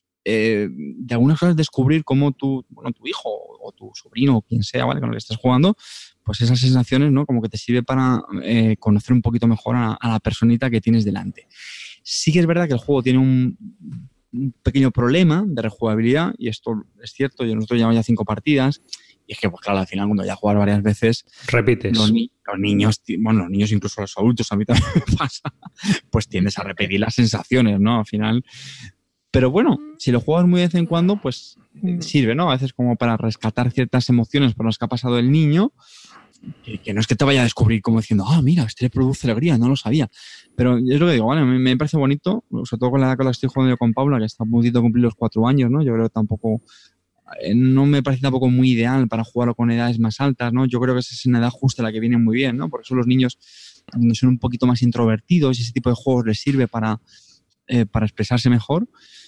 de algunas cosas descubrir cómo tu hijo o tu sobrino o quien sea, ¿vale? Con el que estés jugando, pues esas sensaciones, ¿no? Como que te sirve para conocer un poquito mejor a la personita que tienes delante. Sí que es verdad que el juego tiene un pequeño problema de rejugabilidad y esto es cierto, nosotros llevamos ya 5 partidas y es que, pues claro, al final cuando ya jugar varias veces repites. Los niños, bueno, los niños incluso los adultos, a mí también me pasa, pues tiendes a repetir las sensaciones, ¿no? Al final, pero bueno, si lo juegas muy de vez en cuando, pues sirve, ¿no? A veces como para rescatar ciertas emociones por las que ha pasado el niño, que no es que te vaya a descubrir como diciendo, mira, este le produce alegría, no lo sabía. Pero es lo que digo, ¿vale? Me parece bonito, sobre todo con la edad con la que estoy jugando yo con Paula, que está a puntito de cumplir los 4 años, ¿no? Yo creo que tampoco, no me parece tampoco muy ideal para jugarlo con edades más altas, ¿no? Yo creo que esa es una edad justa la que viene muy bien, ¿no? Porque son los niños donde son un poquito más introvertidos y ese tipo de juegos les sirve para expresarse mejor.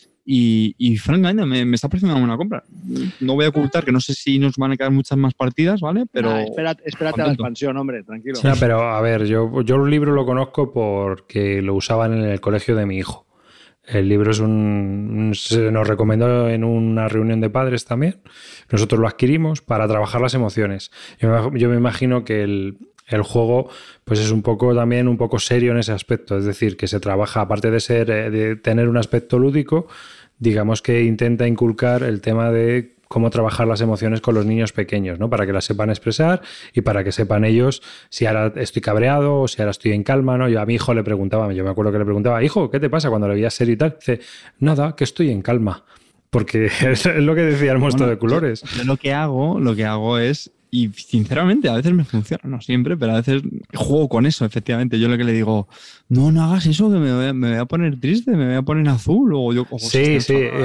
Y francamente me está pareciendo una buena compra. No voy a ocultar que no sé si nos van a quedar muchas más partidas, ¿vale? Pero espérate a la expansión, hombre, tranquilo. Sí, pero a ver, yo el libro lo conozco porque lo usaban en el colegio de mi hijo. El libro se nos recomendó en una reunión de padres también. Nosotros lo adquirimos para trabajar las emociones. Yo me imagino que el juego pues es un poco serio en ese aspecto, es decir, que se trabaja, aparte de tener un aspecto lúdico, digamos que intenta inculcar el tema de cómo trabajar las emociones con los niños pequeños, ¿no? Para que las sepan expresar y para que sepan ellos si ahora estoy cabreado o si ahora estoy en calma, ¿no? Yo a mi hijo le preguntaba, yo me acuerdo que le preguntaba, hijo, ¿qué te pasa cuando le veías serio y tal? Dice, nada, que estoy en calma. Porque es lo que decía el monstruo de colores. Yo lo que hago es Y sinceramente, a veces me funciona, no siempre, pero a veces juego con eso, efectivamente. Yo lo que le digo, no hagas eso, que me voy a poner triste, me voy a poner azul. O yo, sí.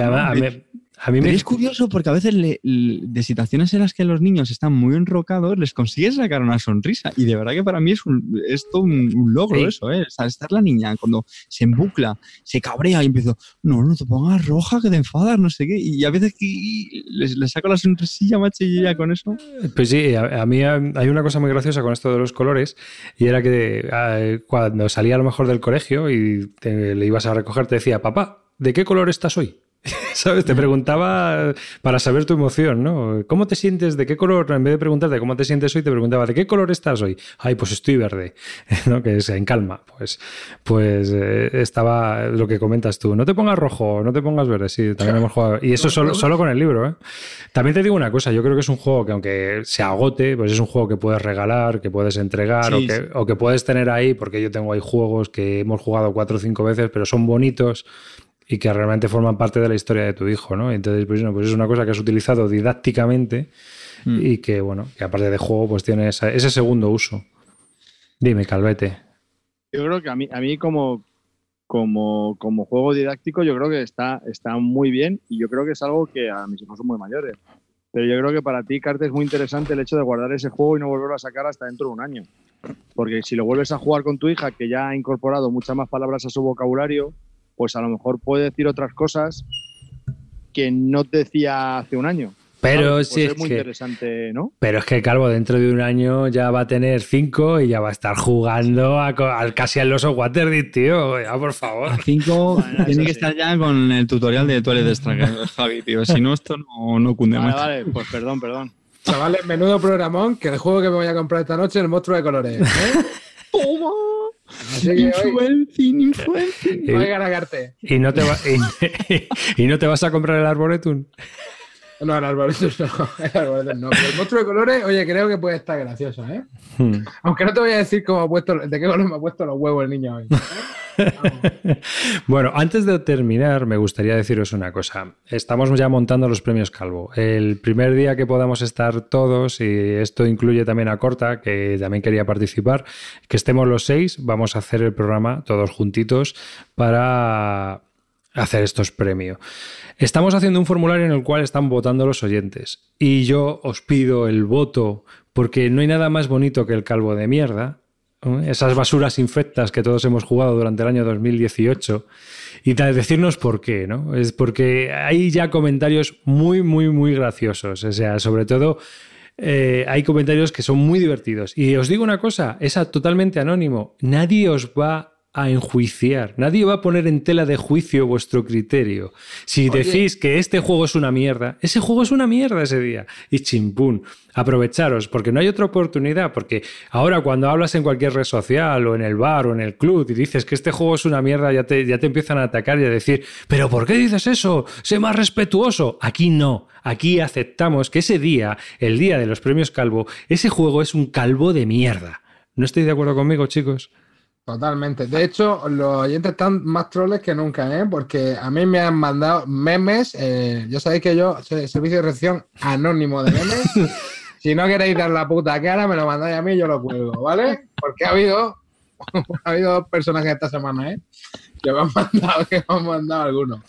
A mí pero es curioso porque a veces de situaciones en las que los niños están muy enrocados les consigues sacar una sonrisa y de verdad que para mí es todo un logro, sí. Eso, ¿eh? O sea, estar la niña cuando se embucla, se cabrea y empiezo, no te pongas roja que te enfadas, no sé qué, y a veces le saco la sonrisilla, macho, y ya con eso. Pues sí, a mí hay una cosa muy graciosa con esto de los colores y era que cuando salía a lo mejor del colegio y le ibas a recoger te decía, papá, ¿de qué color estás hoy? ¿Sabes? Te preguntaba para saber tu emoción, ¿no? ¿Cómo te sientes? ¿De qué color? En vez de preguntarte cómo te sientes hoy, te preguntaba ¿de qué color estás hoy? Ay, pues estoy verde, ¿no? Que es en calma. Pues estaba lo que comentas tú. No te pongas rojo, no te pongas verde. Sí, también hemos jugado. Y eso solo con el libro, ¿eh? También te digo una cosa. Yo creo que es un juego que aunque se agote, pues es un juego que puedes regalar, que puedes entregar sí, o que puedes tener ahí, porque yo tengo ahí juegos que hemos jugado 4 o 5 veces, pero son bonitos y que realmente forman parte de la historia de tu hijo, ¿no? Entonces, pues es una cosa que has utilizado didácticamente y que, bueno, que aparte de juego, pues tiene ese segundo uso. Dime, Calvete. Yo creo que a mí como juego didáctico, yo creo que está muy bien y yo creo que es algo que a mis hijos son muy mayores. Pero yo creo que para ti, Carte, es muy interesante el hecho de guardar ese juego y no volverlo a sacar hasta dentro de un año. Porque si lo vuelves a jugar con tu hija, que ya ha incorporado muchas más palabras a su vocabulario, pues a lo mejor puede decir otras cosas que no te decía hace un año. Pero pues sí, es muy interesante, ¿no? Pero es que Calvo dentro de un año ya va a tener 5 y ya va a estar jugando casi al oso Waterdeep, tío. Ya, por favor. A 5 bueno, tiene que estar ya con el tutorial de Toilet Extract, Javi, tío. Si no, esto no cunde más. Vale, pues perdón. Chavales, menudo programón, que el juego que me voy a comprar esta noche es el monstruo de colores. ¡Toma! Influencing. Voy a ganarte. ¿Y no te vas a comprar el Arboretum? No, el Arboretum no. Pero el monstruo de colores, oye, creo que puede estar gracioso, ¿eh? Aunque no te voy a decir de qué color me ha puesto los huevos el niño hoy. Bueno, antes de terminar, me gustaría deciros una cosa. Estamos ya montando los premios Calvo. El primer día que podamos estar todos, y esto incluye también a Corta, que también quería participar, que estemos los 6, vamos a hacer el programa todos juntitos para hacer estos premios. Estamos haciendo un formulario en el cual están votando los oyentes y yo os pido el voto porque no hay nada más bonito que el calvo de mierda, esas basuras infectas que todos hemos jugado durante el año 2018 y decirnos por qué, ¿no? Es porque hay ya comentarios muy, muy, muy graciosos, o sea, sobre todo hay comentarios que son muy divertidos y os digo una cosa, es totalmente anónimo, nadie os va a enjuiciar. Nadie va a poner en tela de juicio vuestro criterio. Si decís que este juego es una mierda, ese juego es una mierda ese día. Y chimpún. Aprovecharos, porque no hay otra oportunidad. Porque ahora cuando hablas en cualquier red social o en el bar o en el club y dices que este juego es una mierda, ya te empiezan a atacar y a decir, ¿pero por qué dices eso? Sé más respetuoso. Aquí no. Aquí aceptamos que ese día, el día de los premios Calvo, ese juego es un calvo de mierda. ¿No estáis de acuerdo conmigo, chicos? Totalmente. De hecho, los oyentes están más troles que nunca, ¿eh? Porque a mí me han mandado memes. Ya sabéis que yo soy servicio de recepción anónimo de memes. Si no queréis dar la puta cara, me lo mandáis a mí y yo lo cuelgo, ¿vale? Porque ha habido 2 personajes esta semana, ¿eh? Que me han mandado algunos.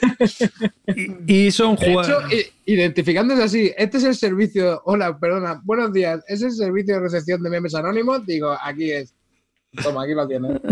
Y son jugadores. De hecho, identificándose así, este es el servicio. Hola, perdona, buenos días. ¿Es el servicio de recepción de memes anónimos? Digo, aquí es. Toma, aquí lo tienes.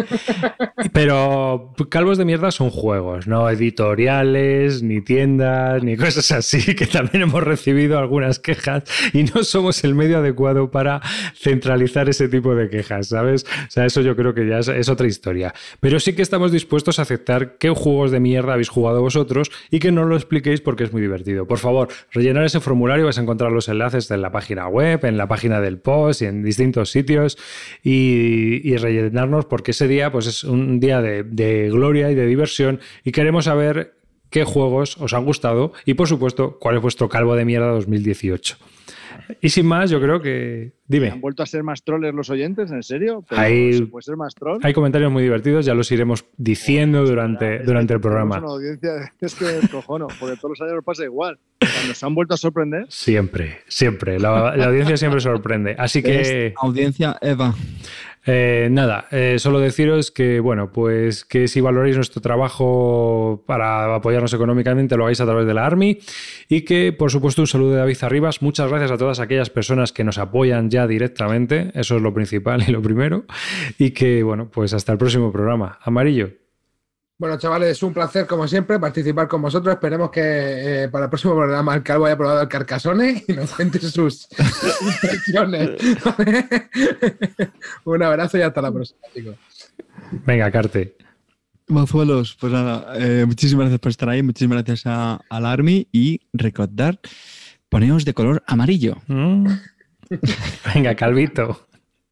Pero calvos de mierda son juegos, no editoriales, ni tiendas, ni cosas así, que también hemos recibido algunas quejas y no somos el medio adecuado para centralizar ese tipo de quejas, ¿sabes? O sea, eso yo creo que ya es otra historia. Pero sí que estamos dispuestos a aceptar qué juegos de mierda habéis jugado vosotros y que no lo expliquéis porque es muy divertido. Por favor, rellenar ese formulario, vais a encontrar los enlaces en la página web, en la página del post y en distintos sitios y rellenarnos porque ese día pues es un día de gloria y de diversión y queremos saber qué juegos os han gustado y por supuesto cuál es vuestro calvo de mierda 2018. Y sin más, yo creo que... Dime. ¿Han vuelto a ser más trollers los oyentes? ¿En serio? ¿Pero ¿se puede ser más troll? Hay comentarios muy divertidos, ya los iremos diciendo durante el programa. Una audiencia cojono, porque todos los años nos pasa igual. ¿Nos han vuelto a sorprender? Siempre. La audiencia siempre sorprende. Así que... Audiencia Eva. Nada, solo deciros que, bueno, pues que si valoráis nuestro trabajo para apoyarnos económicamente, lo hagáis a través de la ARMI y que, por supuesto, un saludo de David Arribas. Muchas gracias a todas aquellas personas que nos apoyan ya directamente, eso es lo principal y lo primero, y que, bueno, pues hasta el próximo programa. Amarillo. Bueno, chavales, es un placer, como siempre, participar con vosotros. Esperemos que para el próximo programa el Calvo haya probado el Carcassonne y nos cuente sus impresiones. Un abrazo y hasta la próxima, chicos. Venga, Carte. Mazuelos, pues nada, muchísimas gracias por estar ahí, muchísimas gracias al Army y recordar, poneos de color amarillo. Venga, Calvito.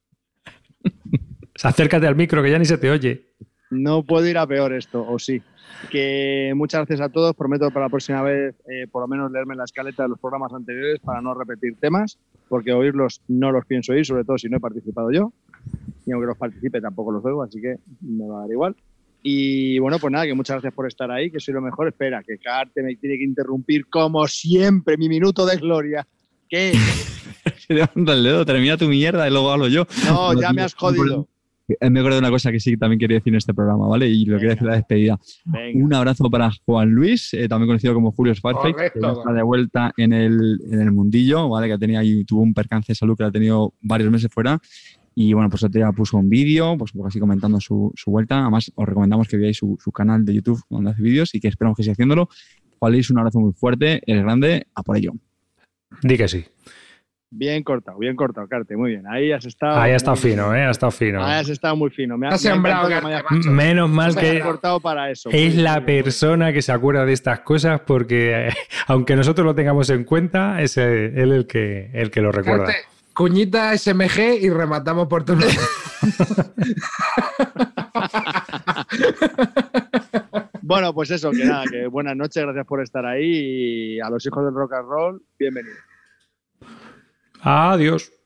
Acércate al micro que ya ni se te oye. No puede ir a peor esto, o sí. Que muchas gracias a todos. Prometo para la próxima vez por lo menos leerme la escaleta de los programas anteriores para no repetir temas, porque oírlos no los pienso oír, sobre todo si no he participado yo. Y aunque los participe tampoco los oigo, así que me va a dar igual. Y bueno, pues nada, que muchas gracias por estar ahí, que soy lo mejor. Espera, que Carte me tiene que interrumpir como siempre, mi minuto de gloria. ¿Qué? Se levanta el dedo, termina tu mierda y luego hablo yo. No, ya me has jodido. Me acuerdo de una cosa que sí que también quería decir en este programa, ¿vale? Y lo quería decir la despedida. Venga. Un abrazo para Juan Luis, también conocido como Julio Sparfake, que ya está de vuelta en el mundillo, ¿vale? Que tenía ahí, tuvo un percance de salud que ha tenido varios meses fuera. Y bueno, pues otro día puso un vídeo, pues así comentando su vuelta. Además, os recomendamos que veáis su canal de YouTube donde hace vídeos y que esperamos que siga haciéndolo. Juan Luis, un abrazo muy fuerte, el grande, a por ello. Di que sí. Bien cortado, Carte, muy bien. Ahí has estado. Ahí ha estado fino, ha estado fino. Ahí has estado muy fino. Has sembrado, Carte. Menos mal que cortado para eso. Es la persona que se acuerda de estas cosas porque, aunque nosotros lo tengamos en cuenta, es él el que lo recuerda. Carte, cuñita SMG y rematamos por tu nombre. Bueno, pues eso, que nada, que buenas noches, gracias por estar ahí y a los hijos del rock and roll, bienvenidos. Adiós.